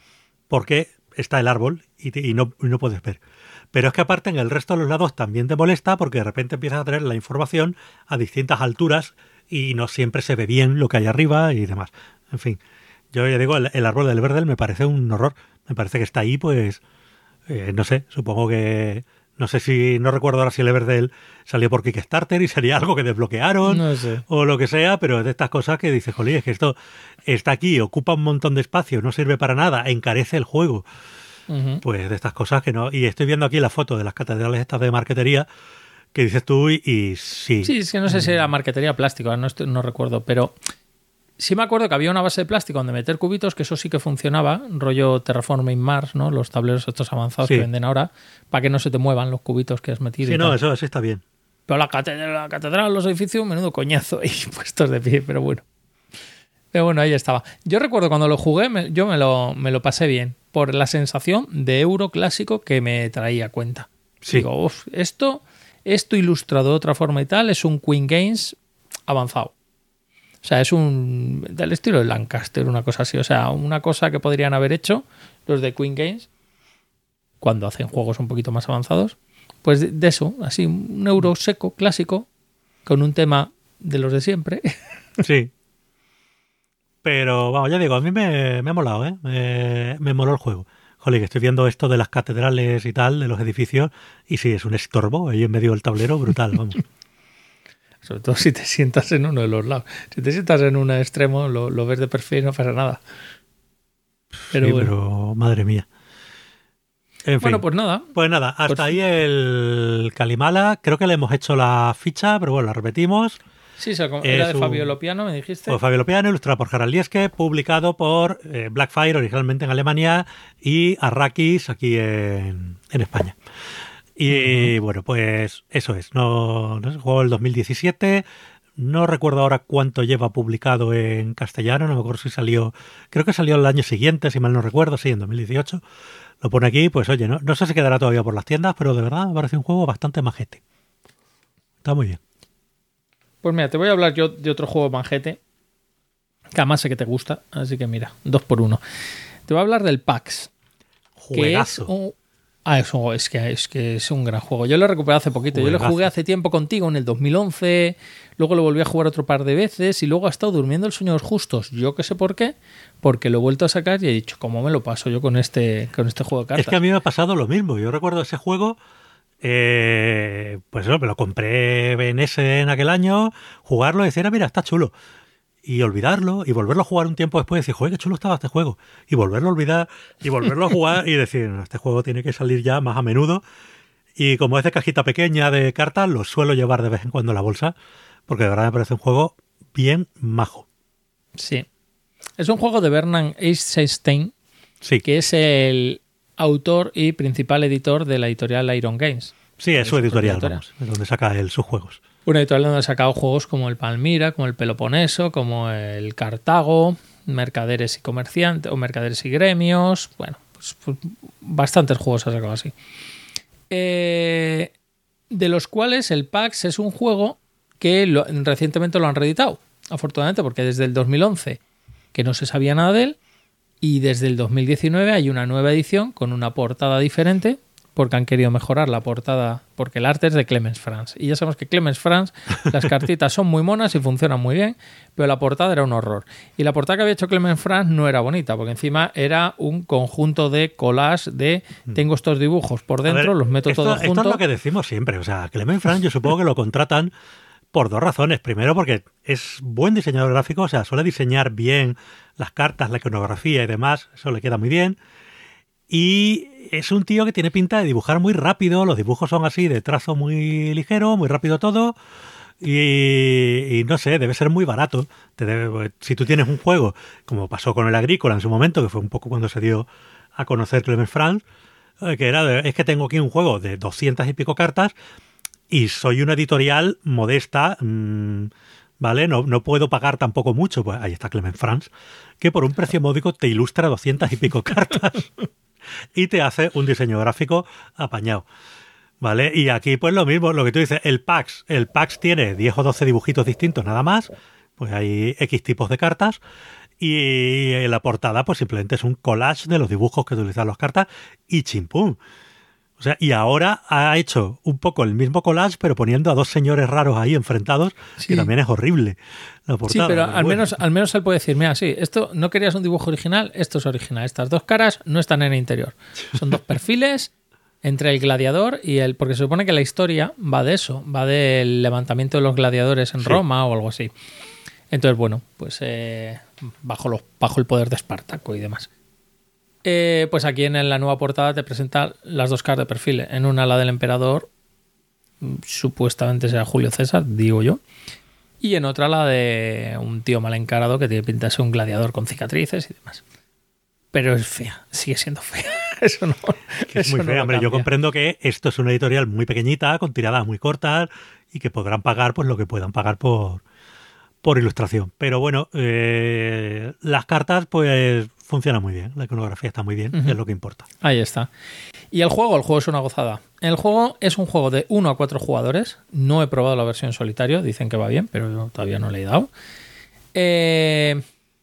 S3: Porque está el árbol y, te, y, no, y no puedes ver. Pero es que aparte en el resto de los lados también te molesta porque de repente empiezas a tener la información a distintas alturas y no siempre se ve bien lo que hay arriba y demás. En fin, yo ya digo, el, el árbol del Everdell me parece un horror. Me parece que está ahí, pues, eh, no sé, supongo que... No sé si, no recuerdo ahora si el Everdell salió por Kickstarter y sería algo que desbloquearon
S4: no sé.
S3: o lo que sea, pero es de estas cosas que dices, jolín, es que esto está aquí, ocupa un montón de espacio, no sirve para nada, encarece el juego. Uh-huh. Pues de estas cosas que no... Y estoy viendo aquí la foto de las catedrales estas de marquetería que dices tú y, y sí.
S4: Sí, es que no sé si era marquetería plástico, no, estoy, no recuerdo, pero... Sí me acuerdo que había una base de plástico donde meter cubitos, que eso sí que funcionaba, rollo Terraforming Mars, ¿no? Los tableros estos avanzados sí. que venden ahora, para que no se te muevan los cubitos que has metido.
S3: Sí,
S4: y
S3: no,
S4: tal.
S3: eso sí está bien.
S4: Pero la catedral, la catedral, los edificios, menudo coñazo y puestos de pie, pero bueno. Pero bueno, ahí estaba. Yo recuerdo cuando lo jugué, me, yo me lo, me lo pasé bien, por la sensación de euro clásico que me traía cuenta.
S3: Sí.
S4: Digo, uff, esto, esto ilustrado de otra forma y tal, es un Queen Games avanzado. O sea, es un del estilo de Lancaster, una cosa así. O sea, una cosa que podrían haber hecho los de Queen Games cuando hacen juegos un poquito más avanzados. Pues de, de eso, así, un euro seco, clásico, con un tema de los de siempre.
S3: Sí. Pero, vamos, ya digo, a mí me, me ha molado, ¿eh? Me, me moló el juego. Jolín, que estoy viendo esto de las catedrales y tal, de los edificios, y sí, es un estorbo ahí en medio del tablero brutal, vamos.
S4: Sobre todo si te sientas en uno de los lados. Si te sientas en un extremo, lo, lo ves de perfil y no pasa nada. Pero
S3: sí,
S4: bueno.
S3: pero madre mía. En
S4: bueno,
S3: fin.
S4: pues nada.
S3: Pues nada, hasta
S4: pues...
S3: ahí el Kalimala. Creo que le hemos hecho la ficha, pero bueno, la repetimos.
S4: Sí, era de un... Fabio Lopiano, me dijiste.
S3: Pues Fabio Lopiano, ilustrado por Harald Lieske, publicado por eh, Blackfire, originalmente en Alemania, y Arrakis aquí en, en España. Y uh-huh. bueno, pues eso es. No, no jugó el dos mil diecisiete. No recuerdo ahora cuánto lleva publicado en castellano. No me acuerdo si salió. Creo que salió el año siguiente, si mal no recuerdo. Sí, en dos mil dieciocho. Lo pone aquí. Pues oye, no, no sé si quedará todavía por las tiendas, pero de verdad me parece un juego bastante majete. Está muy bien.
S4: Pues mira, te voy a hablar yo de otro juego majete. Que además sé que te gusta. Así que mira, dos por uno. Te voy a hablar del PAX.
S3: Juegazo.
S4: Que es un, ah, es, un, es, que, es que es un gran juego. Yo lo he recuperado hace poquito. Juegazo. Yo lo jugué hace tiempo contigo, en el dos mil once. Luego lo volví a jugar otro par de veces y luego ha estado durmiendo el sueño de los justos. Yo que sé por qué, porque lo he vuelto a sacar y he dicho, ¿cómo me lo paso yo con este, con este juego de cartas?
S3: Es que a mí me ha pasado lo mismo. Yo recuerdo ese juego... Eh, pues eso, me lo compré en ese en aquel año, jugarlo y decir, ah, mira, está chulo. Y olvidarlo, y volverlo a jugar un tiempo después y decir, joder, qué chulo estaba este juego. Y volverlo a olvidar, y volverlo a jugar y decir, no, este juego tiene que salir ya más a menudo. Y como es de cajita pequeña de cartas, lo suelo llevar de vez en cuando en la bolsa, porque de verdad me parece un juego bien majo.
S4: Sí. Es un juego de Bernard Eisenstein,
S3: sí.
S4: que es el autor y principal editor de la editorial Iron Games.
S3: Sí, es su editorial, vamos, es donde saca él sus juegos.
S4: Una editorial donde ha sacado juegos como el Palmira, como el Peloponeso, como el Cartago, Mercaderes y Comerciantes, o Mercaderes y Gremios. Bueno, pues, pues bastantes juegos ha sacado así. Eh, de los cuales el PAX es un juego que lo, recientemente lo han reeditado, afortunadamente, porque desde el dos mil once que no se sabía nada de él. Y desde el dos mil diecinueve hay una nueva edición con una portada diferente, porque han querido mejorar la portada, porque el arte es de Clemens Franz. Y ya sabemos que Clemens Franz, las cartitas son muy monas y funcionan muy bien, pero la portada era un horror. Y la portada que había hecho Clemens Franz no era bonita, porque encima era un conjunto de collage de tengo estos dibujos por dentro, ver, los meto
S3: esto,
S4: todos juntos.
S3: Esto es lo que decimos siempre. O sea, Clemens Franz yo supongo que lo contratan por dos razones. Primero, porque es buen diseñador gráfico, o sea, suele diseñar bien las cartas, la iconografía y demás, eso le queda muy bien. Y es un tío que tiene pinta de dibujar muy rápido, los dibujos son así, de trazo muy ligero, muy rápido todo, y, y no sé, debe ser muy barato. Te debe, si tú tienes un juego, como pasó con el Agrícola en su momento, que fue un poco cuando se dio a conocer Clemens Franz, que era de, es que tengo aquí un juego de doscientas y pico cartas, y soy una editorial modesta, mmm, ¿vale? No, no puedo pagar tampoco mucho. Pues ahí está Clemens Franz, que por un precio módico te ilustra doscientas y pico cartas y te hace un diseño gráfico apañado, ¿vale? Y aquí pues lo mismo, lo que tú dices, el PAX, el PAX tiene diez o doce dibujitos distintos nada más, pues hay X tipos de cartas, y en la portada pues simplemente es un collage de los dibujos que utilizan las cartas y chimpum. O sea, y ahora ha hecho un poco el mismo collage, pero poniendo a dos señores raros ahí enfrentados, sí. Que también es horrible la portada.
S4: Sí, pero, pero al, bueno. menos, al menos él puede decir, mira, sí, esto no querías un dibujo original, esto es original. Estas dos caras no están en el interior. Son dos perfiles entre el gladiador y el... Porque se supone que la historia va de eso, va del levantamiento de los gladiadores en sí. Roma o algo así. Entonces, bueno, pues eh, bajo, los, bajo el poder de Espartaco y demás. Eh, pues aquí en la nueva portada te presenta las dos caras de perfil. En una la del emperador, supuestamente será Julio César, digo yo. Y en otra la de un tío mal encarado que tiene pinta de ser un gladiador con cicatrices y demás. Pero es fea, sigue siendo fea. Eso no.
S3: Que es
S4: eso
S3: muy fea,
S4: no
S3: hombre.
S4: cambia.
S3: Yo comprendo que esto es una editorial muy pequeñita, con tiradas muy cortas y que podrán pagar pues lo que puedan pagar por, por ilustración. Pero bueno, eh, las cartas pues funcionan muy bien, la iconografía está muy bien, uh-huh. Es lo que importa.
S4: Ahí está. Y el juego, el juego es una gozada. El juego es un juego de uno a cuatro jugadores. No he probado la versión solitario, dicen que va bien, pero yo todavía no le he dado. Eh,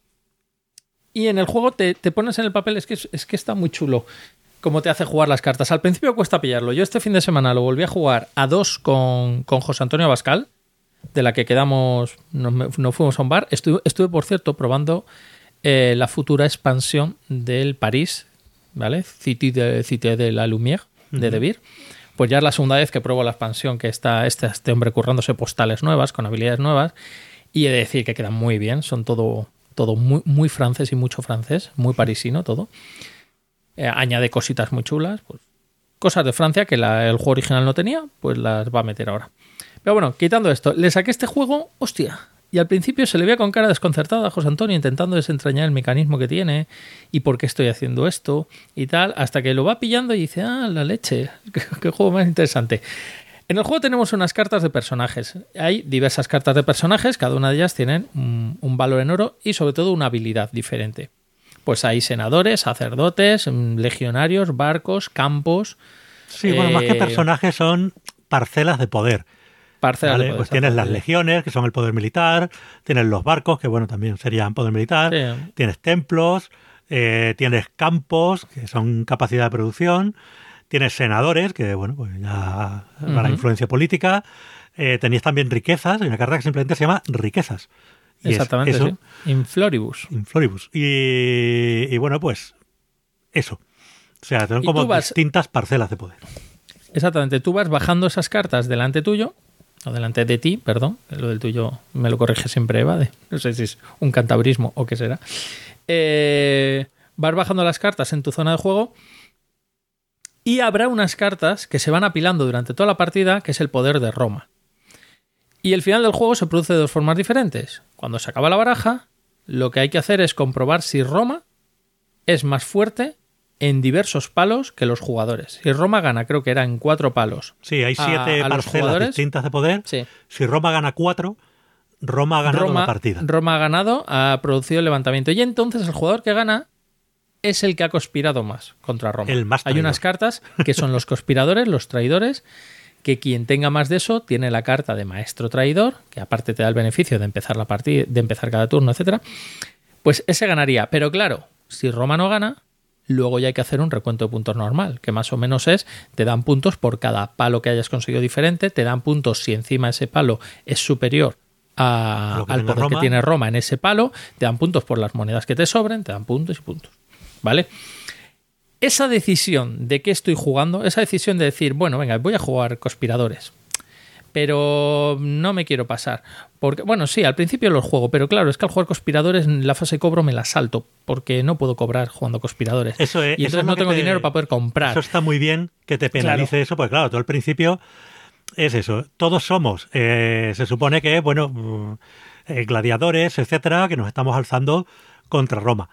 S4: y en el juego te, te pones en el papel, es que, es que está muy chulo cómo te hace jugar las cartas. Al principio cuesta pillarlo. Yo este fin de semana lo volví a jugar a dos con, con José Antonio Abascal, de la que quedamos, nos, nos fuimos a un bar. Estuve, estuve por cierto, probando eh, la futura expansión del París, ¿vale? Cité de, Cité de la Lumière, de De Beer. Pues ya es la segunda vez que pruebo la expansión, que está este, este hombre currándose postales nuevas, con habilidades nuevas, y he de decir que quedan muy bien, son todo, todo muy, muy francés y mucho francés, muy parisino todo. Eh, añade cositas muy chulas, pues cosas de Francia que la, el juego original no tenía, pues las va a meter ahora. Pero bueno, quitando esto, le saqué este juego, hostia, y al principio se le veía con cara desconcertada a José Antonio intentando desentrañar el mecanismo que tiene y por qué estoy haciendo esto y tal, hasta que lo va pillando y dice, ah, la leche, qué, qué juego más interesante. En el juego tenemos unas cartas de personajes. Hay diversas cartas de personajes, cada una de ellas tienen un, un valor en oro y sobre todo una habilidad diferente. Pues hay senadores, sacerdotes, legionarios, barcos, campos...
S3: Sí, bueno, eh, más que personajes son parcelas de poder.
S4: Parcelas
S3: ¿vale?
S4: de poder.
S3: Pues tienes las legiones, que son el poder militar, tienes los barcos, que bueno, también serían poder militar, sí. Tienes templos, Eh, tienes campos, que son capacidad de producción. Tienes senadores, que bueno, pues ya uh-huh. para influencia política. Eh, tenéis también riquezas. Hay una carta que simplemente se llama riquezas. Y
S4: exactamente,
S3: eso,
S4: sí. Infloribus.
S3: Infloribus. Y, y bueno, pues eso. O sea, son como vas, distintas parcelas de poder.
S4: Exactamente. Tú vas bajando esas cartas delante tuyo, o delante de ti, perdón. Lo del tuyo me lo corrige siempre Eva. De, no sé si es un cantabrismo o qué será. Eh, vas bajando las cartas en tu zona de juego y habrá unas cartas que se van apilando durante toda la partida, que es el poder de Roma. Y el final del juego se produce de dos formas diferentes. Cuando se acaba la baraja, lo que hay que hacer es comprobar si Roma es más fuerte en diversos palos que los jugadores. Si Roma gana, creo que era en cuatro palos.
S3: Sí, hay siete
S4: a, a
S3: parcelas distintas de poder.
S4: Sí.
S3: Si Roma gana cuatro, Roma ha ganado
S4: Roma,
S3: la partida.
S4: Roma ha ganado, ha producido el levantamiento. Y entonces el jugador que gana es el que ha conspirado más contra Roma.
S3: El más traidor.
S4: Hay unas cartas que son los conspiradores, los traidores, que quien tenga más de eso tiene la carta de maestro traidor, que aparte te da el beneficio de empezar la partida, de empezar cada turno, etcétera. Pues ese ganaría. Pero claro, si Roma no gana, luego ya hay que hacer un recuento de puntos normal, que más o menos es, te dan puntos por cada palo que hayas conseguido diferente, te dan puntos si encima ese palo es superior a, al poder Roma. que tiene Roma en ese palo, te dan puntos por las monedas que te sobren, te dan puntos y puntos. ¿Vale? Esa decisión de qué estoy jugando, esa decisión de decir, bueno, venga, voy a jugar conspiradores, pero no me quiero pasar. Porque, bueno, sí, al principio los juego, pero claro, es que al jugar conspiradores la fase de cobro me la salto, porque no puedo cobrar jugando conspiradores.
S3: Eso es,
S4: y entonces
S3: eso es
S4: no tengo
S3: te,
S4: dinero para poder comprar.
S3: Eso está muy bien que te penalice claro. eso, porque claro, tú al principio es eso. Todos somos, eh, se supone que, bueno, eh, gladiadores, etcétera, que nos estamos alzando contra Roma.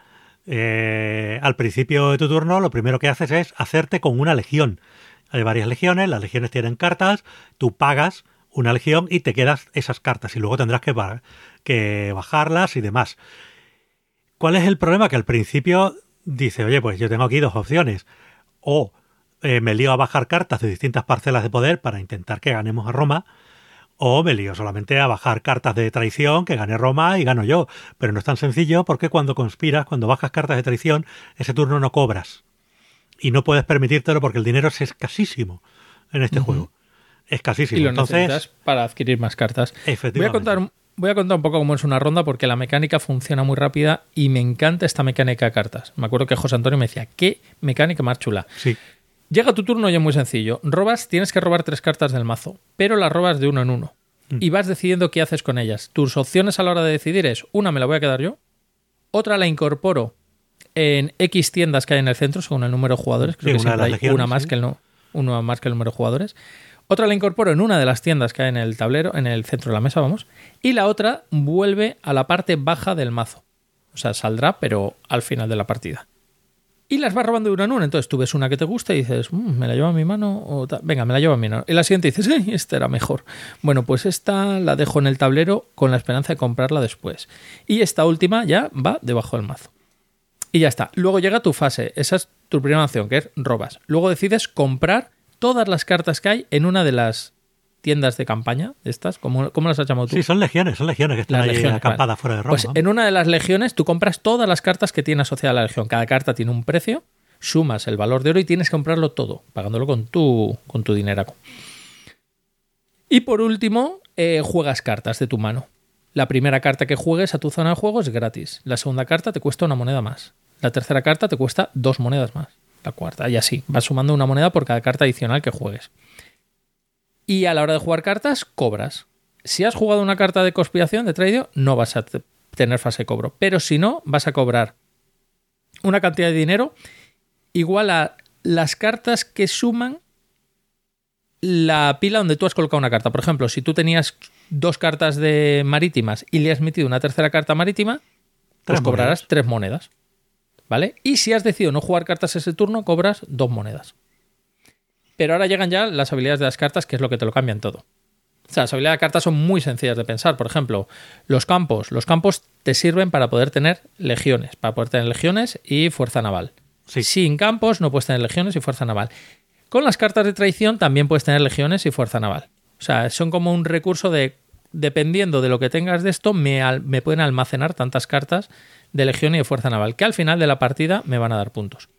S3: Eh, al principio de tu turno lo primero que haces es hacerte con una legión. Hay varias legiones, las legiones tienen cartas, tú pagas una legión y te quedas esas cartas y luego tendrás que, que bajarlas y demás. ¿Cuál es el problema? Que al principio dice, oye, pues yo tengo aquí dos opciones. O eh, me lío a bajar cartas de distintas parcelas de poder para intentar que ganemos a Roma, o me lío solamente a bajar cartas de traición, que gane Roma y gano yo. Pero no es tan sencillo porque cuando conspiras, cuando bajas cartas de traición, ese turno no cobras. Y no puedes permitírtelo porque el dinero es escasísimo en este uh-huh. juego. Escasísimo.
S4: Y lo
S3: Entonces,
S4: necesitas para adquirir más cartas.
S3: Efectivamente.
S4: Voy a contar, voy a contar un poco cómo es una ronda porque la mecánica funciona muy rápida y me encanta esta mecánica de cartas. Me acuerdo que José Antonio me decía, ¿qué mecánica más chula?
S3: Sí.
S4: Llega tu turno y es muy sencillo. Robas, tienes que robar tres cartas del mazo, pero las robas de uno en uno. Mm. Y vas decidiendo qué haces con ellas. Tus opciones a la hora de decidir es, una me la voy a quedar yo, otra la incorporo en X tiendas que hay en el centro, según el número de jugadores. Creo
S3: sí,
S4: que siempre hay
S3: legiones,
S4: una más,
S3: sí.
S4: que el no, uno más que el número de jugadores. Otra la incorporo en una de las tiendas que hay en el tablero, en el centro de la mesa, vamos. Y la otra vuelve a la parte baja del mazo. O sea, saldrá, pero al final de la partida. Y las vas robando de una en una. Entonces tú ves una que te gusta y dices, mmm, ¿me la llevo a mi mano? O venga, me la llevo a mi mano. Y la siguiente dices, ¡ay, esta era mejor! Bueno, pues esta la dejo en el tablero con la esperanza de comprarla después. Y esta última ya va debajo del mazo. Y ya está. Luego llega tu fase. Esa es tu primera opción, que es robas. Luego decides comprar todas las cartas que hay en una de las tiendas de campaña de estas. ¿Cómo, cómo las has llamado tú?
S3: Sí, son legiones, son legiones que están
S4: las
S3: ahí
S4: legiones,
S3: acampadas
S4: vale.
S3: fuera de Roma.
S4: Pues en una de las legiones tú compras todas las cartas que tiene asociada a la legión. Cada carta tiene un precio, sumas el valor de oro y tienes que comprarlo todo, pagándolo con tu, con tu dineraco. Y por último, eh, juegas cartas de tu mano. La primera carta que juegues a tu zona de juego es gratis. La segunda carta te cuesta una moneda más. La tercera carta te cuesta dos monedas más. La cuarta, y así. Vas sumando una moneda por cada carta adicional que juegues. Y a la hora de jugar cartas, cobras. Si has jugado una carta de conspiración, de traidor, no vas a t- tener fase de cobro. Pero si no, vas a cobrar una cantidad de dinero igual a las cartas que suman la pila donde tú has colocado una carta. Por ejemplo, si tú tenías dos cartas de marítimas y le has metido una tercera carta marítima, pues cobrarás tres monedas. ¿Vale? Y si has decidido no jugar cartas ese turno, cobras dos monedas. Pero ahora llegan ya las habilidades de las cartas, que es lo que te lo cambian todo. O sea, las habilidades de cartas son muy sencillas de pensar. Por ejemplo, los campos. Los campos te sirven para poder tener legiones. Para poder tener legiones y fuerza naval.
S3: Sí.
S4: Sin campos no puedes tener legiones y fuerza naval. Con las cartas de traición también puedes tener legiones y fuerza naval. O sea, son como un recurso de dependiendo de lo que tengas de esto, me, al, me pueden almacenar tantas cartas de Legión y de Fuerza Naval, que al final de la partida me van a dar puntos.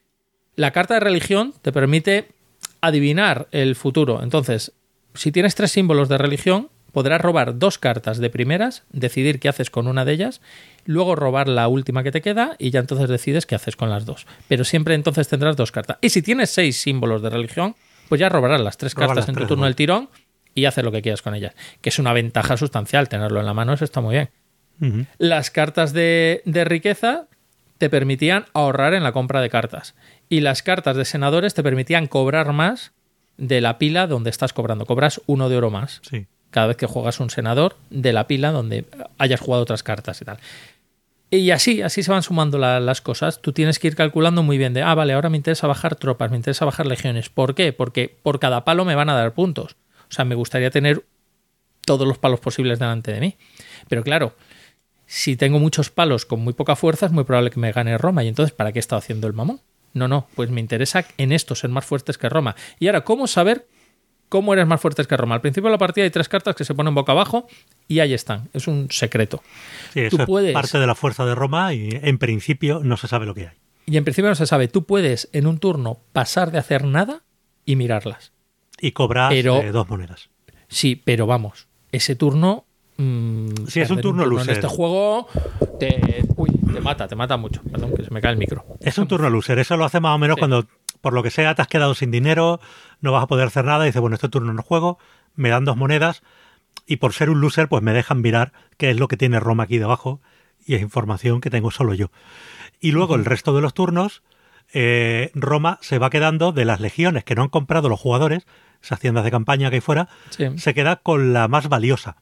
S4: La carta de religión te permite adivinar el futuro. Entonces, si tienes tres símbolos de religión, podrás robar dos cartas de primeras, decidir qué haces con una de ellas, luego robar la última que te queda y ya entonces decides qué haces con las dos. Pero siempre entonces tendrás dos cartas. Y si tienes seis símbolos de religión, pues ya robarás las tres
S3: Robar
S4: cartas
S3: las
S4: en tu
S3: tres,
S4: turno
S3: ¿no?
S4: del tirón y haces lo que quieras con ellas. Que es una ventaja sustancial. Tenerlo en la mano, eso está muy bien.
S3: Uh-huh.
S4: Las cartas de, de riqueza te permitían ahorrar en la compra de cartas. Y las cartas de senadores te permitían cobrar más de la pila donde estás cobrando. Cobras uno de oro más.
S3: Sí.
S4: Cada vez que juegas un senador de la pila donde hayas jugado otras cartas y tal. Y así, así se van sumando la, las cosas. Tú tienes que ir calculando muy bien de, ah, vale, ahora me interesa bajar tropas, me interesa bajar legiones. ¿Por qué? Porque por cada palo me van a dar puntos. O sea, me gustaría tener todos los palos posibles delante de mí. Pero claro, si tengo muchos palos con muy poca fuerza, es muy probable que me gane Roma. Y entonces, ¿para qué he estado haciendo el mamón? No, no, pues me interesa en esto ser más fuertes que Roma. Y ahora, ¿cómo saber cómo eres más fuerte que Roma? Al principio de la partida hay tres cartas que se ponen boca abajo y ahí están. Es un secreto.
S3: Sí, eso
S4: Tú puedes,
S3: es parte de la fuerza de Roma y en principio no se sabe lo que hay.
S4: y en principio no se sabe. Tú puedes en un turno pasar de hacer nada y mirarlas.
S3: Y cobras
S4: Pero-
S3: eh, dos monedas.
S4: Sí, pero vamos, ese turno... mmm,
S3: Sí, es un
S4: perder
S3: turno
S4: En
S3: loser.
S4: este juego te, uy, te mata, te mata mucho. Perdón, que se me cae el micro.
S3: Es un turno loser. Eso lo hace más o menos
S4: Sí.
S3: cuando, por lo que sea, te has quedado sin dinero, no vas a poder hacer nada y dices, bueno, este turno no juego, me dan dos monedas y por ser un loser, pues me dejan mirar qué es lo que tiene Roma aquí debajo y es información que tengo solo yo. Y luego el resto de los turnos, eh, Roma se va quedando de las legiones que no han comprado los jugadores, esas tiendas de campaña que hay fuera,
S4: Sí.
S3: se queda con la más valiosa.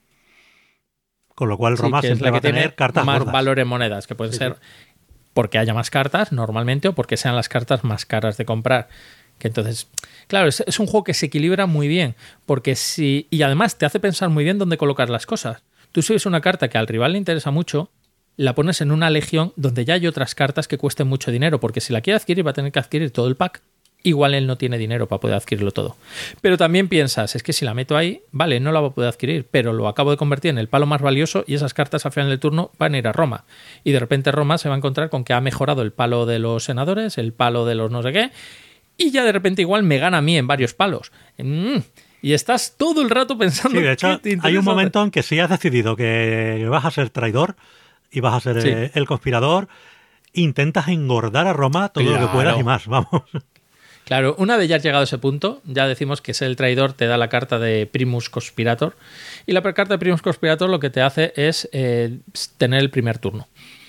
S3: Con lo cual
S4: Sí,
S3: Roma
S4: que es
S3: siempre
S4: la
S3: va a
S4: que tiene
S3: tener cartas
S4: más
S3: gordas.
S4: valor en monedas, que pueden
S3: Sí,
S4: ser
S3: sí.
S4: porque haya más cartas normalmente o porque sean las cartas más caras de comprar. Que entonces, claro, es, es un juego que se equilibra muy bien, porque si y además te hace pensar muy bien dónde colocar las cosas. Tú si ves una carta que al rival le interesa mucho, la pones en una legión donde ya hay otras cartas que cuesten mucho dinero, porque si la quiere adquirir va a tener que adquirir todo el pack. Igual él no tiene dinero para poder adquirirlo todo. Pero también piensas, es que si la meto ahí, vale, no la va a poder adquirir, pero lo acabo de convertir en el palo más valioso y esas cartas al final del turno van a ir a Roma. Y de repente Roma se va a encontrar con que ha mejorado el palo de los senadores, el palo de los no sé qué, y ya de repente igual me gana a mí en varios palos. Mm, y estás todo el rato pensando...
S3: Sí, de hecho,
S4: ¿qué te
S3: hay
S4: interesa?
S3: un momento en que sí has decidido que vas a ser traidor y vas a ser
S4: Sí.
S3: eh, el conspirador, intentas engordar a Roma todo lo
S4: Claro.
S3: que puedas y más, vamos.
S4: Claro, una vez ya has llegado a ese punto, ya decimos que ser el traidor te da la carta de Primus Conspirator. Y la carta de Primus Conspirator lo que te hace es eh, tener el primer turno.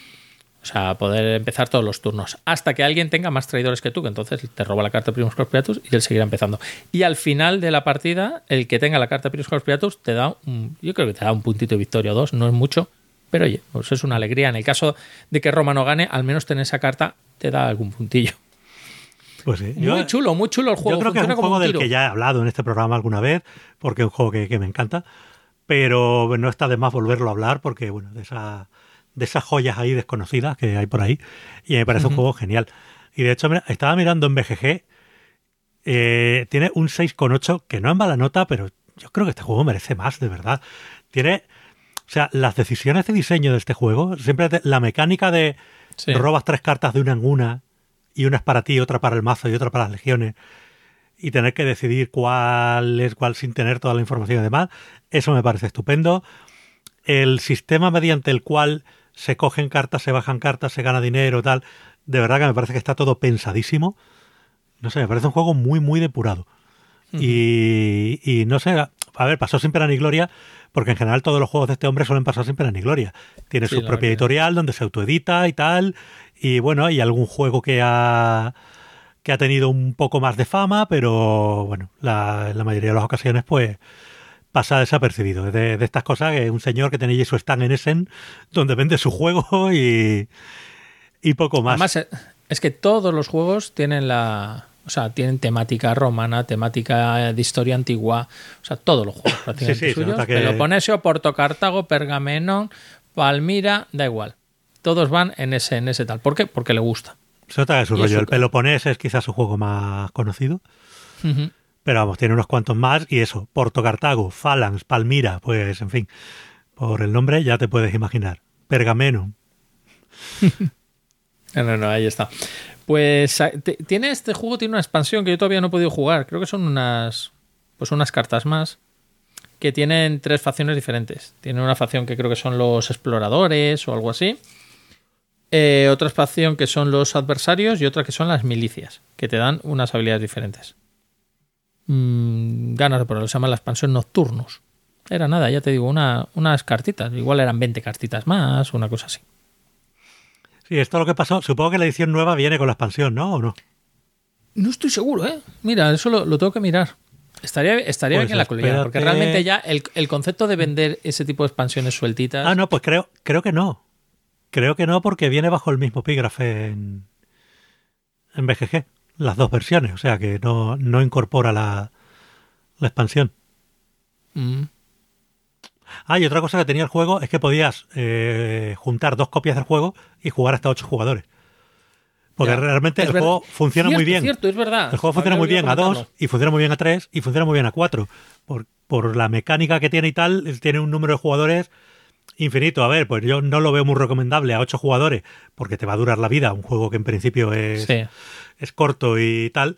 S4: O sea, poder empezar todos los turnos. Hasta que alguien tenga más traidores que tú, que entonces te roba la carta de Primus Conspirator y él seguirá empezando. Y al final de la partida, el que tenga la carta de Primus Conspirator te da, un, yo creo que te da un puntito de victoria o dos, no es mucho. Pero oye, pues es una alegría. En el caso de que Roma no gane, al menos tener esa carta te da algún puntillo.
S3: Pues sí.
S4: Muy
S3: Yo-
S4: chulo, muy chulo el juego.
S3: Yo creo que es
S4: Funciona
S3: un
S4: como
S3: juego
S4: un
S3: del
S4: tiro.
S3: que ya he hablado en este programa alguna vez, porque es un juego que, que me encanta, pero no está de más volverlo a hablar porque, bueno, de, esa, de esas joyas ahí desconocidas que hay por ahí, y me parece un juego genial. Y de hecho, mira, estaba mirando en B G G, eh, tiene un seis coma ocho, que no es mala nota, pero yo creo que este juego merece más, de verdad. Tiene, o sea, las decisiones de diseño de este juego, siempre te- la mecánica de
S4: Sí.
S3: robas tres cartas de una en una, y una es para ti, otra para el mazo y otra para las legiones, y tener que decidir cuál es cuál sin tener toda la información y demás, eso me parece estupendo. El sistema mediante el cual se cogen cartas, se bajan cartas, se gana dinero, tal, de verdad que me parece que está todo pensadísimo. No sé, me parece un juego muy, muy depurado. y, y no sé, a ver, pasó sin pena ni gloria, porque en general todos los juegos de este hombre suelen pasar sin pena ni gloria. Tiene
S4: Sí,
S3: su
S4: la
S3: propia
S4: verdad.
S3: editorial donde se autoedita y tal, y bueno, hay algún juego que ha que ha tenido un poco más de fama, pero bueno, la, en la mayoría de las ocasiones pues pasa desapercibido. Es de, de estas cosas que un señor que tenía su stand en Essen donde vende su juego y, y poco más.
S4: Además, eh, es que todos los juegos tienen la... O sea, tienen temática romana, temática de historia antigua. O sea, todos los juegos prácticamente
S3: Sí, sí, se
S4: suyos.
S3: nota que-
S4: Peloponesio, Porto Cartago, Pergameno, Palmira, da igual. Todos van en ese, en ese tal. ¿Por qué? Porque le gusta.
S3: Se nota que es su
S4: y es
S3: rollo.
S4: su-
S3: El Peloponés es quizás su juego más conocido.
S4: Ujú.
S3: Pero vamos, tiene unos cuantos más y eso, Porto Cartago, Phalanx, Palmira, pues en fin, por el nombre ya te puedes imaginar. Pergameno.
S4: No, no, no, ahí está. Pues tiene este juego tiene una expansión que yo todavía no he podido jugar. Creo que son unas pues unas cartas más que tienen tres facciones diferentes. Tiene una facción que creo que son los exploradores o algo así. Eh, otra facción que son los adversarios y otra que son las milicias, que te dan unas habilidades diferentes. Mm, ganas de probarlo. Se llama la expansión Nocturnus. Era nada, ya te digo, una, unas cartitas. Igual eran veinte cartitas más, una cosa así.
S3: Sí, esto es lo que pasó. Supongo que la edición nueva viene con la expansión, ¿no? ¿O no?
S4: No estoy seguro, ¿eh? Mira, eso lo, lo tengo que mirar. Estaría, estaría
S3: Pues
S4: bien la colilla,
S3: espérate.
S4: porque realmente ya el, el concepto de vender ese tipo de expansiones sueltitas...
S3: Ah, no, pues creo, creo que no. Creo que no, porque viene bajo el mismo epígrafe en, en B G G. Las dos versiones, o sea que no, no incorpora la, la expansión.
S4: Mm.
S3: Ah, y otra cosa que tenía el juego es que podías eh, juntar dos copias del juego y jugar hasta ocho jugadores. Porque
S4: Ya.
S3: realmente
S4: Es
S3: el
S4: ver-
S3: juego funciona
S4: Cierto,
S3: muy bien.
S4: cierto, es verdad.
S3: El juego funciona
S4: Había
S3: muy bien a
S4: olvidado
S3: dos
S4: comentarlo.
S3: y funciona muy bien a tres y funciona muy bien a cuatro. Por, por la mecánica que tiene y tal, tiene un número de jugadores infinito. A ver, pues yo no lo veo muy recomendable a ocho jugadores porque te va a durar la vida. Un juego que en principio es,
S4: Sí.
S3: es corto y tal.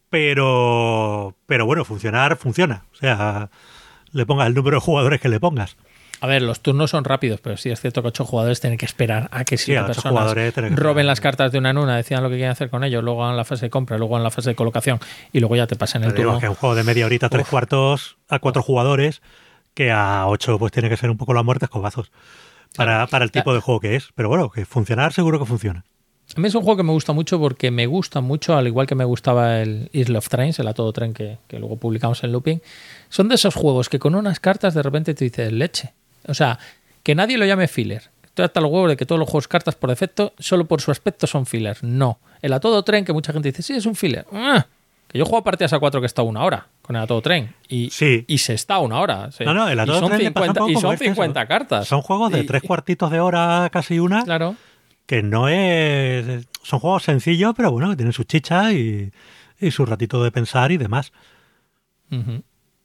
S3: Pero, pero bueno, funcionar funciona. O sea, le pongas el número de jugadores que le pongas.
S4: A ver, los turnos son rápidos, pero sí es cierto que ocho jugadores tienen que esperar a que
S3: Sí,
S4: siete
S3: a ocho
S4: personas
S3: jugadores tienen que
S4: roben
S3: esperar.
S4: las cartas de una en una, decidan lo que quieren hacer con ellos, luego hagan la fase de compra, luego hagan la fase de colocación y luego ya te pasan el
S3: Te digo
S4: turno.
S3: que un juego de media horita, tres
S4: Uf.
S3: cuartos, a cuatro jugadores, que a ocho pues tiene que ser un poco la muerte escobazos para,
S4: Claro.
S3: para el tipo
S4: Ya.
S3: de juego que es. Pero bueno, que funcionar seguro que funciona.
S4: A mí es un juego que me gusta mucho porque me gusta mucho, al igual que me gustaba el Isle of Trains, el A Todo Tren que, que luego publicamos en Looping. Son de esos juegos que con unas cartas de repente te dices leche. O sea, que nadie lo llame filler. Estoy hasta los huevos de que todos los juegos cartas por defecto, solo por su aspecto, son filler. No. El A Todo Tren, que mucha gente dice, sí, es un filler. ¡Ah! Que yo juego partidas a cuatro que está una hora con el A Todo Tren. Y,
S3: Sí.
S4: y se está una hora. Sí.
S3: No, no, el A
S4: Y
S3: Todo
S4: son
S3: Tren le pasa un
S4: cincuenta,
S3: poco
S4: y
S3: como
S4: son
S3: este, eso.
S4: cincuenta cartas.
S3: Son juegos de
S4: Y-
S3: tres cuartitos de hora, casi una,
S4: Claro.
S3: que no es... Son juegos sencillos, pero bueno, que tienen su chicha y, y su ratito de pensar y demás.
S4: Ujú.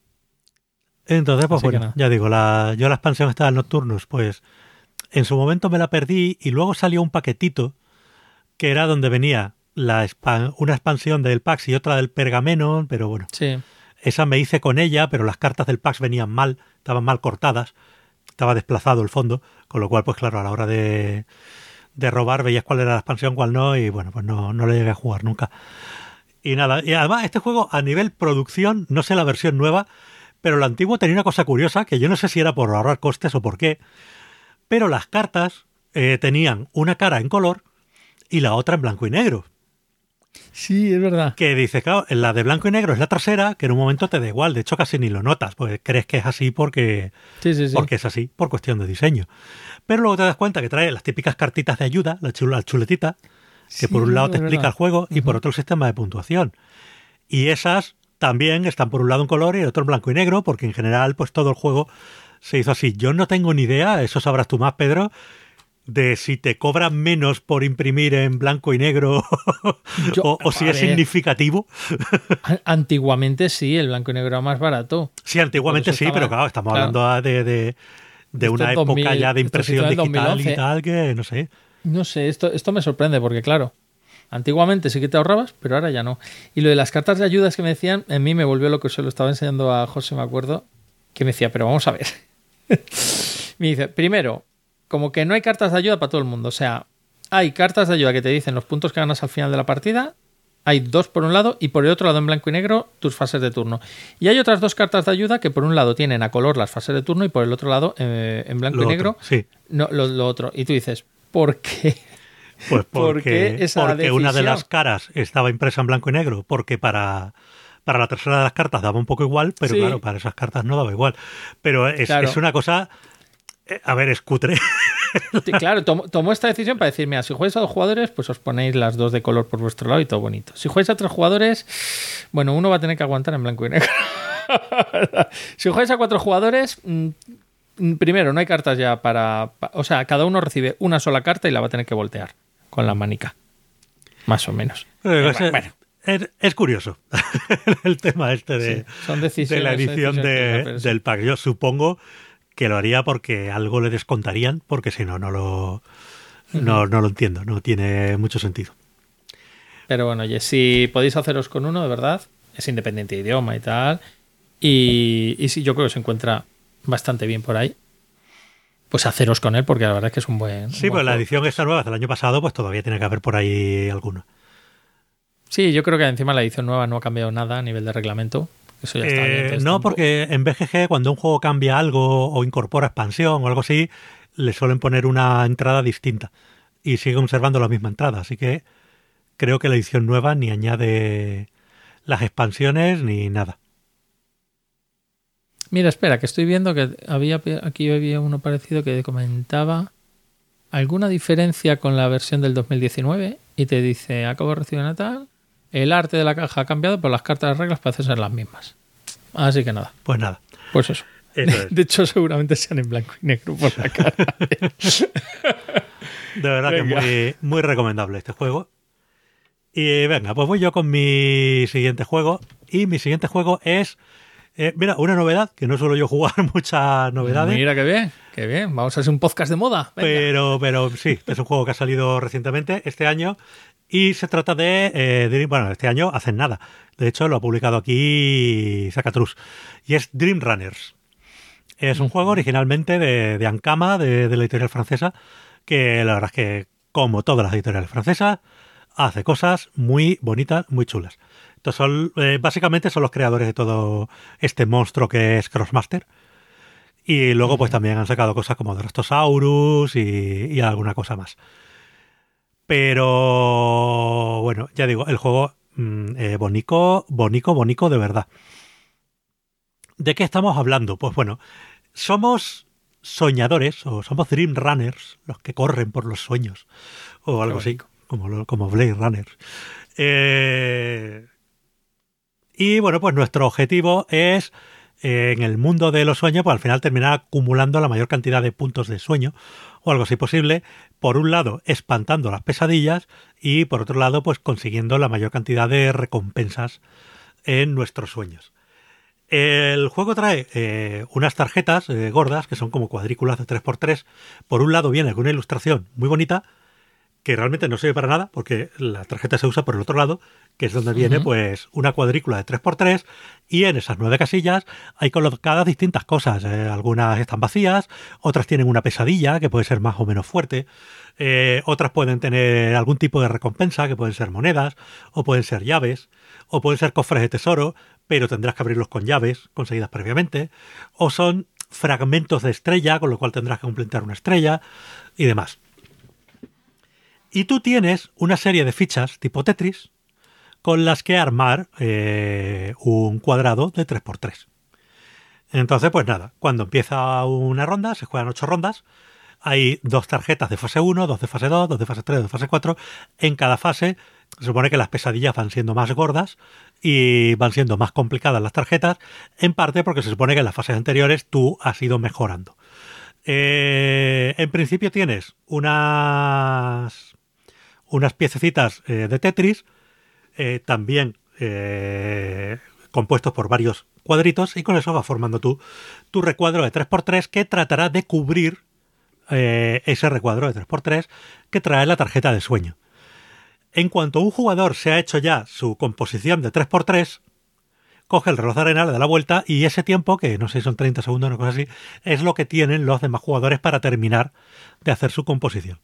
S3: Entonces, pues
S4: Así que
S3: bueno,
S4: nada.
S3: ya digo, la, yo la expansión esta del Nocturnus, pues en su momento me la perdí y luego salió un paquetito que era donde venía la expan- una expansión del Pax y otra del Pergameno, pero bueno,
S4: Sí.
S3: esa me hice con ella, pero las cartas del Pax venían mal, estaban mal cortadas, estaba desplazado el fondo, con lo cual, pues claro, a la hora de, de robar veías cuál era la expansión, cuál no, y bueno, pues no, no le llegué a jugar nunca. Y nada, y además este juego a nivel producción, no sé la versión nueva, pero el antiguo tenía una cosa curiosa, que yo no sé si era por ahorrar costes o por qué, pero las cartas eh, tenían una cara en color y la otra en blanco y negro.
S4: Sí, es verdad.
S3: Que dices, claro, la de blanco y negro es la trasera, que en un momento te da igual, de hecho casi ni lo notas, pues crees que es así porque,
S4: Sí, sí, sí.
S3: porque es así, por cuestión de diseño. Pero luego te das cuenta que trae las típicas cartitas de ayuda, la, chul- la chuletita, que
S4: Sí,
S3: por un lado te
S4: es
S3: explica
S4: verdad.
S3: el juego y por otro el sistema de puntuación. Y esas también están por un lado en color y el otro en blanco y negro, porque en general pues todo el juego se hizo así. Yo no tengo ni idea, eso sabrás tú más, Pedro, de si te cobran menos por imprimir en blanco y negro
S4: Yo-
S3: o, o si
S4: a
S3: es
S4: ver.
S3: significativo.
S4: A- Antiguamente sí, el blanco y negro era más barato.
S3: Sí, antiguamente
S4: Porque
S3: sí,
S4: eso
S3: pero
S4: estaba-
S3: claro, estamos
S4: claro.
S3: hablando de, de, de
S4: Esto
S3: una
S4: en
S3: época
S4: dos mil,
S3: ya de
S4: esto
S3: impresión
S4: se hizo en
S3: digital
S4: dos mil once.
S3: y tal, que no sé.
S4: No sé, esto, esto me sorprende porque claro, antiguamente sí que te ahorrabas, pero ahora ya no. Y lo de las cartas de ayudas que me decían, en mí me volvió lo que se lo estaba enseñando a José, me acuerdo, que me decía, pero vamos a ver. Me dice, primero, como que no hay cartas de ayuda para todo el mundo. O sea, hay cartas de ayuda que te dicen los puntos que ganas al final de la partida. Hay dos por un lado y por el otro lado en blanco y negro tus fases de turno. Y hay otras dos cartas de ayuda que por un lado tienen a color las fases de turno y por el otro lado eh, en blanco
S3: Lo
S4: y
S3: otro,
S4: negro
S3: sí.
S4: no, lo, lo otro. Y tú dices, ¿por qué?
S3: Pues
S4: ¿Por
S3: porque,
S4: qué esa
S3: porque una de
S4: decisión?
S3: las caras estaba impresa en blanco y negro, porque para, para la tercera de las cartas daba un poco igual, pero
S4: Sí.
S3: claro, para esas cartas no daba igual. Pero es,
S4: Claro.
S3: es una cosa, eh, a ver, es cutre.
S4: Sí, claro, tomó, tomó esta decisión para decir, mira, si jugáis a dos jugadores, pues os ponéis las dos de color por vuestro lado y todo bonito. Si jugáis a tres jugadores, bueno, uno va a tener que aguantar en blanco y negro. Si jugáis a cuatro jugadores, mm, primero, no hay cartas ya para... pa- O sea, cada uno recibe una sola carta y la va a tener que voltear con la manica. Más o menos.
S3: Pero
S4: Eh,
S3: ese-
S4: bueno.
S3: Es, es curioso el tema este de,
S4: Sí, son decisiones,
S3: de la
S4: son
S3: edición
S4: decisiones
S3: de,
S4: que se
S3: del pack. Yo supongo que lo haría porque algo le descontarían, porque si no, no lo, no, no lo entiendo, no tiene mucho sentido.
S4: Pero bueno, oye, si podéis haceros con uno, de verdad, es independiente de idioma y tal, y, y sí, yo creo que se encuentra bastante bien por ahí, pues haceros con él, porque la verdad es que es un buen...
S3: Sí,
S4: un buen
S3: pues la
S4: juego.
S3: edición esta nueva del año pasado, pues todavía tiene que haber por ahí alguna.
S4: Sí, yo creo que encima la edición nueva no ha cambiado nada a nivel de reglamento. Eso ya está bien.
S3: Eh,
S4: entonces
S3: no,
S4: tampoco-
S3: porque en B G G cuando un juego cambia algo o incorpora expansión o algo así, le suelen poner una entrada distinta y sigue conservando la misma entrada. Así que creo que la edición nueva ni añade las expansiones ni nada.
S4: Mira, espera, que estoy viendo que había aquí había uno parecido que comentaba alguna diferencia con la versión del dos mil diecinueve y te dice, acabo de recibir una tal, el arte de la caja ha cambiado, pero las cartas de reglas parecen ser las mismas. Así que nada,
S3: Pues nada,
S4: pues eso.
S3: eso es.
S4: De hecho, seguramente sean en blanco y negro por la cara.
S3: De verdad
S4: Venga.
S3: que es muy, muy recomendable este juego. Y venga, pues voy yo con mi siguiente juego. Y mi siguiente juego es, eh, mira, una novedad, que no suelo yo jugar muchas novedades.
S4: Mira qué bien, qué bien. Vamos a hacer un podcast de moda. Venga.
S3: Pero, pero sí, es un juego que ha salido recientemente, este año, y se trata de, eh, Dream- bueno, este año hacen nada. De hecho, lo ha publicado aquí Zacatrus. Y es Dream Runners. Es un juego originalmente de, de Ankama, de, de la editorial francesa, que la verdad es que, como todas las editoriales francesas, hace cosas muy bonitas, muy chulas. Estos son, eh, básicamente son los creadores de todo este monstruo que es Crossmaster. Y luego pues también han sacado cosas como Drostosaurus y, y alguna cosa más. Pero bueno, ya digo, el juego mm, eh, bonico, bonico, bonico de verdad. ¿De qué estamos hablando? Pues bueno, somos soñadores o somos Dream Runners, los que corren por los sueños o algo así, como, lo- como Blade Runner. Eh, y bueno, pues nuestro objetivo es, eh, en el mundo de los sueños, pues al final terminar acumulando la mayor cantidad de puntos de sueño o algo así posible. Por un lado, espantando las pesadillas y por otro lado, pues consiguiendo la mayor cantidad de recompensas en nuestros sueños. El juego trae eh, unas tarjetas eh, gordas que son como cuadrículas de tres por tres. Por un lado viene con una ilustración muy bonita que realmente no sirve para nada porque la tarjeta se usa por el otro lado, que es donde viene
S4: Ujú.
S3: pues una cuadrícula de tres por tres y en esas nueve casillas hay colocadas distintas cosas. Eh, algunas están vacías, otras tienen una pesadilla que puede ser más o menos fuerte, eh, otras pueden tener algún tipo de recompensa que pueden ser monedas o pueden ser llaves o pueden ser cofres de tesoro, pero tendrás que abrirlos con llaves conseguidas previamente, o son fragmentos de estrella, con lo cual tendrás que completar una estrella y demás. Y tú tienes una serie de fichas tipo Tetris con las que armar eh, un cuadrado de tres por tres. Entonces, pues nada, cuando empieza una ronda, se juegan ocho rondas, hay dos tarjetas de fase uno, dos de fase dos, dos de fase tres, dos de fase cuatro. En cada fase se supone que las pesadillas van siendo más gordas y van siendo más complicadas las tarjetas, en parte porque se supone que en las fases anteriores tú has ido mejorando. Eh, en principio tienes unas, unas piececitas eh, de Tetris, eh, también eh, compuestos por varios cuadritos, y con eso vas formando tú tu recuadro de tres por tres que tratará de cubrir eh, ese recuadro de tres por tres que trae la tarjeta de sueño. En cuanto un jugador se ha hecho ya su composición de tres por tres, coge el reloj de arena, le da la vuelta y ese tiempo, que no sé si son treinta segundos o una cosa así, es lo que tienen los demás jugadores para terminar de hacer su composición.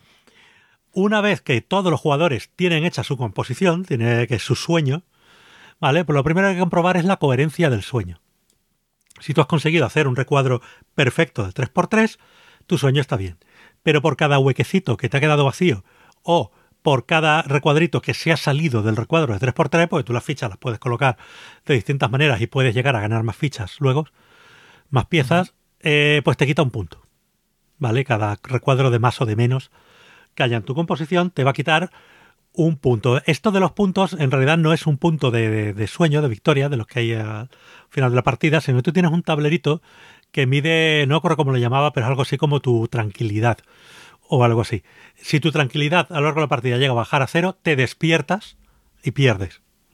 S3: Una vez que todos los jugadores tienen hecha su composición, tiene que es su sueño, ¿vale? Pues lo primero que hay que comprobar es la coherencia del sueño. Si tú has conseguido hacer un recuadro perfecto de tres por tres, tu sueño está bien. Pero por cada huequecito que te ha quedado vacío o por cada recuadrito que se ha salido del recuadro de tres por tres, porque tú las fichas las puedes colocar de distintas maneras y puedes llegar a ganar más fichas luego, más piezas, eh, pues te quita un punto. ¿Vale? Cada recuadro de más o de menos que haya en tu composición te va a quitar un punto. Esto de los puntos en realidad no es un punto de, de, de sueño, de victoria, de los que hay al final de la partida, sino que tú tienes un tablerito que mide, no recuerdo cómo lo llamaba, pero es algo así como tu tranquilidad o algo así. Si tu tranquilidad a lo largo de la partida llega a bajar a cero, te despiertas y pierdes.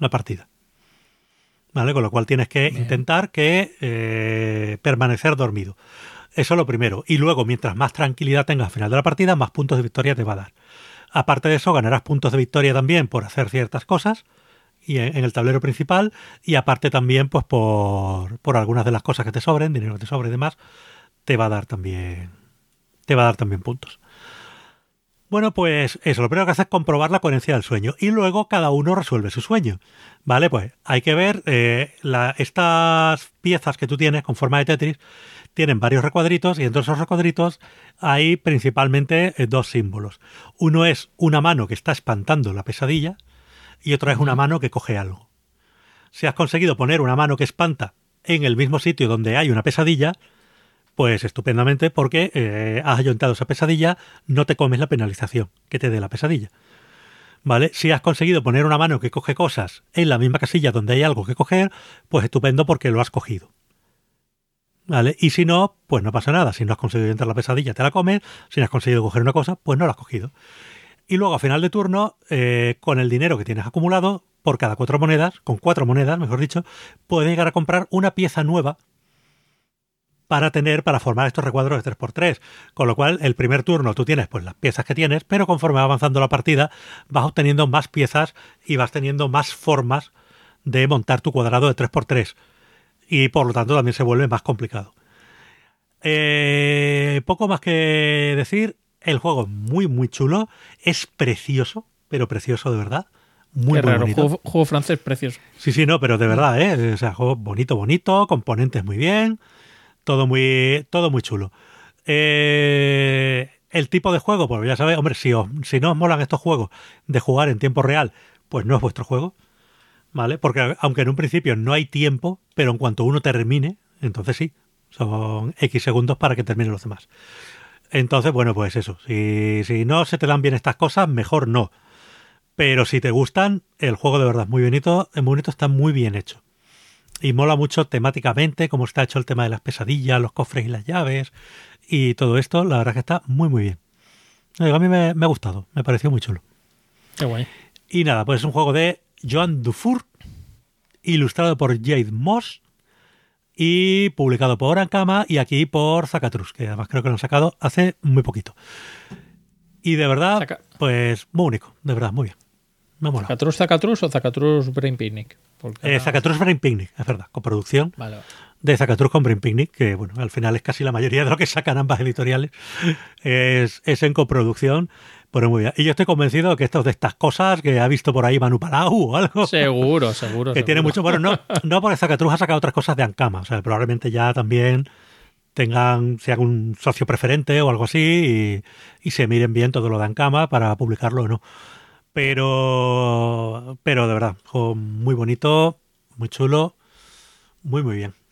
S3: la partida. ¿Vale? Con lo cual tienes que Bien. intentar que eh, permanecer dormido. Eso es lo primero. Y luego, mientras más tranquilidad tengas al final de la partida, más puntos de victoria te va a dar. Aparte de eso, ganarás puntos de victoria también por hacer ciertas cosas y en, en el tablero principal, y aparte también pues por, por algunas de las cosas que te sobren, dinero que te sobre y demás, te va a dar también te va a dar también puntos. Bueno, pues eso, lo primero que haces es comprobar la coherencia del sueño y luego cada uno resuelve su sueño. Vale, pues hay que ver eh, la, estas piezas que tú tienes con forma de Tetris tienen varios recuadritos y dentro de esos recuadritos hay principalmente eh, dos símbolos. Uno es una mano que está espantando la pesadilla y otro es una mano que coge algo. Si has conseguido poner una mano que espanta en el mismo sitio donde hay una pesadilla, pues estupendamente, porque eh, has ayuntado esa pesadilla, no te comes la penalización que te dé la pesadilla. ¿Vale? Si has conseguido poner una mano que coge cosas en la misma casilla donde hay algo que coger, pues estupendo porque lo has cogido. ¿Vale? Y si no, pues no pasa nada. Si no has conseguido entrar la pesadilla, te la comes. Si no has conseguido coger una cosa, pues no la has cogido. Y luego, a final de turno, eh, con el dinero que tienes acumulado, por cada cuatro monedas, con cuatro monedas, mejor dicho, puedes llegar a comprar una pieza nueva para tener, para formar estos recuadros de tres por tres. Con lo cual, el primer turno tú tienes pues las piezas que tienes, pero conforme va avanzando la partida, vas obteniendo más piezas y vas teniendo más formas de montar tu cuadrado de tres por tres. Y por lo tanto también se vuelve más complicado. Eh, poco más que decir. El juego es muy, muy chulo. Es precioso, pero precioso de verdad. Muy,
S4: Qué
S3: muy
S4: raro,
S3: bonito.
S4: Juego, juego francés precioso.
S3: Sí, sí, no, pero de verdad, ¿eh? O sea, juego bonito, bonito, componentes muy bien. Todo muy, todo muy chulo. Eh, el tipo de juego, pues ya sabéis, hombre, si, os, si no os molan estos juegos de jugar en tiempo real, pues no es vuestro juego, ¿vale? Porque aunque en un principio no hay tiempo, pero en cuanto uno termine, entonces sí, son X segundos para que terminen los demás. Entonces, bueno, pues eso, si, si no se te dan bien estas cosas, mejor no. Pero si te gustan, el juego de verdad es muy bonito, es muy bonito, está muy bien hecho. Y mola mucho temáticamente cómo está hecho el tema de las pesadillas, los cofres y las llaves y todo esto. La verdad es que está muy, muy bien. A mí me, me ha gustado, me pareció muy chulo.
S4: Qué guay.
S3: Y nada, pues es un juego de Joan Dufour, ilustrado por Jade Moss y publicado por Ankama y aquí por Zacatrus, que además creo que lo han sacado hace muy poquito. Y de verdad, Saca... pues muy único, de verdad, muy bien. Me mola.
S4: ¿Zacatrus, Zacatrus o Zacatrus Brain Picnic?
S3: Eh, Zacatrus Brain Picnic, es verdad, coproducción
S4: vale.
S3: de Zacatrus con Brain Picnic, que bueno, al final es casi la mayoría de lo que sacan ambas editoriales, es, es en coproducción, pero muy bien. Y yo estoy convencido de que esto es de estas cosas que ha visto por ahí Manu Palau o algo.
S4: Seguro, seguro.
S3: Que
S4: seguro.
S3: tiene mucho, bueno, no, no porque Zacatrus ha sacado otras cosas de Ankama, o sea, probablemente ya también tengan, sean un socio preferente o algo así y, y se miren bien todo lo de Ankama para publicarlo o no. Pero, pero de verdad, juego muy bonito, muy chulo, muy, muy bien.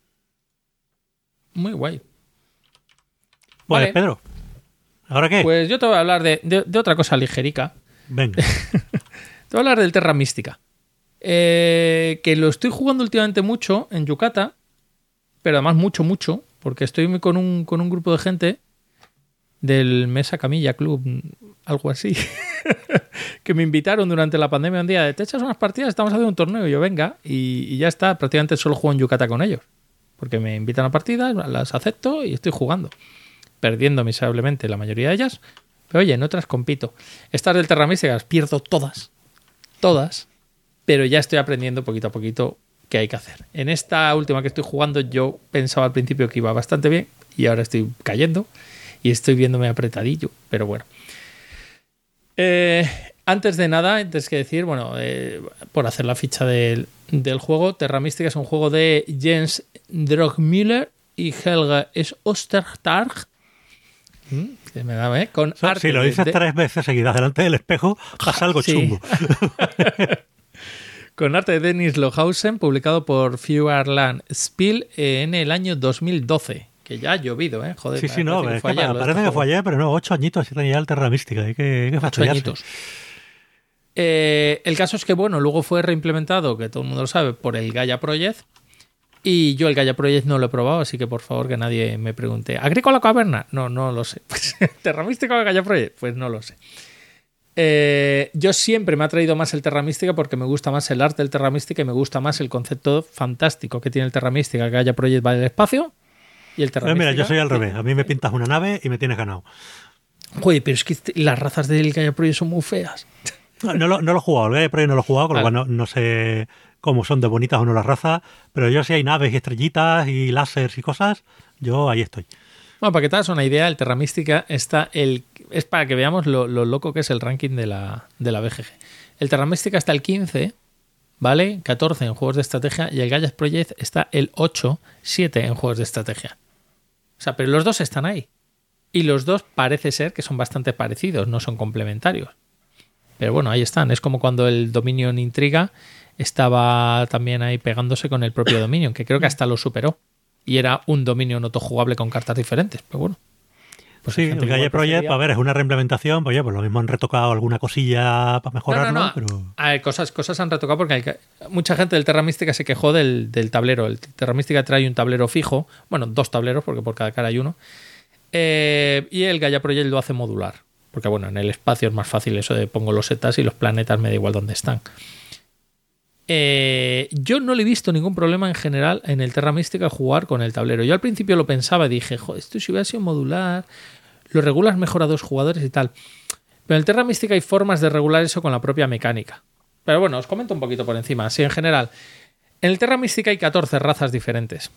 S4: Muy guay.
S3: Bueno,
S4: vale.
S3: Pedro, ¿ahora qué?
S4: Pues yo te voy a hablar de, de, de otra cosa ligerica.
S3: Venga.
S4: Te voy a hablar del Terra Mística. Eh, que lo estoy jugando últimamente mucho en Yucata, pero además mucho, mucho, porque estoy con un, con un grupo de gente del Mesa Camilla Club, algo así, que me invitaron durante la pandemia un día de te echas unas partidas, estamos haciendo un torneo, y yo venga, y, y ya está, prácticamente solo juego en Yucata con ellos, porque me invitan a partidas, las acepto y estoy jugando, perdiendo miserablemente la mayoría de ellas, pero oye, en otras compito. Estas del Terra Mística las pierdo todas, todas, pero ya estoy aprendiendo poquito a poquito qué hay que hacer. En esta última que estoy jugando yo pensaba al principio que iba bastante bien y ahora estoy cayendo y estoy viéndome apretadillo, pero bueno. Eh, antes de nada, antes que decir, bueno, eh, por hacer la ficha del, del juego, Terra Mística es un juego de Jens Drogmüller y Helge Ostertag. Que me da, ¿eh? Con
S3: so,
S4: arte
S3: si lo dices
S4: de,
S3: tres veces seguidas delante del espejo, pasa algo
S4: sí.
S3: chungo.
S4: Con arte de Dennis Lohausen, publicado por Feuerland Spiel en el año dos mil doce. Que ya ha llovido, ¿eh? Joder,
S3: sí, sí, no,
S4: que
S3: es
S4: fue
S3: que
S4: ayer,
S3: parece que fue ayer, pero no, ocho añitos y tenía ya el Terra Mística. Hay que, hay que fastidiarse.
S4: Eh, el caso es que, bueno, luego fue reimplementado, que todo el mundo lo sabe, por el Gaia Project. Y yo el Gaia Project no lo he probado, así que por favor que nadie me pregunte. ¿Agrícola Caverna? No, no lo sé. ¿Terra Mística o Gaia Project? Pues no lo sé. Eh, yo siempre me ha traído más el Terra Mística porque me gusta más el arte del Terra Mística y me gusta más el concepto fantástico que tiene el Terra Mística, que Gaia Project va del espacio y el Terra
S3: Eh, mira,
S4: Mística.
S3: yo soy al revés. A mí me pintas una nave y me tienes ganado.
S4: Joder, pero es que las razas del Gaia Project son muy feas.
S3: No lo, no lo he jugado, el Gaia Project no lo he jugado, con lo
S4: Vale.
S3: cual no, no sé cómo son de bonitas o no las razas, pero yo si hay naves y estrellitas y láseres y cosas, yo ahí estoy.
S4: Bueno, para que te hagas una idea, el Terra Mística está el, es para que veamos lo, lo loco que es el ranking de la, de la B G G. El Terra Mística está el quince, ¿vale? catorce en juegos de estrategia y el Gaia Project está el ocho, siete en juegos de estrategia. O sea, pero los dos están ahí. Y los dos parece ser que son bastante parecidos, no son complementarios. Pero bueno, ahí están. Es como cuando el Dominion Intriga estaba también ahí pegándose con el propio Dominion, que creo que hasta lo superó. Y era un Dominion autojugable con cartas diferentes. Pero bueno. Pues
S3: Sí,
S4: hay gente
S3: el
S4: que
S3: Gaia
S4: igual
S3: Project,
S4: prefería-
S3: a ver, es una reimplementación, pues oye, pues lo mismo han retocado alguna cosilla para mejorarlo,
S4: No, no, no.
S3: pero...
S4: A ver, cosas, cosas han retocado porque hay- mucha gente del Terra Mística se quejó del, del tablero. El Terra Mística trae un tablero fijo, bueno, dos tableros porque por cada cara hay uno. Eh, y el Gaia Project lo hace modular. Porque bueno, en el espacio es más fácil eso de pongo los setas y los planetas me da igual dónde están. Eh, yo no le he visto ningún problema en general en el Terra Mística jugar con el tablero. Yo al principio lo pensaba y dije, joder, esto si hubiera sido modular, lo regulas mejor a dos jugadores y tal. Pero en el Terra Mística hay formas de regular eso con la propia mecánica. Pero bueno, os comento un poquito por encima. Así en general, en el Terra Mística hay catorce razas diferentes.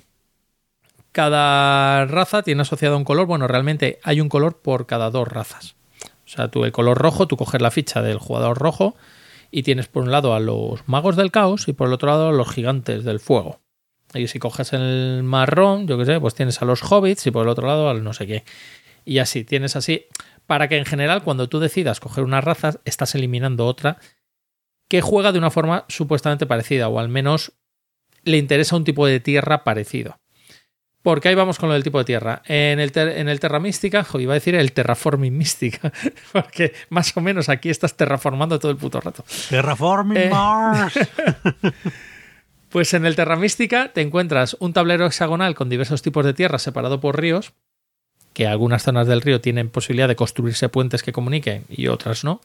S4: Cada raza tiene asociado un color. Bueno, realmente hay un color por cada dos razas. O sea, tú el color rojo, tú coges la ficha del jugador rojo y tienes por un lado a los magos del caos y por el otro lado a los gigantes del fuego. Y si coges el marrón, yo qué sé, pues tienes a los hobbits y por el otro lado al no sé qué. Y así, tienes así, para que en general cuando tú decidas coger una raza, estás eliminando otra que juega de una forma supuestamente parecida, o al menos le interesa un tipo de tierra parecido. Porque ahí vamos con lo del tipo de tierra. En el, ter en el Terra Mística, jo, iba a decir el Terraforming Mística, porque más o menos aquí estás terraformando todo el puto rato.
S3: Terraforming
S4: Eh.
S3: Mars.
S4: Pues en el Terra Mística te encuentras un tablero hexagonal con diversos tipos de tierra separado por ríos, que algunas zonas del río tienen posibilidad de construirse puentes que comuniquen y otras no.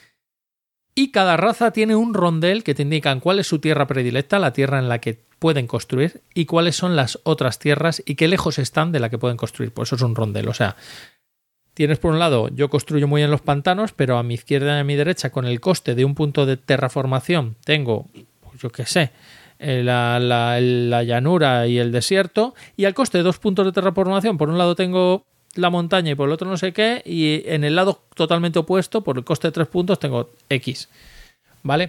S4: Y cada raza tiene un rondel que te indican cuál es su tierra predilecta, la tierra en la que pueden construir, y cuáles son las otras tierras y qué lejos están de la que pueden construir. Por eso es un rondel. O sea, tienes por un lado, yo construyo muy en los pantanos, pero a mi izquierda y a mi derecha, con el coste de un punto de terraformación, tengo, pues yo qué sé, la, la, la llanura y el desierto, y al coste de dos puntos de terraformación, por un lado tengo la montaña y por el otro no sé qué, y en el lado totalmente opuesto, por el coste de tres puntos, tengo X. ¿Vale?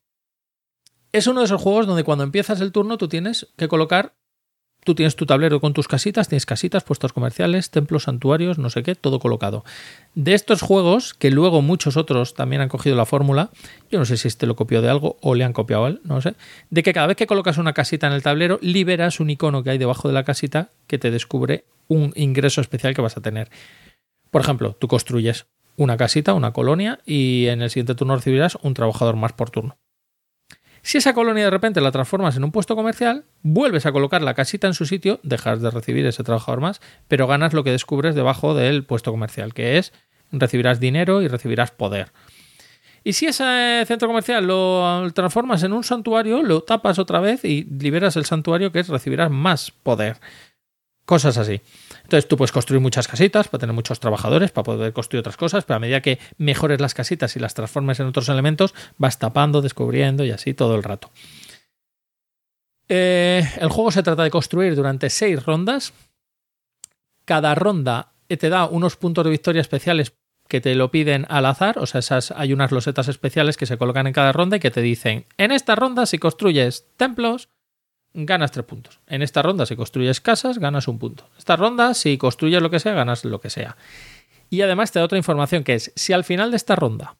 S4: Es uno de esos juegos donde cuando empiezas el turno tú tienes que colocar, tú tienes tu tablero con tus casitas, tienes casitas, puestos comerciales, templos, santuarios, no sé qué, todo colocado. De estos juegos, que luego muchos otros también han cogido la fórmula, yo no sé si este lo copió de algo o le han copiado a él, no sé, de que cada vez que colocas una casita en el tablero, liberas un icono que hay debajo de la casita que te descubre un ingreso especial que vas a tener. Por ejemplo, tú construyes una casita, una colonia, y en el siguiente turno recibirás un trabajador más por turno. Si esa colonia de repente la transformas en un puesto comercial, vuelves a colocar la casita en su sitio, dejas de recibir ese trabajador más, pero ganas lo que descubres debajo del puesto comercial, que es recibirás dinero y recibirás poder. Y si ese centro comercial lo transformas en un santuario, lo tapas otra vez y liberas el santuario, que es recibirás más poder. Cosas así. Entonces tú puedes construir muchas casitas para tener muchos trabajadores, para poder construir otras cosas, pero a medida que mejores las casitas y las transformes en otros elementos, vas tapando, descubriendo y así todo el rato. Eh, el juego se trata de construir durante seis rondas. Cada ronda te da unos puntos de victoria especiales que te lo piden al azar, o sea, esas, hay unas losetas especiales que se colocan en cada ronda y que te dicen, en esta ronda si construyes templos, ganas tres puntos. En esta ronda, si construyes casas, ganas un punto. En esta ronda, si construyes lo que sea, ganas lo que sea. Y además te da otra información que es, si al final de esta ronda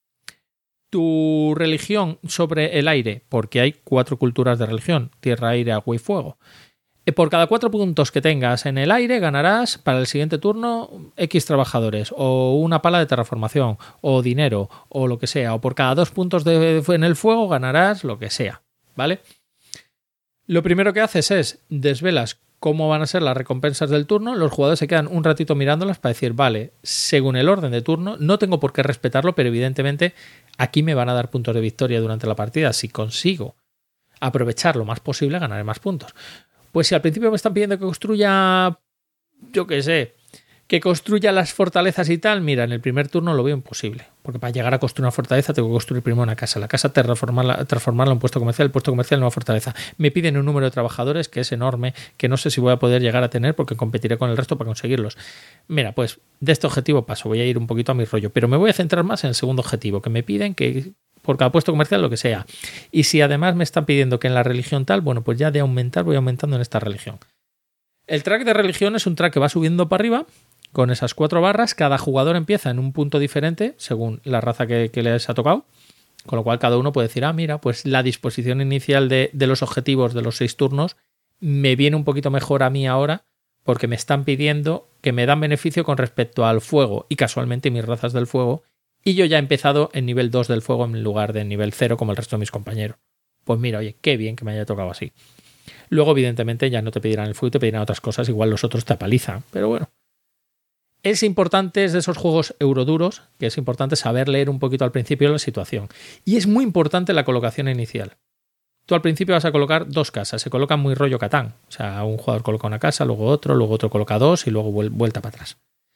S4: tu religión sobre el aire, porque hay cuatro culturas de religión, tierra, aire, agua y fuego, por cada cuatro puntos que tengas en el aire, ganarás para el siguiente turno X trabajadores, o una pala de terraformación, o dinero, o lo que sea, o por cada dos puntos de, en el fuego ganarás lo que sea, ¿vale? Lo primero que haces es desvelas cómo van a ser las recompensas del turno, los jugadores se quedan un ratito mirándolas para decir, vale, según el orden de turno, no tengo por qué respetarlo, pero evidentemente aquí me van a dar puntos de victoria durante la partida. Si consigo aprovechar lo más posible, ganaré más puntos. Pues si al principio me están pidiendo que construya, yo qué sé, que construya las fortalezas y tal, mira, en el primer turno lo veo imposible, porque para llegar a construir una fortaleza tengo que construir primero una casa, la casa transformarla, transformarla en un puesto comercial, el puesto comercial en una fortaleza. Me piden un número de trabajadores que es enorme, que no sé si voy a poder llegar a tener porque competiré con el resto para conseguirlos. Mira, pues de este objetivo paso, voy a ir un poquito a mi rollo, pero me voy a centrar más en el segundo objetivo, que me piden que por cada puesto comercial lo que sea. Y si además me están pidiendo que en la religión tal, bueno, pues ya de aumentar voy aumentando en esta religión. El track de religión es un track que va subiendo para arriba. Con esas cuatro barras, cada jugador empieza en un punto diferente según la raza que, que les ha tocado, con lo cual cada uno puede decir, ah, mira, pues la disposición inicial de, de los objetivos de los seis turnos me viene un poquito mejor a mí ahora porque me están pidiendo que me dan beneficio con respecto al fuego y casualmente mis razas del fuego y yo ya he empezado en nivel dos del fuego en lugar de nivel cero como el resto de mis compañeros. Pues mira, oye, qué bien que me haya tocado así. Luego, evidentemente, ya no te pedirán el fuego, te pedirán otras cosas, igual los otros te apalizan, pero bueno. Es importante, es de esos juegos euroduros, que es importante saber leer un poquito al principio la situación. Y es muy importante la colocación inicial. Tú al principio vas a colocar dos casas, se colocan muy rollo Catán. O sea, un jugador coloca una casa, luego otro, luego otro coloca dos y luego vuelta para atrás.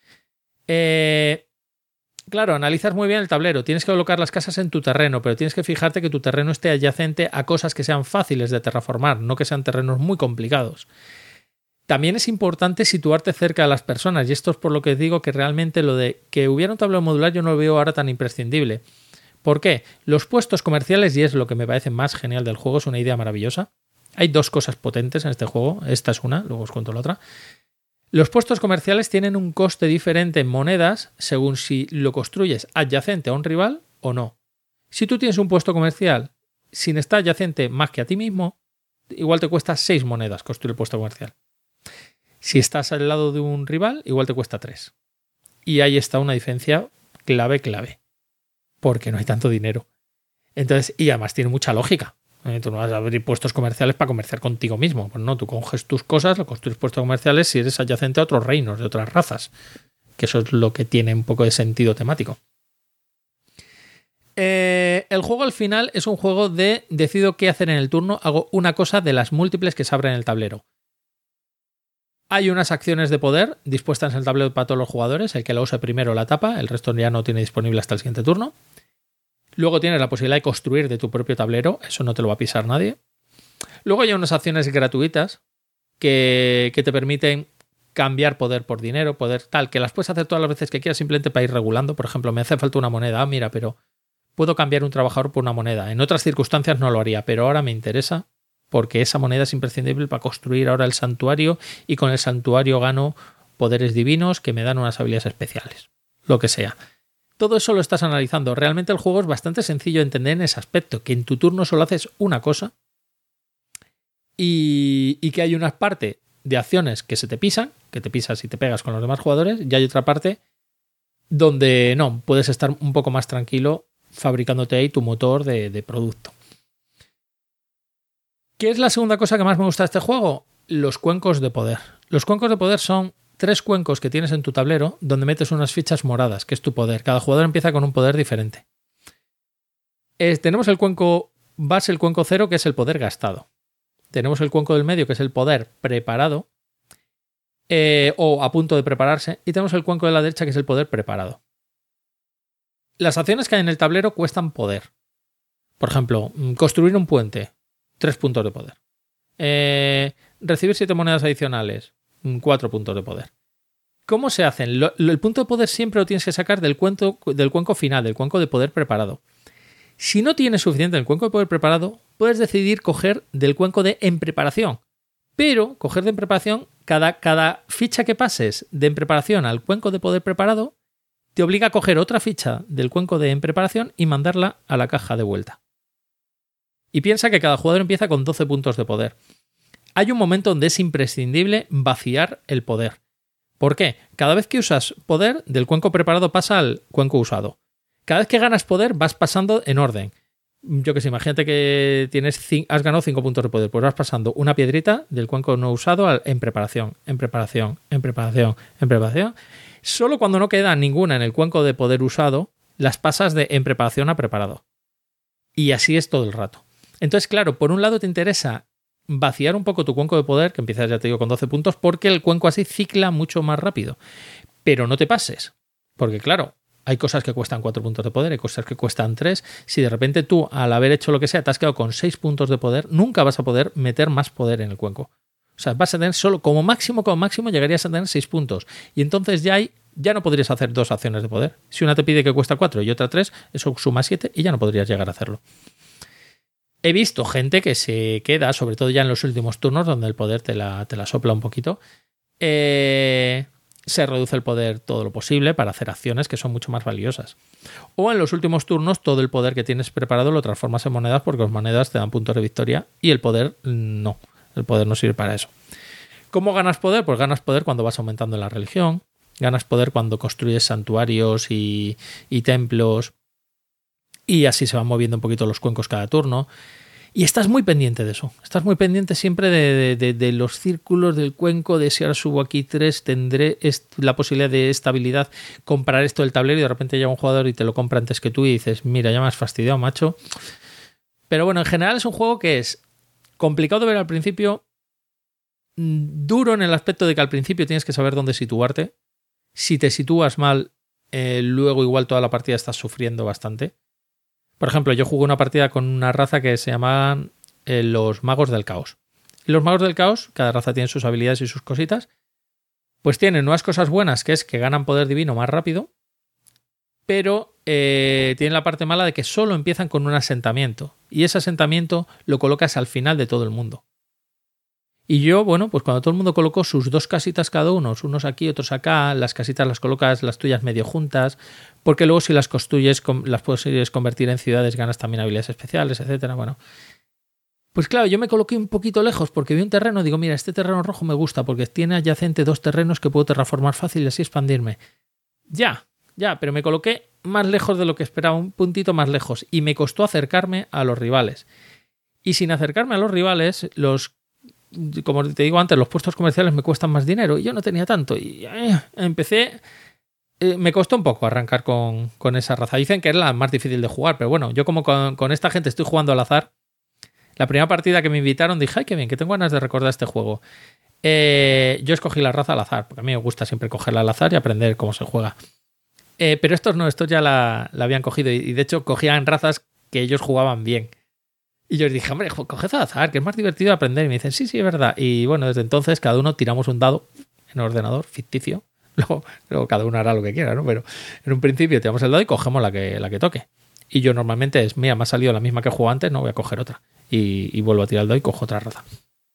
S4: Eh, claro, analizas muy bien el tablero, tienes que colocar las casas en tu terreno, pero tienes que fijarte que tu terreno esté adyacente a cosas que sean fáciles de terraformar, no que sean terrenos muy complicados. También es importante situarte cerca de las personas y esto es por lo que digo que realmente lo de que hubiera un tablero modular yo no lo veo ahora tan imprescindible. ¿Por qué? Los puestos comerciales, y es lo que me parece más genial del juego, es una idea maravillosa. Hay dos cosas potentes en este juego, esta es una, luego os cuento la otra. Los puestos comerciales tienen un coste diferente en monedas según si lo construyes adyacente a un rival o no. Si tú tienes un puesto comercial sin estar adyacente más que a ti mismo, igual te cuesta seis monedas construir el puesto comercial. Si estás al lado de un rival, igual te cuesta tres. Y ahí está una diferencia clave, clave. Porque no hay tanto dinero. Entonces, y además tiene mucha lógica. Eh, tú no vas a abrir puestos comerciales para comerciar contigo mismo. Pues no, tú coges tus cosas, lo construyes puestos comerciales si eres adyacente a otros reinos, de otras razas. Que eso es lo que tiene un poco de sentido temático. Eh, el juego al final es un juego de decido qué hacer en el turno, hago una cosa de las múltiples que se abren en el tablero. Hay unas acciones de poder dispuestas en el tablero para todos los jugadores. El que la use primero la tapa, el resto ya no tiene disponible hasta el siguiente turno. Luego tienes la posibilidad de construir de tu propio tablero, eso no te lo va a pisar nadie. Luego hay unas acciones gratuitas que, que te permiten cambiar poder por dinero, poder tal, que las puedes hacer todas las veces que quieras simplemente para ir regulando. Por ejemplo, me hace falta una moneda, ah, mira, pero puedo cambiar un trabajador por una moneda. En otras circunstancias no lo haría, pero ahora me interesa. Porque esa moneda es imprescindible para construir ahora el santuario y con el santuario gano poderes divinos que me dan unas habilidades especiales. Lo que sea. Todo eso lo estás analizando. Realmente el juego es bastante sencillo de entender en ese aspecto, que en tu turno solo haces una cosa y, y que hay una parte de acciones que se te pisan, que te pisas y te pegas con los demás jugadores, y hay otra parte donde no, puedes estar un poco más tranquilo fabricándote ahí tu motor de, de producto. ¿Qué es la segunda cosa que más me gusta de este juego? Los cuencos de poder. Los cuencos de poder son tres cuencos que tienes en tu tablero donde metes unas fichas moradas, que es tu poder. Cada jugador empieza con un poder diferente. Eh, tenemos el cuenco base, el cuenco cero, que es el poder gastado. Tenemos el cuenco del medio, que es el poder preparado eh, o a punto de prepararse. Y tenemos el cuenco de la derecha, que es el poder preparado. Las acciones que hay en el tablero cuestan poder. Por ejemplo, construir un puente. Tres puntos de poder. Eh, recibir siete monedas adicionales. Cuatro puntos de poder. ¿Cómo se hacen? Lo, lo, el punto de poder siempre lo tienes que sacar del, cuento, del cuenco final, del cuenco de poder preparado. Si no tienes suficiente en el cuenco de poder preparado, puedes decidir coger del cuenco de en preparación. Pero coger de en preparación, cada, cada ficha que pases de en preparación al cuenco de poder preparado, te obliga a coger otra ficha del cuenco de en preparación y mandarla a la caja de vuelta. Y piensa que cada jugador empieza con doce puntos de poder. Hay un momento donde es imprescindible vaciar el poder. ¿Por qué? Cada vez que usas poder, del cuenco preparado pasa al cuenco usado. Cada vez que ganas poder, vas pasando en orden. yo que sé, imagínate que tienes cin- has ganado cinco puntos de poder, pues vas pasando una piedrita del cuenco no usado al- en preparación, en preparación, en preparación, en preparación. Solo cuando no queda ninguna en el cuenco de poder usado, las pasas de en preparación a preparado. Y así es todo el rato. Entonces, claro, por un lado te interesa vaciar un poco tu cuenco de poder, que empiezas, ya te digo, con doce puntos, porque el cuenco así cicla mucho más rápido. Pero no te pases, porque claro, hay cosas que cuestan cuatro puntos de poder, hay cosas que cuestan tres. Si de repente tú, al haber hecho lo que sea, te has quedado con seis puntos de poder, nunca vas a poder meter más poder en el cuenco. O sea, vas a tener solo, como máximo, como máximo, llegarías a tener seis puntos. Y entonces ya hay, ya no podrías hacer dos acciones de poder. Si una te pide que cuesta cuatro y otra tres, eso suma siete y ya no podrías llegar a hacerlo. He visto gente que se queda, sobre todo ya en los últimos turnos, donde el poder te la, te la sopla un poquito. Eh, se reduce el poder todo lo posible para hacer acciones que son mucho más valiosas. O en los últimos turnos, todo el poder que tienes preparado lo transformas en monedas porque las monedas te dan puntos de victoria y el poder no. El poder no sirve para eso. ¿Cómo ganas poder? Pues ganas poder cuando vas aumentando en la religión. Ganas poder cuando construyes santuarios y, y templos. Y así se van moviendo un poquito los cuencos cada turno. Y estás muy pendiente de eso. Estás muy pendiente siempre de, de, de, de los círculos del cuenco, de si ahora subo aquí tres, tendré la posibilidad de estabilidad, comprar esto del tablero y de repente llega un jugador y te lo compra antes que tú y dices, mira, ya me has fastidiado, macho. Pero bueno, en general es un juego que es complicado de ver al principio, duro en el aspecto de que al principio tienes que saber dónde situarte. Si te sitúas mal, eh, luego igual toda la partida estás sufriendo bastante. Por ejemplo, yo jugué una partida con una raza que se llamaban eh, los magos del caos. Y los magos del caos, cada raza tiene sus habilidades y sus cositas, pues tienen unas cosas buenas, que es que ganan poder divino más rápido, pero eh, tienen la parte mala de que solo empiezan con un asentamiento. Y ese asentamiento lo colocas al final de todo el mundo. Y yo, bueno, pues cuando todo el mundo colocó sus dos casitas cada uno, unos aquí, otros acá, las casitas las colocas las tuyas medio juntas, porque luego si las construyes, las puedes convertir en ciudades, ganas también habilidades especiales, etcétera. Bueno, pues claro, yo me coloqué un poquito lejos porque vi un terreno, digo, mira, este terreno rojo me gusta porque tiene adyacente dos terrenos que puedo terraformar fácil y así expandirme. Ya, ya, pero me coloqué más lejos de lo que esperaba, un puntito más lejos, y me costó acercarme a los rivales. Y sin acercarme a los rivales, los como te digo antes, los puestos comerciales me cuestan más dinero y yo no tenía tanto. Y eh, empecé... Eh, me costó un poco arrancar con, con esa raza. Dicen que es la más difícil de jugar, pero bueno, yo como con, con esta gente estoy jugando al azar. La primera partida que me invitaron dije, ay, qué bien, que tengo ganas de recordar este juego. Eh, yo escogí la raza al azar, porque a mí me gusta siempre cogerla al azar y aprender cómo se juega. Eh, pero estos no, estos ya la, la habían cogido y, y de hecho cogían razas que ellos jugaban bien. Y yo les dije, hombre, coged al azar, que es más divertido aprender. Y me dicen, sí, sí, es verdad. Y bueno, desde entonces cada uno tiramos un dado en ordenador ficticio. Luego, luego cada uno hará lo que quiera, ¿no? Pero en un principio tiramos el dado y cogemos la que, la que toque. Y yo normalmente es, mira, me ha salido la misma que jugó antes, no voy a coger otra. Y, y vuelvo a tirar el dado y cojo otra raza.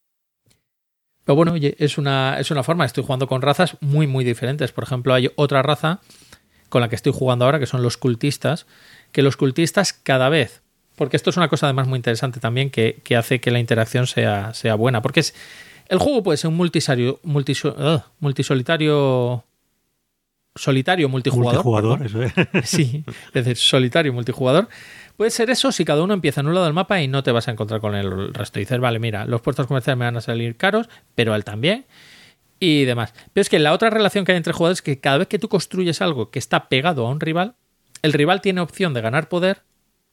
S4: Pero bueno, oye, es una, es una forma. Estoy jugando con razas muy, muy diferentes. Por ejemplo, hay otra raza con la que estoy jugando ahora, que son los cultistas. Que los cultistas cada vez... Porque esto es una cosa además muy interesante también que, que hace que la interacción sea, sea buena. Porque es, el juego puede ser un multisario, multis, uh, multisolitario... Solitario multijugador.
S3: Multijugador, eso es.
S4: Sí, es decir, solitario multijugador. Puede ser eso si cada uno empieza en un lado del mapa y no te vas a encontrar con el resto. Y dices, vale, mira, los puestos comerciales me van a salir caros, pero él también. Y demás. Pero es que la otra relación que hay entre jugadores es que cada vez que tú construyes algo que está pegado a un rival, el rival tiene opción de ganar poder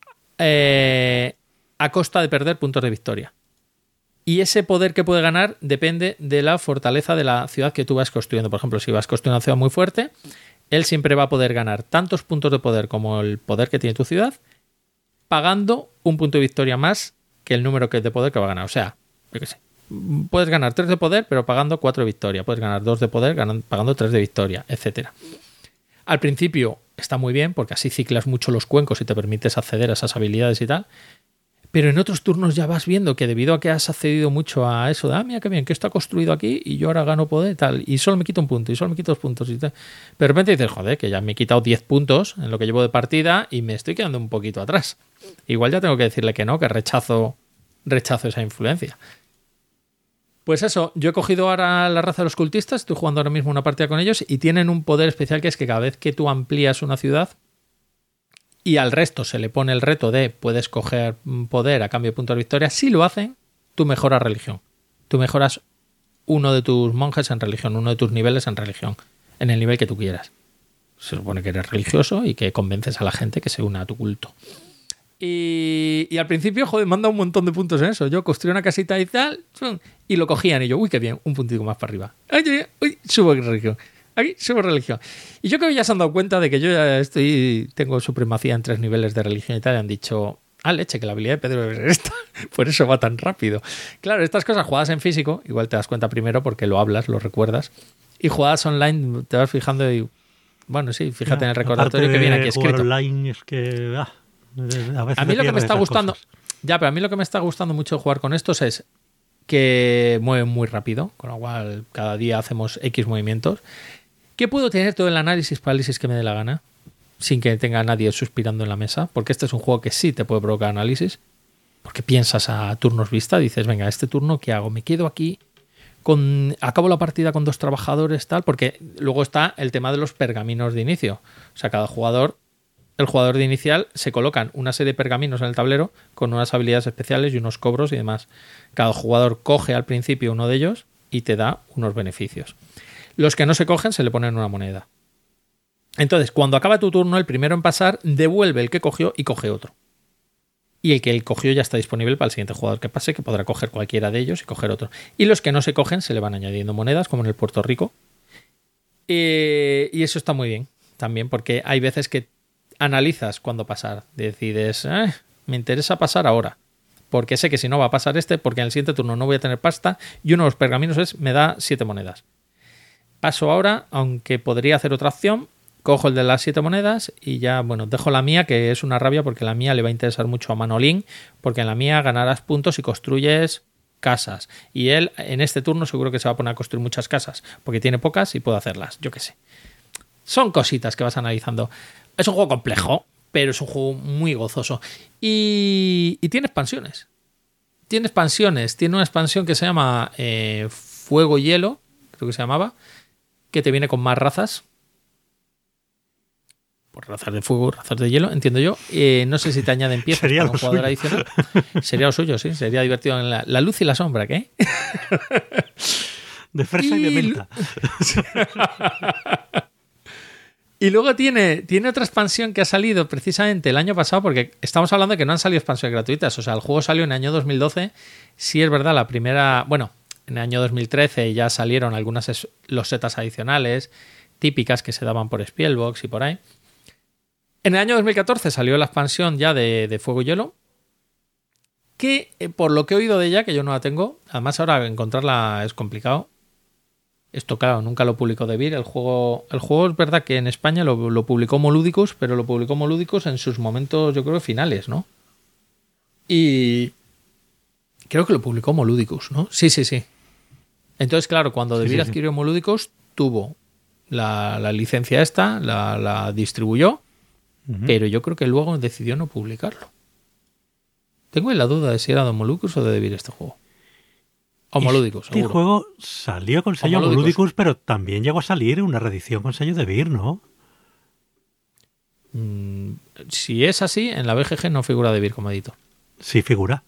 S4: eh, a costa de perder puntos de victoria. Y ese poder que puede ganar depende de la fortaleza de la ciudad que tú vas construyendo. Por ejemplo, si vas construyendo una ciudad muy fuerte, él siempre va a poder ganar tantos puntos de poder como el poder que tiene tu ciudad, pagando un punto de victoria más que el número de poder que va a ganar. O sea, yo qué sé, puedes ganar tres de poder, pero pagando cuatro de victoria. Puedes ganar dos de poder, ganando, pagando tres de victoria, etcétera. Al principio está muy bien, porque así ciclas mucho los cuencos y te permites acceder a esas habilidades y tal. Pero en otros turnos ya vas viendo que debido a que has accedido mucho a eso de, ah, mira qué bien, que esto ha construido aquí y yo ahora gano poder y tal, y solo me quito un punto, y solo me quito dos puntos y tal. Pero de repente dices, joder, que ya me he quitado diez puntos en lo que llevo de partida y me estoy quedando un poquito atrás. Igual ya tengo que decirle que no, que rechazo, rechazo esa influencia. Pues eso, yo he cogido ahora la raza de los cultistas, estoy jugando ahora mismo una partida con ellos y tienen un poder especial que es que cada vez que tú amplías una ciudad y al resto se le pone el reto de puedes coger poder a cambio de puntos de victoria. Si lo hacen, tú mejoras religión. Tú mejoras uno de tus monjes en religión, uno de tus niveles en religión, en el nivel que tú quieras. Se supone que eres religioso y que convences a la gente que se una a tu culto. Y, y al principio, joder, manda un montón de puntos en eso. Yo construí una casita y tal, y lo cogían. Y yo, uy, qué bien, un puntito más para arriba. Ay, uy, subo religión. Aquí subo religión. Y yo creo que ya se han dado cuenta de que yo ya estoy, tengo supremacía en tres niveles de religión y tal. Y han dicho, ah, leche, que la habilidad de Pedro debe ser esta. Por eso va tan rápido. Claro, estas cosas jugadas en físico, igual te das cuenta primero porque lo hablas, lo recuerdas. Y jugadas online te vas fijando y, bueno, sí, fíjate ya, en el recordatorio que viene aquí escrito.
S3: Online es que, ah, a, veces
S4: a mí lo que me está gustando, cosas. ya, pero a mí lo que me está gustando mucho de jugar con estos es que mueven muy rápido, con lo cual cada día hacemos X movimientos. Que puedo tener todo el análisis parálisis que me dé la gana, sin que tenga nadie suspirando en la mesa, porque este es un juego que sí te puede provocar análisis, porque piensas a turnos vista, dices, venga, este turno, ¿qué hago? Me quedo aquí, con acabo la partida con dos trabajadores, tal, porque luego está el tema de los pergaminos de inicio. O sea, cada jugador, el jugador de inicial, se colocan una serie de pergaminos en el tablero con unas habilidades especiales y unos cobros y demás. Cada jugador coge al principio uno de ellos y te da unos beneficios. Los que no se cogen se le ponen una moneda. Entonces, cuando acaba tu turno, el primero en pasar devuelve el que cogió y coge otro. Y el que él cogió ya está disponible para el siguiente jugador que pase, que podrá coger cualquiera de ellos y coger otro. Y los que no se cogen se le van añadiendo monedas, como en el Puerto Rico. Eh, y eso está muy bien también, porque hay veces que analizas cuándo pasar. Decides, eh, me interesa pasar ahora, porque sé que si no va a pasar este, porque en el siguiente turno no voy a tener pasta, y uno de los pergaminos es, me da siete monedas. Paso ahora, aunque podría hacer otra opción, cojo el de las siete monedas y ya, bueno, dejo la mía, que es una rabia porque la mía le va a interesar mucho a Manolín, porque en la mía ganarás puntos y construyes casas. Y él, en este turno, seguro que se va a poner a construir muchas casas, porque tiene pocas y puede hacerlas, yo qué sé. Son cositas que vas analizando. Es un juego complejo, pero es un juego muy gozoso. Y, y tiene expansiones. Tiene expansiones. Tiene una expansión que se llama eh, Fuego y Hielo, creo que se llamaba, que te viene con más razas. Por razas de fuego, razas de hielo, entiendo yo. Eh, no sé si te añaden piezas
S3: sería
S4: como jugador adicional. Sería lo suyo, sí. Sería divertido en la, la luz y la sombra, ¿qué?
S3: De fresa y, y de menta.
S4: Y luego tiene, tiene otra expansión que ha salido precisamente el año pasado, porque estamos hablando de que no han salido expansiones gratuitas. O sea, el juego salió en el año dos mil doce. Sí es verdad, la primera... Bueno, en el año dos mil trece ya salieron algunas losetas adicionales típicas que se daban por Spielbox y por ahí. En el año dos mil catorce salió la expansión ya de, de Fuego y Hielo, que eh, por lo que he oído de ella, que yo no la tengo, además ahora encontrarla es complicado. Esto, claro, nunca lo publicó Devir. El juego, el juego es verdad que en España lo, lo publicó Moludicus, pero lo publicó Moludicus en sus momentos, yo creo, finales, ¿no? Y creo que lo publicó Moludicus, ¿no? Sí, sí, sí. Entonces, claro, cuando Devir sí, sí, adquirió sí. Moludicus, tuvo la, la licencia esta, la, la distribuyó, uh-huh. pero yo creo que luego decidió no publicarlo. Tengo la duda de si era de Moludicus o de Devir este juego. O Moludicus,
S3: seguro. Este juego salió con sello Moludicus. Moludicus, pero también llegó a salir una reedición con sello de Devir, ¿no?
S4: Mm, si es así, en la B G G no figura Devir como editor.
S3: Sí figura.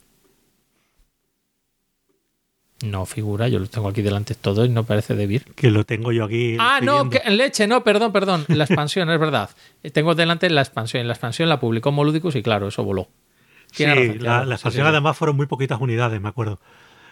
S4: No figura, yo lo tengo aquí delante todo y no parece Devir.
S3: Que lo tengo yo aquí.
S4: Ah, no, que, leche, no, perdón, perdón. La expansión, es verdad. Tengo delante la expansión. La expansión la publicó Moludicus y claro, eso voló.
S3: Sí, razón, la, la expansión sí, además fueron muy poquitas unidades, me acuerdo.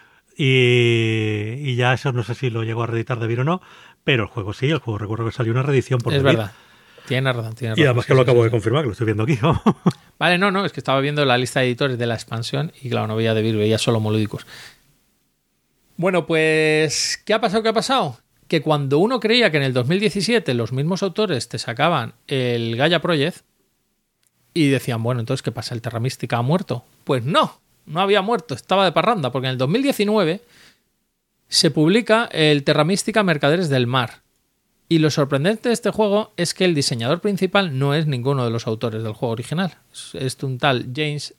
S3: Y, y ya eso no sé si lo llegó a reeditar Devir o no, pero el juego sí, el juego recuerdo que salió una reedición por
S4: Es
S3: Devir.
S4: verdad, tiene razón, tiene razón.
S3: Y además
S4: sí,
S3: que lo
S4: sí,
S3: acabo
S4: sí,
S3: de
S4: sí.
S3: confirmar, que lo estoy viendo aquí.
S4: Vale, no, no, es que estaba viendo la lista de editores de la expansión y claro, no veía Devir, veía solo Moludicus. Bueno, pues, ¿qué ha pasado? ¿Qué ha pasado? Que cuando uno creía que en el dos mil diecisiete los mismos autores te sacaban el Gaia Project y decían, bueno, entonces, ¿qué pasa? ¿El Terra Mística ha muerto? Pues no, no había muerto, estaba de parranda, porque en el dos mil diecinueve se publica el Terra Mística Mercaderes del Mar. Y lo sorprendente de este juego es que el diseñador principal no es ninguno de los autores del juego original. Es, es un tal James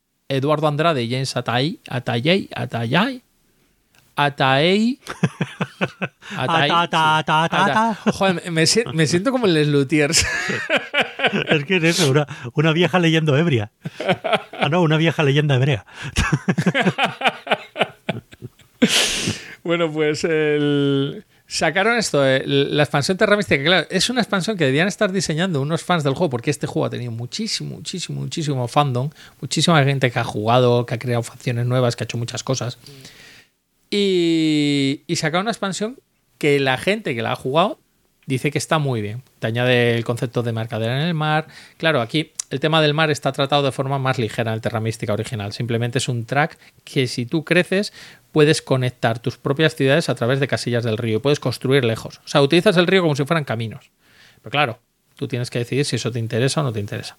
S4: Eduardo Andrade y James Atay, Atayay, Atayay, Atayay, Atai,
S3: Ta, ta, ta, ta, ta.
S4: Ata- Joder, me, si- me siento como en Les Luthiers.
S3: Es que es eso, una, una vieja leyenda ebria. Ah, no, una vieja leyenda hebrea.
S4: Bueno, pues el... sacaron esto, eh, la expansión Terra Mística. Claro, es una expansión que debían estar diseñando unos fans del juego, porque este juego ha tenido muchísimo, muchísimo, muchísimo fandom, muchísima gente que ha jugado, que ha creado facciones nuevas, que ha hecho muchas cosas. Y, y sacaron una expansión que la gente que la ha jugado dice que está muy bien. Te añade el concepto de mercadera en el mar. Claro, aquí el tema del mar está tratado de forma más ligera en el Terra Mística original. Simplemente es un track que si tú creces puedes conectar tus propias ciudades a través de casillas del río y puedes construir lejos. O sea, utilizas el río como si fueran caminos. Pero claro, tú tienes que decidir si eso te interesa o no te interesa.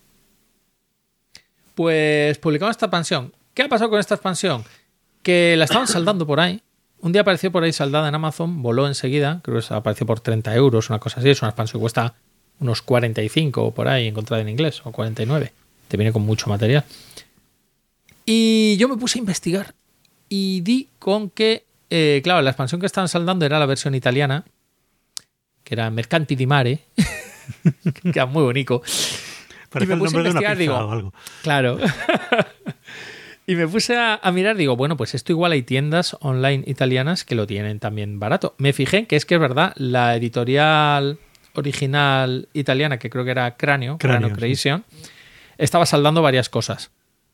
S4: Pues publicamos esta expansión. ¿Qué ha pasado con esta expansión? Que la estaban saldando por ahí. Un día apareció por ahí saldada en Amazon, voló enseguida, creo que apareció por treinta euros, una cosa así. Es una expansión que cuesta unos cuarenta y cinco o por ahí, encontrada en inglés, o cuarenta y nueve. Te viene con mucho material. Y yo me puse a investigar y di con que, eh, claro, la expansión que estaban saldando era la versión italiana, que era Mercanti di Mare, que era muy bonito.
S3: Parece
S4: Y me
S3: el
S4: puse a
S3: nombre de una
S4: investigar,
S3: pizza
S4: digo,
S3: o algo.
S4: claro. Y me puse a, a mirar, digo, bueno, pues esto igual hay tiendas online italianas que lo tienen también barato. Me fijé que es que es verdad, la editorial original italiana, que creo que era Cranio, Cranio, Cranio Creation, sí, estaba saldando varias cosas.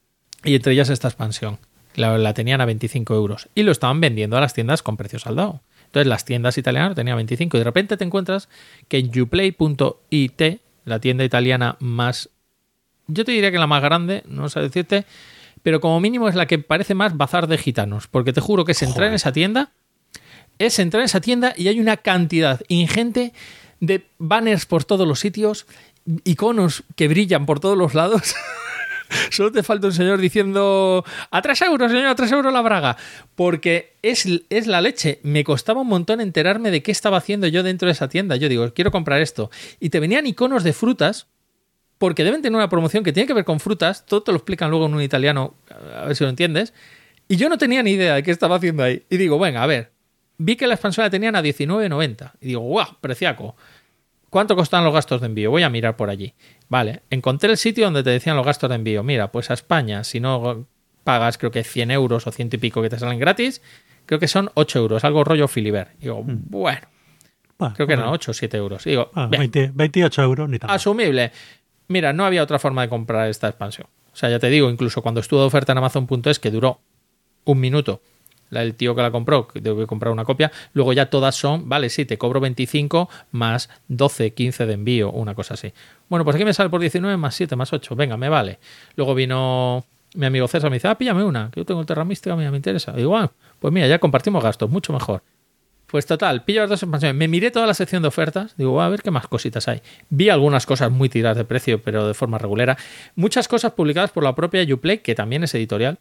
S4: Y entre ellas esta expansión. La, la tenían a veinticinco euros. Y lo estaban vendiendo a las tiendas con precio saldado. Entonces las tiendas italianas lo tenían a veinticinco. Y de repente te encuentras que en uplay punto it, la tienda italiana más... Yo te diría que la más grande, no sé decirte... pero como mínimo es la que parece más bazar de gitanos, porque te juro que es entrar Joder. en esa tienda, es entrar en esa tienda y hay una cantidad ingente de banners por todos los sitios, iconos que brillan por todos los lados. Solo te falta un señor diciendo a tres euros, señor, a tres euros la braga, porque es, es la leche. Me costaba un montón enterarme de qué estaba haciendo yo dentro de esa tienda. Yo digo, quiero comprar esto. Y te venían iconos de frutas, porque deben tener una promoción que tiene que ver con frutas. Todo te lo explican luego en un italiano, a ver si lo entiendes. Y yo no tenía ni idea de qué estaba haciendo ahí. Y digo, venga, a ver. Vi que la expansión la tenían a diecinueve noventa. Y digo, guau, preciaco. ¿Cuánto costan los gastos de envío? Voy a mirar por allí. Vale, encontré el sitio donde te decían los gastos de envío. Mira, pues a España, si no pagas creo que cien euros o ciento y pico que te salen gratis, creo que son ocho euros, algo rollo Filibert. Digo, mm. bueno, ah, creo que eran ocho o siete euros. Digo,
S3: ah, veinte, veintiocho euros, ni tan
S4: asumible. Mira, no había otra forma de comprar esta expansión. O sea, ya te digo, incluso cuando estuvo de oferta en Amazon punto es, que duró un minuto, el tío que la compró, que debe comprar una copia, luego ya todas son, vale, sí, te cobro veinticinco más doce, quince de envío, una cosa así. Bueno, pues aquí me sale por diecinueve más siete más ocho, venga, me vale. Luego vino mi amigo César, me dice, ah, píllame una, que yo tengo el Terra Mística, mira, me interesa. Y digo, ah, pues mira, ya compartimos gastos, mucho mejor. Pues total, pillo las dos expansiones. Me miré toda la sección de ofertas. Digo, a ver qué más cositas hay. Vi algunas cosas muy tiradas de precio, pero de forma regulera. Muchas cosas publicadas por la propia Uplay, que también es editorial.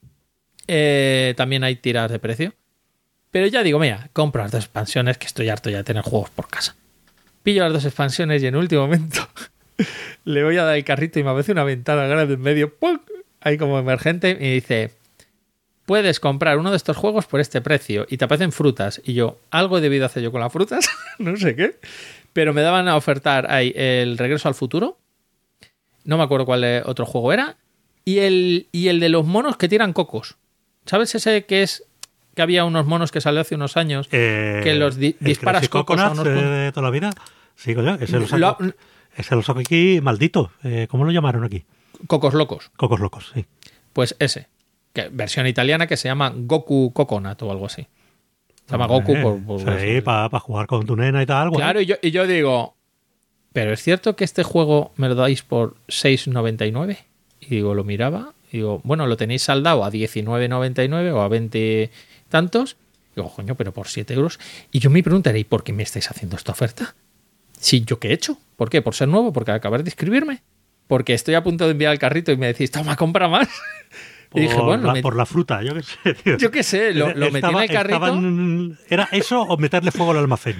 S4: Eh, también hay tiradas de precio. Pero ya digo, mira, compro las dos expansiones, que estoy harto ya de tener juegos por casa. Pillo las dos expansiones y en último momento le voy a dar el carrito y me aparece una ventana grande en medio. ¡Pum! Ahí como emergente y dice... puedes comprar uno de estos juegos por este precio y te aparecen frutas. Y yo, algo he debido hacer yo con las frutas, no sé qué, pero me daban a ofertar ahí el Regreso al Futuro, no me acuerdo cuál otro juego era, y el, y el de los monos que tiran cocos. ¿Sabes ese que es que había unos monos que salió hace unos años eh, que los di- disparas cocos a unos...
S3: Eh, de toda la vida? Sí, coño, ese lo saco, lo, ese lo saco aquí maldito. Eh, ¿Cómo lo llamaron aquí?
S4: Cocos locos.
S3: Cocos locos, sí.
S4: Pues ese. Que, versión italiana que se llama Goku Coconut o algo así. Se llama Goku
S3: eh,
S4: por... por
S3: sí, para pa jugar con tu nena y tal. Algo,
S4: claro,
S3: ¿eh?
S4: y, yo, y yo digo, ¿pero es cierto que este juego me lo dais por seis noventa y nueve? Y digo, lo miraba, y digo, bueno, lo tenéis saldado a diecinueve noventa y nueve o a veinte tantos. Y digo, coño, pero por siete euros. Y yo me preguntaré, ¿y por qué me estáis haciendo esta oferta? Sí, ¿yo qué he hecho? ¿Por qué? ¿Por ser nuevo? ¿Porque acabar de inscribirme? Porque estoy a punto de enviar el carrito y me decís, toma, compra más.
S3: Por,
S4: y dije, bueno,
S3: la,
S4: me...
S3: por la fruta, yo qué sé, tío.
S4: Yo qué sé, lo, lo metí en el carrito.
S3: En... ¿Era eso o meterle fuego al almacén?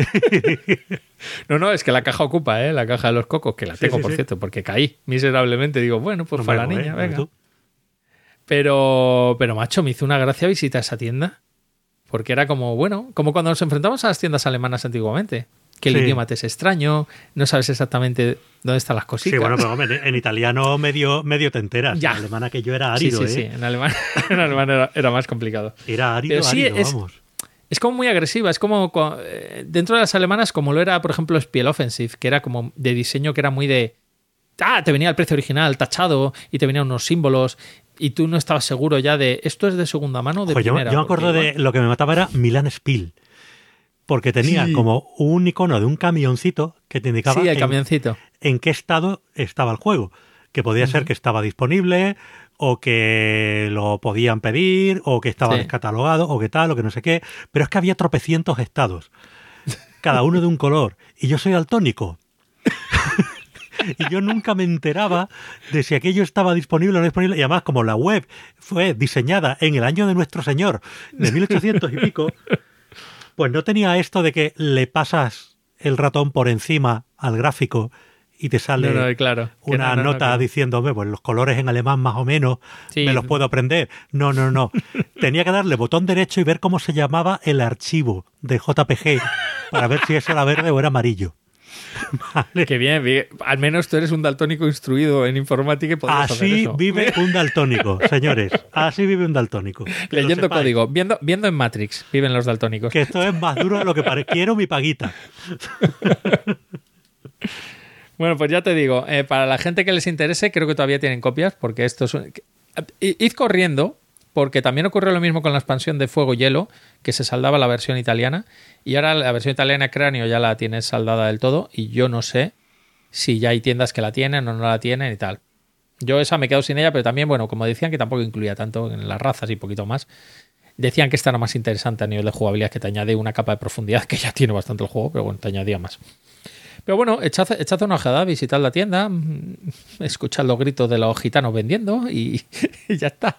S4: No, no, es que la caja ocupa, ¿eh? La caja de los cocos, que la tengo, sí, sí, por sí. cierto, porque caí miserablemente. Digo, bueno, pues no para la niña, venga. Pero, pero, macho, me hizo una gracia visitar esa tienda. Porque era como, bueno, como cuando nos enfrentamos a las tiendas alemanas antiguamente. Que el
S3: Sí.
S4: idioma te es extraño, no sabes exactamente dónde están las cositas.
S3: Sí, bueno, pero hombre, en, en italiano medio, medio te enteras.
S4: Ya.
S3: En alemán aquello era
S4: Sí,
S3: árido,
S4: sí, sí.
S3: ¿eh?
S4: En alemán, en alemán era, era más complicado.
S3: Era árido,
S4: Pero sí,
S3: árido,
S4: es-
S3: vamos.
S4: Es como muy agresiva, es como cua- eh, dentro de las alemanas, como lo era, por ejemplo, Spiel Offensive, que era como de diseño que era muy de. Ah, te venía el precio original tachado y te venían unos símbolos y tú no estabas seguro ya de esto es de segunda mano o de
S3: Ojo, yo,
S4: primera.
S3: yo me acuerdo
S4: porque
S3: de
S4: igual-
S3: lo que me mataba era Milan Spiel. Porque tenía
S4: Sí.
S3: como un icono de un camioncito que te indicaba
S4: Sí, el
S3: en,
S4: camioncito.
S3: en qué estado estaba el juego. Que podía ser que estaba disponible, o que lo podían pedir, o que estaba
S4: Sí.
S3: descatalogado, o que tal, o que no sé qué. Pero es que había tropecientos estados, cada uno de un color. Y yo soy daltónico. Y yo nunca me enteraba de si aquello estaba disponible o no disponible. Y además, como la web fue diseñada en el año de nuestro Señor, de mil ochocientos y pico, pues no tenía esto de que le pasas el ratón por encima al gráfico y te sale
S4: No, no, claro. Que
S3: una
S4: no, no, no,
S3: nota
S4: que no.
S3: diciéndome, pues los colores en alemán más o menos
S4: Sí.
S3: me los puedo aprender. No, no, no. Tenía que darle botón derecho y ver cómo se llamaba el archivo de J P G para ver si eso era verde o era amarillo. Vale.
S4: Qué bien, bien. Al menos tú eres un daltónico instruido en informática y podrías hacer
S3: Así
S4: eso.
S3: vive un daltónico, señores. Así vive un daltónico. Que lo
S4: Leyendo
S3: sepáis,
S4: código, viendo, viendo en Matrix, viven los daltónicos.
S3: Que esto es más duro de lo que parece. Quiero mi paguita.
S4: Bueno, pues ya te digo, eh, para la gente que les interese, creo que todavía tienen copias, porque esto es... un- I- Id corriendo, porque también ocurrió lo mismo con la expansión de Fuego Hielo, que se saldaba la versión italiana, y ahora la versión italiana Cráneo ya la tienes saldada del todo, y yo no sé si ya hay tiendas que la tienen o no la tienen y tal. Yo esa me quedo sin ella, pero también, bueno, como decían que tampoco incluía tanto en las razas y poquito más, decían que esta era más interesante a nivel de jugabilidad, que te añade una capa de profundidad, que ya tiene bastante el juego, pero bueno, te añadía más. Pero bueno, echad, echad una ojeada, visitad la tienda, mm, escuchad los gritos de los gitanos vendiendo y, y ya está.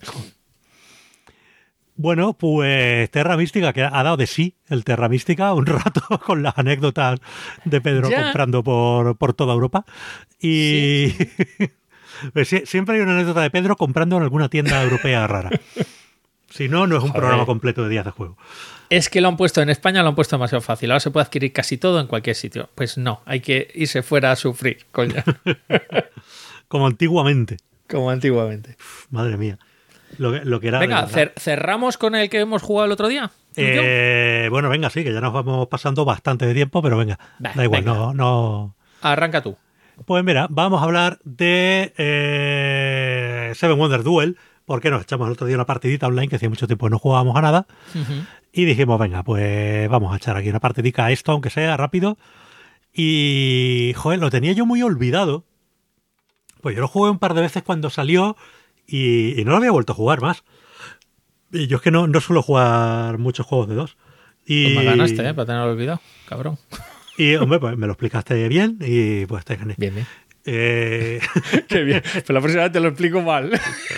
S3: Bueno, pues Terra Mística, que ha dado de sí el Terra Mística un rato con las anécdotas de Pedro
S4: Ya.
S3: comprando por, por toda Europa. Y pues sí, siempre hay una anécdota de Pedro comprando en alguna tienda europea rara. Si no, no es un
S4: Joder.
S3: programa completo de días de juego.
S4: Es que lo han puesto en España, lo han puesto demasiado fácil. Ahora se puede adquirir casi todo en cualquier sitio. Pues no, hay que irse fuera a sufrir, coña.
S3: Como antiguamente.
S4: Como antiguamente.
S3: Madre mía. Lo que, lo que era. de
S4: Venga,
S3: verdad.
S4: cer- cerramos con el que hemos jugado el otro día. ¿Tú y yo?
S3: Eh, bueno, venga, sí, que ya nos vamos pasando bastante de tiempo, pero venga,
S4: Va,
S3: da igual,
S4: venga.
S3: no, no.
S4: Arranca tú.
S3: Pues mira, vamos a hablar de eh, Seven Wonders Duel, porque nos echamos el otro día una partidita online que hacía mucho tiempo que no jugábamos a nada.
S4: Ujú.
S3: Y dijimos, venga, pues vamos a echar aquí una partidica a esto, aunque sea rápido. Y, joder, lo tenía yo muy olvidado. Pues yo lo jugué un par de veces cuando salió y, y no lo había vuelto a jugar más. Y yo es que no, no suelo jugar muchos juegos de dos. Y,
S4: Pues me ganaste, ¿eh? Para tenerlo olvidado, cabrón.
S3: y, hombre, pues me lo explicaste bien y pues te gané.
S4: Bien, bien.
S3: Eh,
S4: Qué bien. Pero la próxima vez te lo explico mal.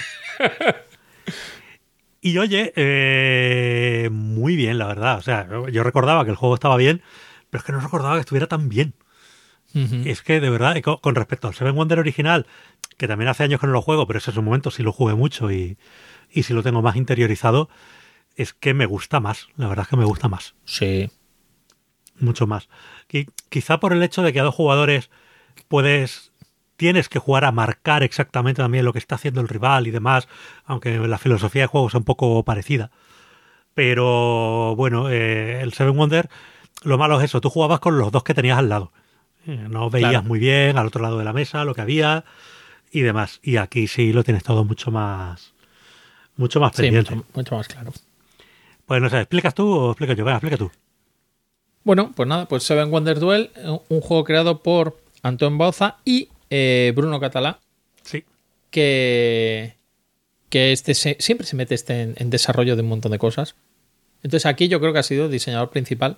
S3: y oye, eh, muy bien, la verdad. O sea, yo recordaba que el juego estaba bien, pero es que no recordaba que estuviera tan bien.
S4: Ujú.
S3: Es que de verdad, con, con respecto al Seven Wonder original, que también hace años que no lo juego, pero ese es un momento sí lo jugué mucho y, y sí lo tengo más interiorizado, es que me gusta más. La verdad es que me gusta más.
S4: Sí.
S3: Mucho más. Qui- quizá por el hecho de que a dos jugadores puedes. Tienes que jugar a marcar exactamente también lo que está haciendo el rival y demás, aunque la filosofía de juego es un poco parecida. Pero bueno, eh, el Seven Wonder, lo malo es eso, tú jugabas con los dos que tenías al lado. Eh, no veías
S4: Claro.
S3: muy bien al otro lado de la mesa lo que había y demás. Y aquí sí lo tienes todo mucho más mucho más
S4: Sí,
S3: pendiente.
S4: mucho, mucho más claro.
S3: Pues no sé, ¿explicas tú o explico yo? Venga, explica tú.
S4: Bueno, pues nada, pues Seven Wonders Duel, un juego creado por Antón Bauza y eh, Bruno Català,
S3: Sí.
S4: que, que este se- siempre se mete este en, en desarrollo de un montón de cosas. Entonces aquí yo creo que ha sido diseñador principal.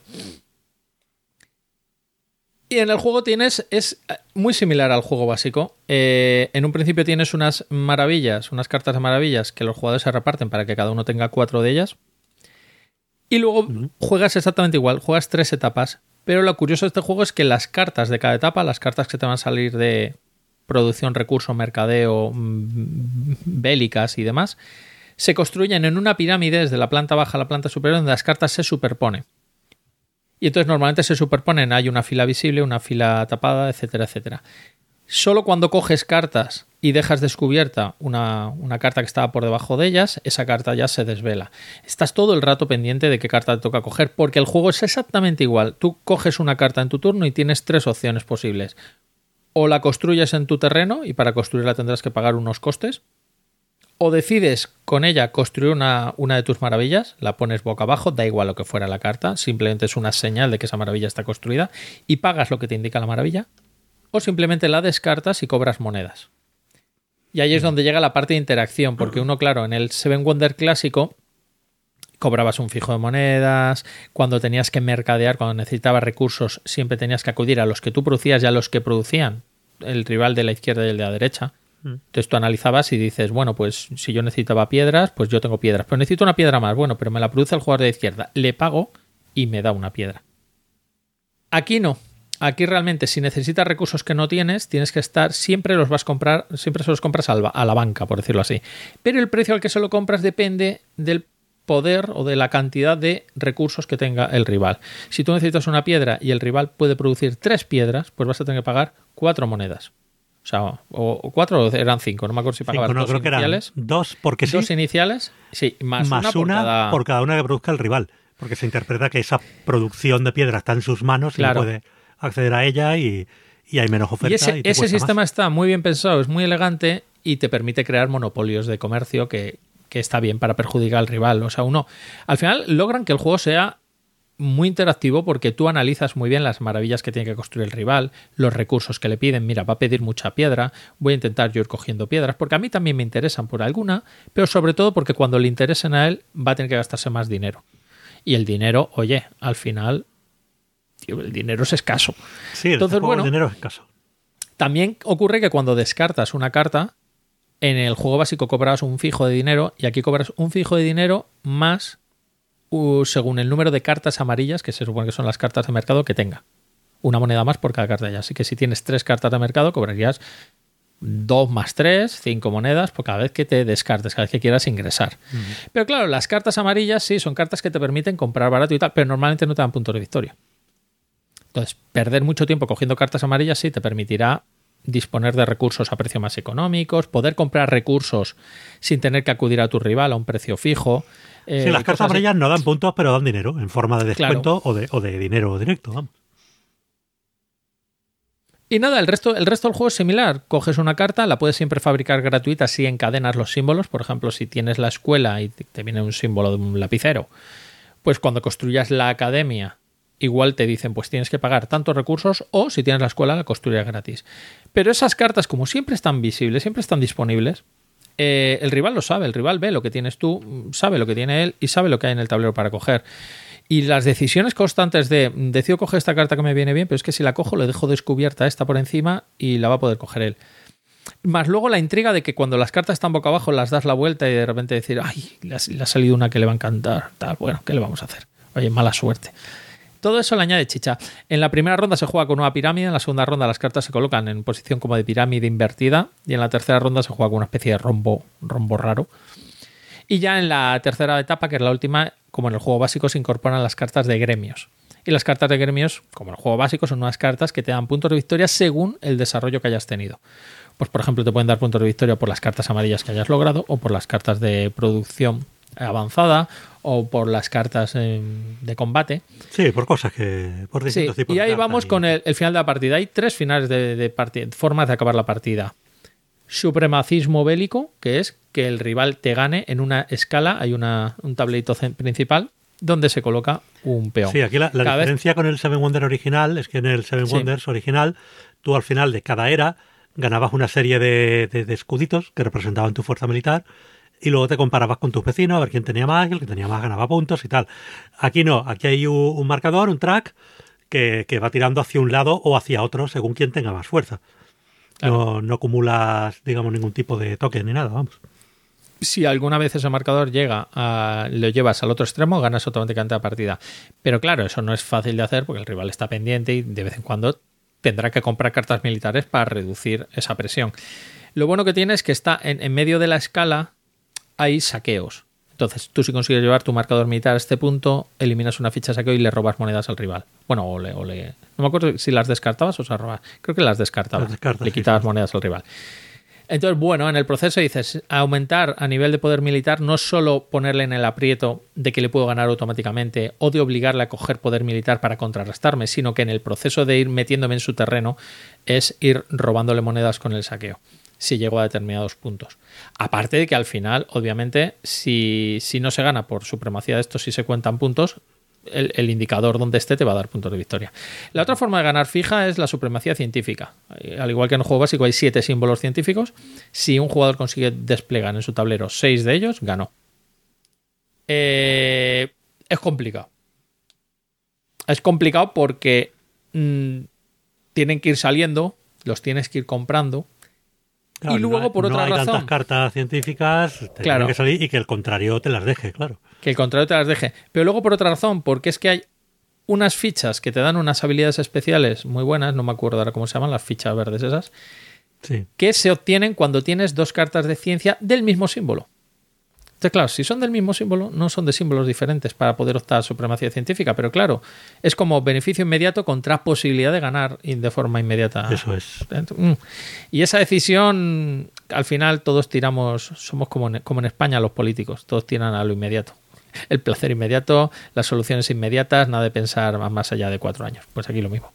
S4: Y en el juego tienes, es muy similar al juego básico. Eh, en un principio tienes unas maravillas, unas cartas de maravillas que los jugadores se reparten para que cada uno tenga cuatro de ellas. Y luego
S3: Ujú.
S4: juegas exactamente igual, juegas tres etapas. Pero lo curioso de este juego es que las cartas de cada etapa, las cartas que te van a salir de producción, recurso, mercadeo, mm, bélicas y demás, se construyen en una pirámide desde la planta baja a la planta superior donde las cartas se superponen. Y entonces normalmente se superponen, hay una fila visible, una fila tapada, etcétera, etcétera. Solo cuando coges cartas y dejas descubierta una, una carta que estaba por debajo de ellas, esa carta ya se desvela. Estás todo el rato pendiente de qué carta te toca coger, porque el juego es exactamente igual. Tú coges una carta en tu turno y tienes tres opciones posibles. O la construyes en tu terreno y para construirla tendrás que pagar unos costes. O decides con ella construir una, una de tus maravillas, la pones boca abajo, da igual lo que fuera la carta, simplemente es una señal de que esa maravilla está construida y pagas lo que te indica la maravilla. O simplemente la descartas y cobras monedas. Y ahí es donde llega la parte de interacción, porque uno, claro, en el Seven Wonder clásico cobrabas un fijo de monedas, cuando tenías que mercadear, cuando necesitabas recursos, siempre tenías que acudir a los que tú producías y a los que producían el rival de la izquierda y el de la derecha. Entonces tú analizabas y dices, bueno, pues si yo necesitaba piedras, pues yo tengo piedras, pero necesito una piedra más, bueno, pero me la produce el jugador de la izquierda, le pago y me da una piedra. Aquí no. Aquí realmente, si necesitas recursos que no tienes, tienes que estar, siempre los vas a comprar, siempre se los compras a la banca, por decirlo así. Pero el precio al que se lo compras depende del poder o de la cantidad de recursos que tenga el rival. Si tú necesitas una piedra y el rival puede producir tres piedras, pues vas a tener que pagar cuatro monedas. O sea, o, o cuatro eran cinco, no me acuerdo si pagabas
S3: cinco, no,
S4: dos
S3: creo
S4: iniciales.
S3: Que eran dos, porque sí.
S4: Dos iniciales, sí, más,
S3: más
S4: una, por,
S3: una
S4: cada...
S3: por cada una que produzca el rival. Porque se interpreta que esa producción de piedra está en sus manos y
S4: claro.
S3: puede acceder a ella y, y hay menos oferta.
S4: Y ese,
S3: y te
S4: ese sistema
S3: más.
S4: está muy bien pensado, es muy elegante y te permite crear monopolios de comercio que, que está bien para perjudicar al rival. O sea, uno, al final logran que el juego sea muy interactivo porque tú analizas muy bien las maravillas que tiene que construir el rival, los recursos que le piden. Mira, va a pedir mucha piedra, voy a intentar yo ir cogiendo piedras, porque a mí también me interesan por alguna, pero sobre todo porque cuando le interesen a él va a tener que gastarse más dinero. Y el dinero, oye, al final, tío, el dinero es escaso.
S3: Sí,
S4: entonces, bueno,
S3: el dinero es escaso.
S4: También ocurre que cuando descartas una carta, en el juego básico cobras un fijo de dinero y aquí cobras un fijo de dinero más uh, según el número de cartas amarillas, que se supone que son las cartas de mercado que tenga. Una moneda más por cada carta ya. Así que si tienes tres cartas de mercado, cobrarías dos más tres, cinco monedas por cada vez que te descartes, cada vez que quieras ingresar. Uh-huh. Pero claro, las cartas amarillas sí son cartas que te permiten comprar barato y tal, pero normalmente no te dan puntos de victoria. Entonces, perder mucho tiempo cogiendo cartas amarillas sí te permitirá disponer de recursos a precios más económicos, poder comprar recursos sin tener que acudir a tu rival a un precio fijo.
S3: Eh, sí, las cartas amarillas así. No dan puntos, pero dan dinero en forma de descuento, claro, o, de, o de dinero directo, vamos.
S4: Y nada, el resto, el resto del juego es similar. Coges una carta, la puedes siempre fabricar gratuita si encadenas los símbolos. Por ejemplo, si tienes la escuela y te viene un símbolo de un lapicero, pues cuando construyas la academia, igual te dicen, pues tienes que pagar tantos recursos, o si tienes la escuela, la construirás gratis. Pero esas cartas, como siempre están visibles, siempre están disponibles, eh, el rival lo sabe, el rival ve lo que tienes tú, sabe lo que tiene él y sabe lo que hay en el tablero para coger. Y las decisiones constantes de decido coger esta carta que me viene bien, pero es que si la cojo le dejo descubierta esta por encima y la va a poder coger él. Más luego la intriga de que cuando las cartas están boca abajo las das la vuelta y de repente decir, ay, le ha, le ha salido una que le va a encantar, tal, bueno, ¿qué le vamos a hacer? Oye, mala suerte. Todo eso le añade chicha. En la primera ronda se juega con una pirámide, en la segunda ronda las cartas se colocan en posición como de pirámide invertida y en la tercera ronda se juega con una especie de rombo, rombo raro. Y ya en la tercera etapa, que es la última, como en el juego básico, se incorporan las cartas de gremios. Y las cartas de gremios, como en el juego básico, son unas cartas que te dan puntos de victoria según el desarrollo que hayas tenido. Pues, por ejemplo, te pueden dar puntos de victoria por las cartas amarillas que hayas logrado, o por las cartas de producción avanzada, o por las cartas eh, de combate.
S3: Sí, por cosas que... por distintos
S4: sí,
S3: tipos
S4: y ahí
S3: de
S4: vamos
S3: y...
S4: con el, el final de la partida. Hay tres finales de, de partida, formas de acabar la partida. Supremacismo bélico, que es que el rival te gane en una escala. Hay una, un tablerito principal donde se coloca un peón.
S3: Sí, aquí la, la diferencia vez... con el Seven Wonders original es que en el Seven sí. Wonders original tú al final de cada era ganabas una serie de, de, de escuditos que representaban tu fuerza militar y luego te comparabas con tus vecinos a ver quién tenía más y el que tenía más ganaba puntos y tal. Aquí no, aquí hay un, un marcador, un track que, que va tirando hacia un lado o hacia otro según quien tenga más fuerza. Claro. No, no acumulas, digamos, ningún tipo de token ni nada, vamos.
S4: Si alguna vez ese marcador llega a, lo llevas al otro extremo, ganas automáticamente la partida. Pero claro, eso no es fácil de hacer porque el rival está pendiente y de vez en cuando tendrá que comprar cartas militares para reducir esa presión. Lo bueno que tiene es que está en, en medio de la escala, hay saqueos. Entonces, tú si consigues llevar tu marcador militar a este punto, eliminas una ficha de saqueo y le robas monedas al rival. Bueno, o le... O le no me acuerdo si las descartabas o se robabas. Creo que las descartabas.
S3: Las descartas,
S4: le quitabas
S3: sí,
S4: monedas al rival. Entonces, bueno, en el proceso dices, aumentar a nivel de poder militar no es solo ponerle en el aprieto de que le puedo ganar automáticamente o de obligarle a coger poder militar para contrarrestarme, sino que en el proceso de ir metiéndome en su terreno es ir robándole monedas con el saqueo, si llego a determinados puntos. Aparte de que al final, obviamente, si, si no se gana por supremacía de esto, si se cuentan puntos, el, el indicador donde esté te va a dar puntos de victoria. La otra forma de ganar fija es la supremacía científica. Al igual que en el juego básico hay siete símbolos científicos. Si un jugador consigue desplegar en su tablero seis de ellos, ganó. Eh, es complicado. Es complicado porque mmm, tienen que ir saliendo, los tienes que ir comprando.
S3: Claro,
S4: y luego,
S3: no hay,
S4: por
S3: no
S4: otra
S3: hay
S4: razón,
S3: tantas cartas científicas, tendrán
S4: claro,
S3: que salir y que el contrario te las deje, claro.
S4: Que el contrario te las deje. Pero luego, por otra razón, porque es que hay unas fichas que te dan unas habilidades especiales muy buenas, no me acuerdo ahora cómo se llaman, las fichas verdes esas,
S3: sí,
S4: que se obtienen cuando tienes dos cartas de ciencia del mismo símbolo. Entonces, claro, si son del mismo símbolo, no son de símbolos diferentes para poder optar a supremacía científica, pero claro, es como beneficio inmediato contra posibilidad de ganar de forma inmediata.
S3: Eso es.
S4: Y esa decisión, al final todos tiramos, somos como en, como en España los políticos, todos tiran a lo inmediato. El placer inmediato, las soluciones inmediatas, nada de pensar más allá de cuatro años. Pues aquí lo mismo.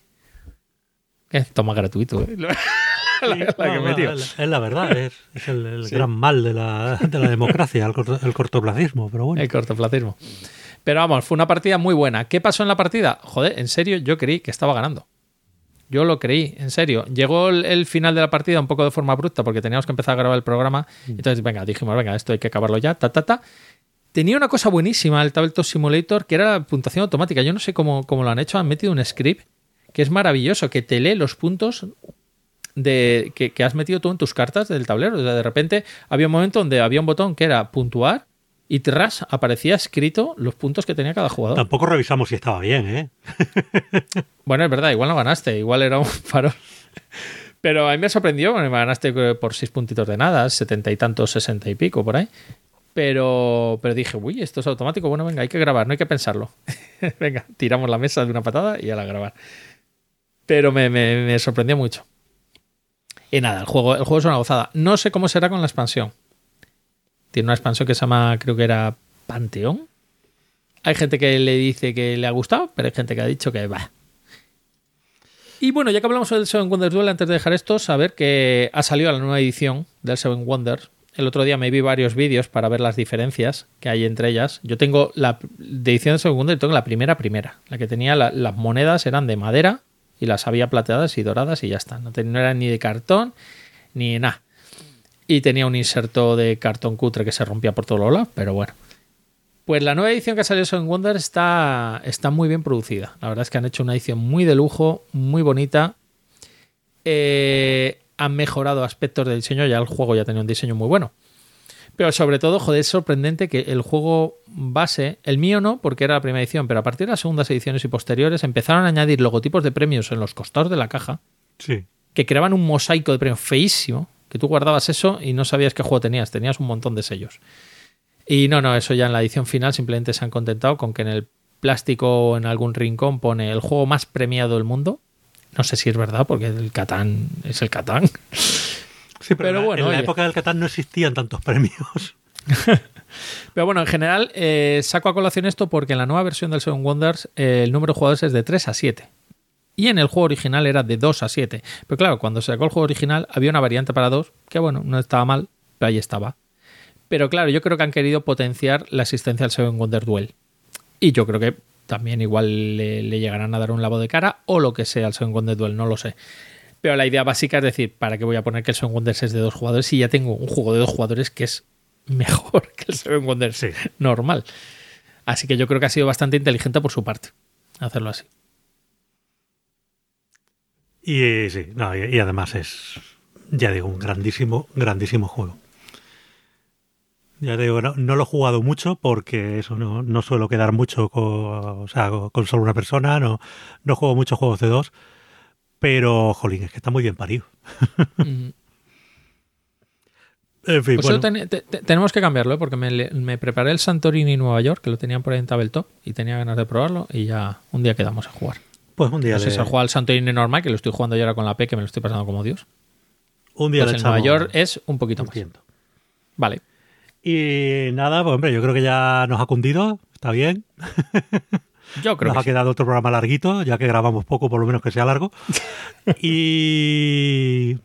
S4: ¿Qué? Toma gratuito, ¿eh? la,
S3: Sí,
S4: la que
S3: no,
S4: me
S3: no,
S4: tío.
S3: es, es la verdad, es, es el, el
S4: Sí.
S3: gran mal de la, de la democracia, el, corto, el cortoplacismo, pero bueno.
S4: El cortoplacismo. Pero vamos, fue una partida muy buena. ¿Qué pasó en la partida? Joder, en serio, yo creí que estaba ganando. Yo lo creí, en serio. Llegó el, el final de la partida un poco de forma abrupta porque teníamos que empezar a grabar el programa. Entonces, venga, dijimos, venga, esto hay que acabarlo ya, ta, ta, ta. Tenía una cosa buenísima el Tabletop Simulator, que era la puntuación automática. Yo no sé cómo, cómo lo han hecho. Han metido un script que es maravilloso, que te lee los puntos de que, que has metido tú en tus cartas del tablero. O sea, de repente había un momento donde había un botón que era puntuar y tras aparecía escrito los puntos que tenía cada jugador.
S3: Tampoco revisamos si estaba bien, ¿eh?
S4: Bueno, es verdad, igual no ganaste, igual era un farol. Pero a mí me sorprendió, bueno, me ganaste por seis puntitos de nada, setenta y tantos, sesenta y pico por ahí. Pero, pero dije, uy, esto es automático, bueno, venga, hay que grabar, no hay que pensarlo. Venga, tiramos la mesa de una patada y a la grabar. Pero me, me, me sorprendió mucho. Y nada, el juego, el juego es una gozada. No sé cómo será con la expansión. Tiene una expansión que se llama, creo que era Panteón. Hay gente que le dice que le ha gustado, pero hay gente que ha dicho que va. Y bueno, ya que hablamos del Seven Wonders Duel, antes de dejar esto, saber que ha salido la nueva edición del Seven Wonders. El otro día me vi varios vídeos para ver las diferencias que hay entre ellas. Yo tengo la de edición del Seven Wonders, tengo la primera primera. La que tenía la, las monedas eran de madera y las había plateadas y doradas y ya está. No, ten, no eran ni de cartón ni nada. Y tenía un inserto de cartón cutre que se rompía por todos lados, pero bueno. Pues la nueva edición que ha salido en Wonder está, está muy bien producida. La verdad es que han hecho una edición muy de lujo, muy bonita. Eh, han mejorado aspectos del diseño. Ya el juego ya tenía un diseño muy bueno. Pero sobre todo, joder, es sorprendente que el juego base, el mío no, porque era la primera edición, pero a partir de las segundas ediciones y posteriores empezaron a añadir logotipos de premios en los costados de la caja.
S3: Sí.
S4: Que creaban un mosaico de premios feísimo. Que tú guardabas eso y no sabías qué juego tenías. Tenías un montón de sellos. Y no, no, eso ya en la edición final simplemente se han contentado con que en el plástico o en algún rincón pone el juego más premiado del mundo. No sé si es verdad, porque el Catán es el Catán.
S3: Sí, pero,
S4: pero
S3: en,
S4: bueno,
S3: en la
S4: oye.
S3: época del Catán no existían tantos premios.
S4: Pero bueno, en general eh, saco a colación esto porque en la nueva versión del Seven Wonders eh, el número de jugadores es de tres a siete. Y en el juego original era de dos a siete. Pero claro, cuando se sacó el juego original había una variante para dos, que bueno, no estaba mal, pero ahí estaba. Pero claro, yo creo que han querido potenciar la existencia del Seven Wonders Duel. Y yo creo que también igual le, le llegarán a dar un lavado de cara o lo que sea al Seven Wonders Duel, no lo sé. Pero la idea básica es decir, ¿para qué voy a poner que el Seven Wonders es de dos jugadores si ya tengo un juego de dos jugadores que es mejor que el Seven Wonders
S3: Sí.
S4: normal? Así que yo creo que ha sido bastante inteligente por su parte hacerlo así.
S3: Y sí, no, y, y además es, ya digo, un grandísimo, grandísimo juego. Ya digo, no, no lo he jugado mucho porque eso no, no suelo quedar mucho con, o sea, con solo una persona, no, no juego muchos juegos de dos, pero, jolín, es que está muy bien parido.
S4: Mm.
S3: En fin,
S4: Pues
S3: bueno.
S4: eso ten- te- te- tenemos que cambiarlo, ¿eh? Porque me, le- me preparé el Santorini Nueva York, que lo tenían por ahí en Tabletop, y tenía ganas de probarlo, y ya un día quedamos a jugar.
S3: Pues un día
S4: No sé
S3: le,
S4: si al jugar al Santorini normal, que lo estoy jugando yo ahora con la P, que me lo estoy pasando como Dios.
S3: un día
S4: Pues
S3: le
S4: el Nueva
S3: echamos
S4: York es un poquito
S3: un
S4: más.
S3: tiento.
S4: Vale.
S3: Y nada, pues hombre, yo creo que ya nos ha cundido, está bien.
S4: Yo creo
S3: Nos
S4: que
S3: ha
S4: sí.
S3: quedado otro programa larguito, ya que grabamos poco, por lo menos que sea largo. y...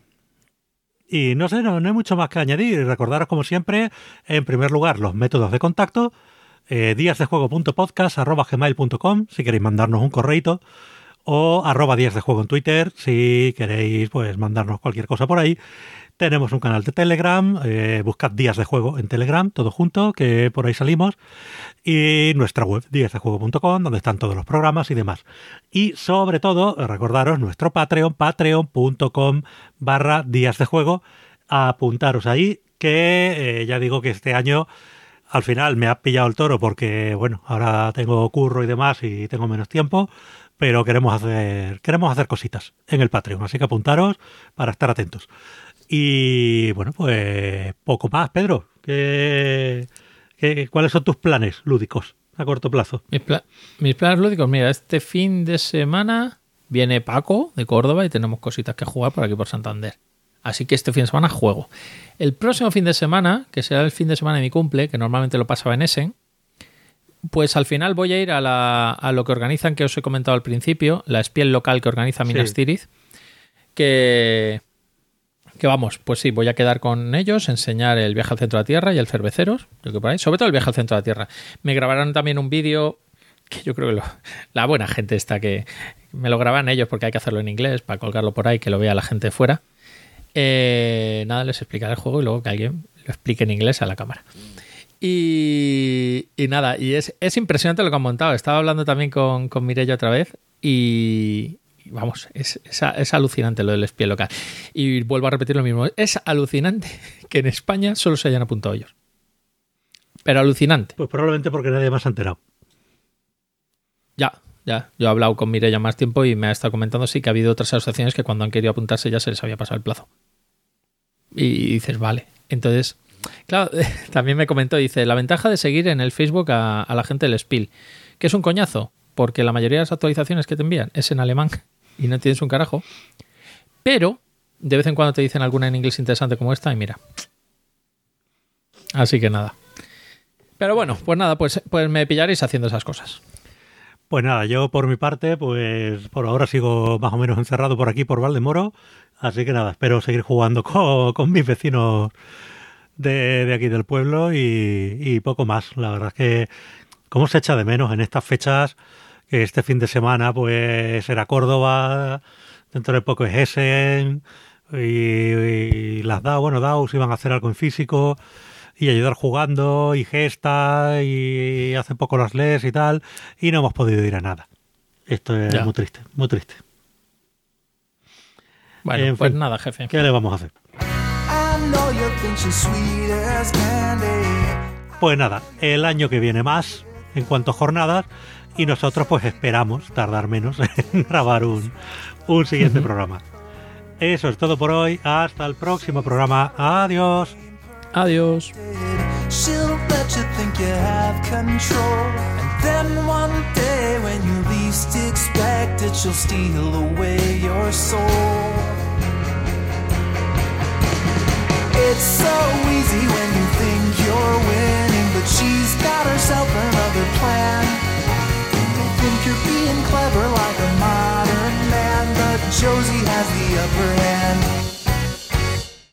S3: Y no sé, no, no hay mucho más que añadir. Recordaros, como siempre, en primer lugar, los métodos de contacto. Eh, díasdejuego punto podcast arroba gmail punto com si queréis mandarnos un correíto. O arroba días de juego en Twitter si queréis pues mandarnos cualquier cosa por ahí. Tenemos un canal de Telegram, eh, buscad Días de Juego en Telegram, todo junto, que por ahí salimos. Y nuestra web, días de juego punto com, donde están todos los programas y demás. Y sobre todo, recordaros nuestro Patreon, patreon punto com barra días de juego. Apuntaros ahí, que eh, ya digo que este año al final me ha pillado el toro porque, bueno, ahora tengo curro y demás y tengo menos tiempo, pero queremos hacer, queremos hacer cositas en el Patreon, así que apuntaros para estar atentos. Y bueno, pues poco más, Pedro. ¿Qué, qué, ¿Cuáles son tus planes lúdicos a corto plazo?
S4: Mis, pla- mis planes lúdicos, mira, este fin de semana viene Paco de Córdoba y tenemos cositas que jugar por aquí por Santander. Así que este fin de semana juego. El próximo fin de semana, que será el fin de semana de mi cumple, que normalmente lo pasaba en Essen, pues al final voy a ir a, la, a lo que organizan, que os he comentado al principio, la Spiel local que organiza Minas
S3: Sí.
S4: Tirith, que... Que vamos, pues sí, voy a quedar con ellos, enseñar el viaje al centro de la Tierra y el Cerveceros, yo que por ahí, sobre todo el viaje al centro de la Tierra. Me grabarán también un vídeo que yo creo que lo, la buena gente está que me lo graban ellos porque hay que hacerlo en inglés para colgarlo por ahí, que lo vea la gente fuera. Eh, nada, les explicaré el juego y luego que alguien lo explique en inglés a la cámara. Y, y nada, y es, es impresionante lo que han montado. Estaba hablando también con, con Mireia otra vez y... Vamos, es, es, es alucinante lo del espía local. Y vuelvo a repetir lo mismo. Es alucinante que en España solo se hayan apuntado ellos. Pero alucinante.
S3: Pues probablemente porque nadie más se ha enterado.
S4: Ya, ya. Yo he hablado con Mireia más tiempo y me ha estado comentando sí que ha habido otras asociaciones que cuando han querido apuntarse ya se les había pasado el plazo. Y dices, vale. Entonces, claro, también me comentó, dice, la ventaja de seguir en el Facebook a, a la gente del Spiel, que es un coñazo, porque la mayoría de las actualizaciones que te envían es en alemán y no tienes un carajo, pero de vez en cuando te dicen alguna en inglés interesante como esta y mira. Así que nada. Pero bueno, pues nada, pues, pues me pillaréis haciendo esas cosas.
S3: Pues nada, yo por mi parte, pues por ahora sigo más o menos encerrado por aquí, por Valdemoro, así que nada, espero seguir jugando con, con mis vecinos de, de aquí del pueblo y, y poco más. La verdad es que cómo se echa de menos en estas fechas, que este fin de semana pues era Córdoba, dentro de poco es Essen, y, y las D A O, bueno, D A Os iban a hacer algo en físico y ayudar jugando, y Gesta, y hace poco las L E S y tal, y no hemos podido ir a nada. Esto es
S4: Ya.
S3: muy triste, muy triste.
S4: Bueno,
S3: En
S4: pues
S3: fin.
S4: nada, jefe.
S3: ¿Qué le vamos a hacer?
S2: I know you think she's sweet as candy.
S3: Pues nada, el año que viene más en cuanto a jornadas, y nosotros pues esperamos tardar menos en grabar un, un siguiente programa. Eso es todo por hoy. Hasta el próximo programa. Adiós.
S4: Adiós.
S2: She'll let you think you have control. And then one day when you least expect it, she'll steal away your soul. It's so easy when you think you're winning, but she's got herself another plan. You think you're being clever like a modern man, but Josie has the upper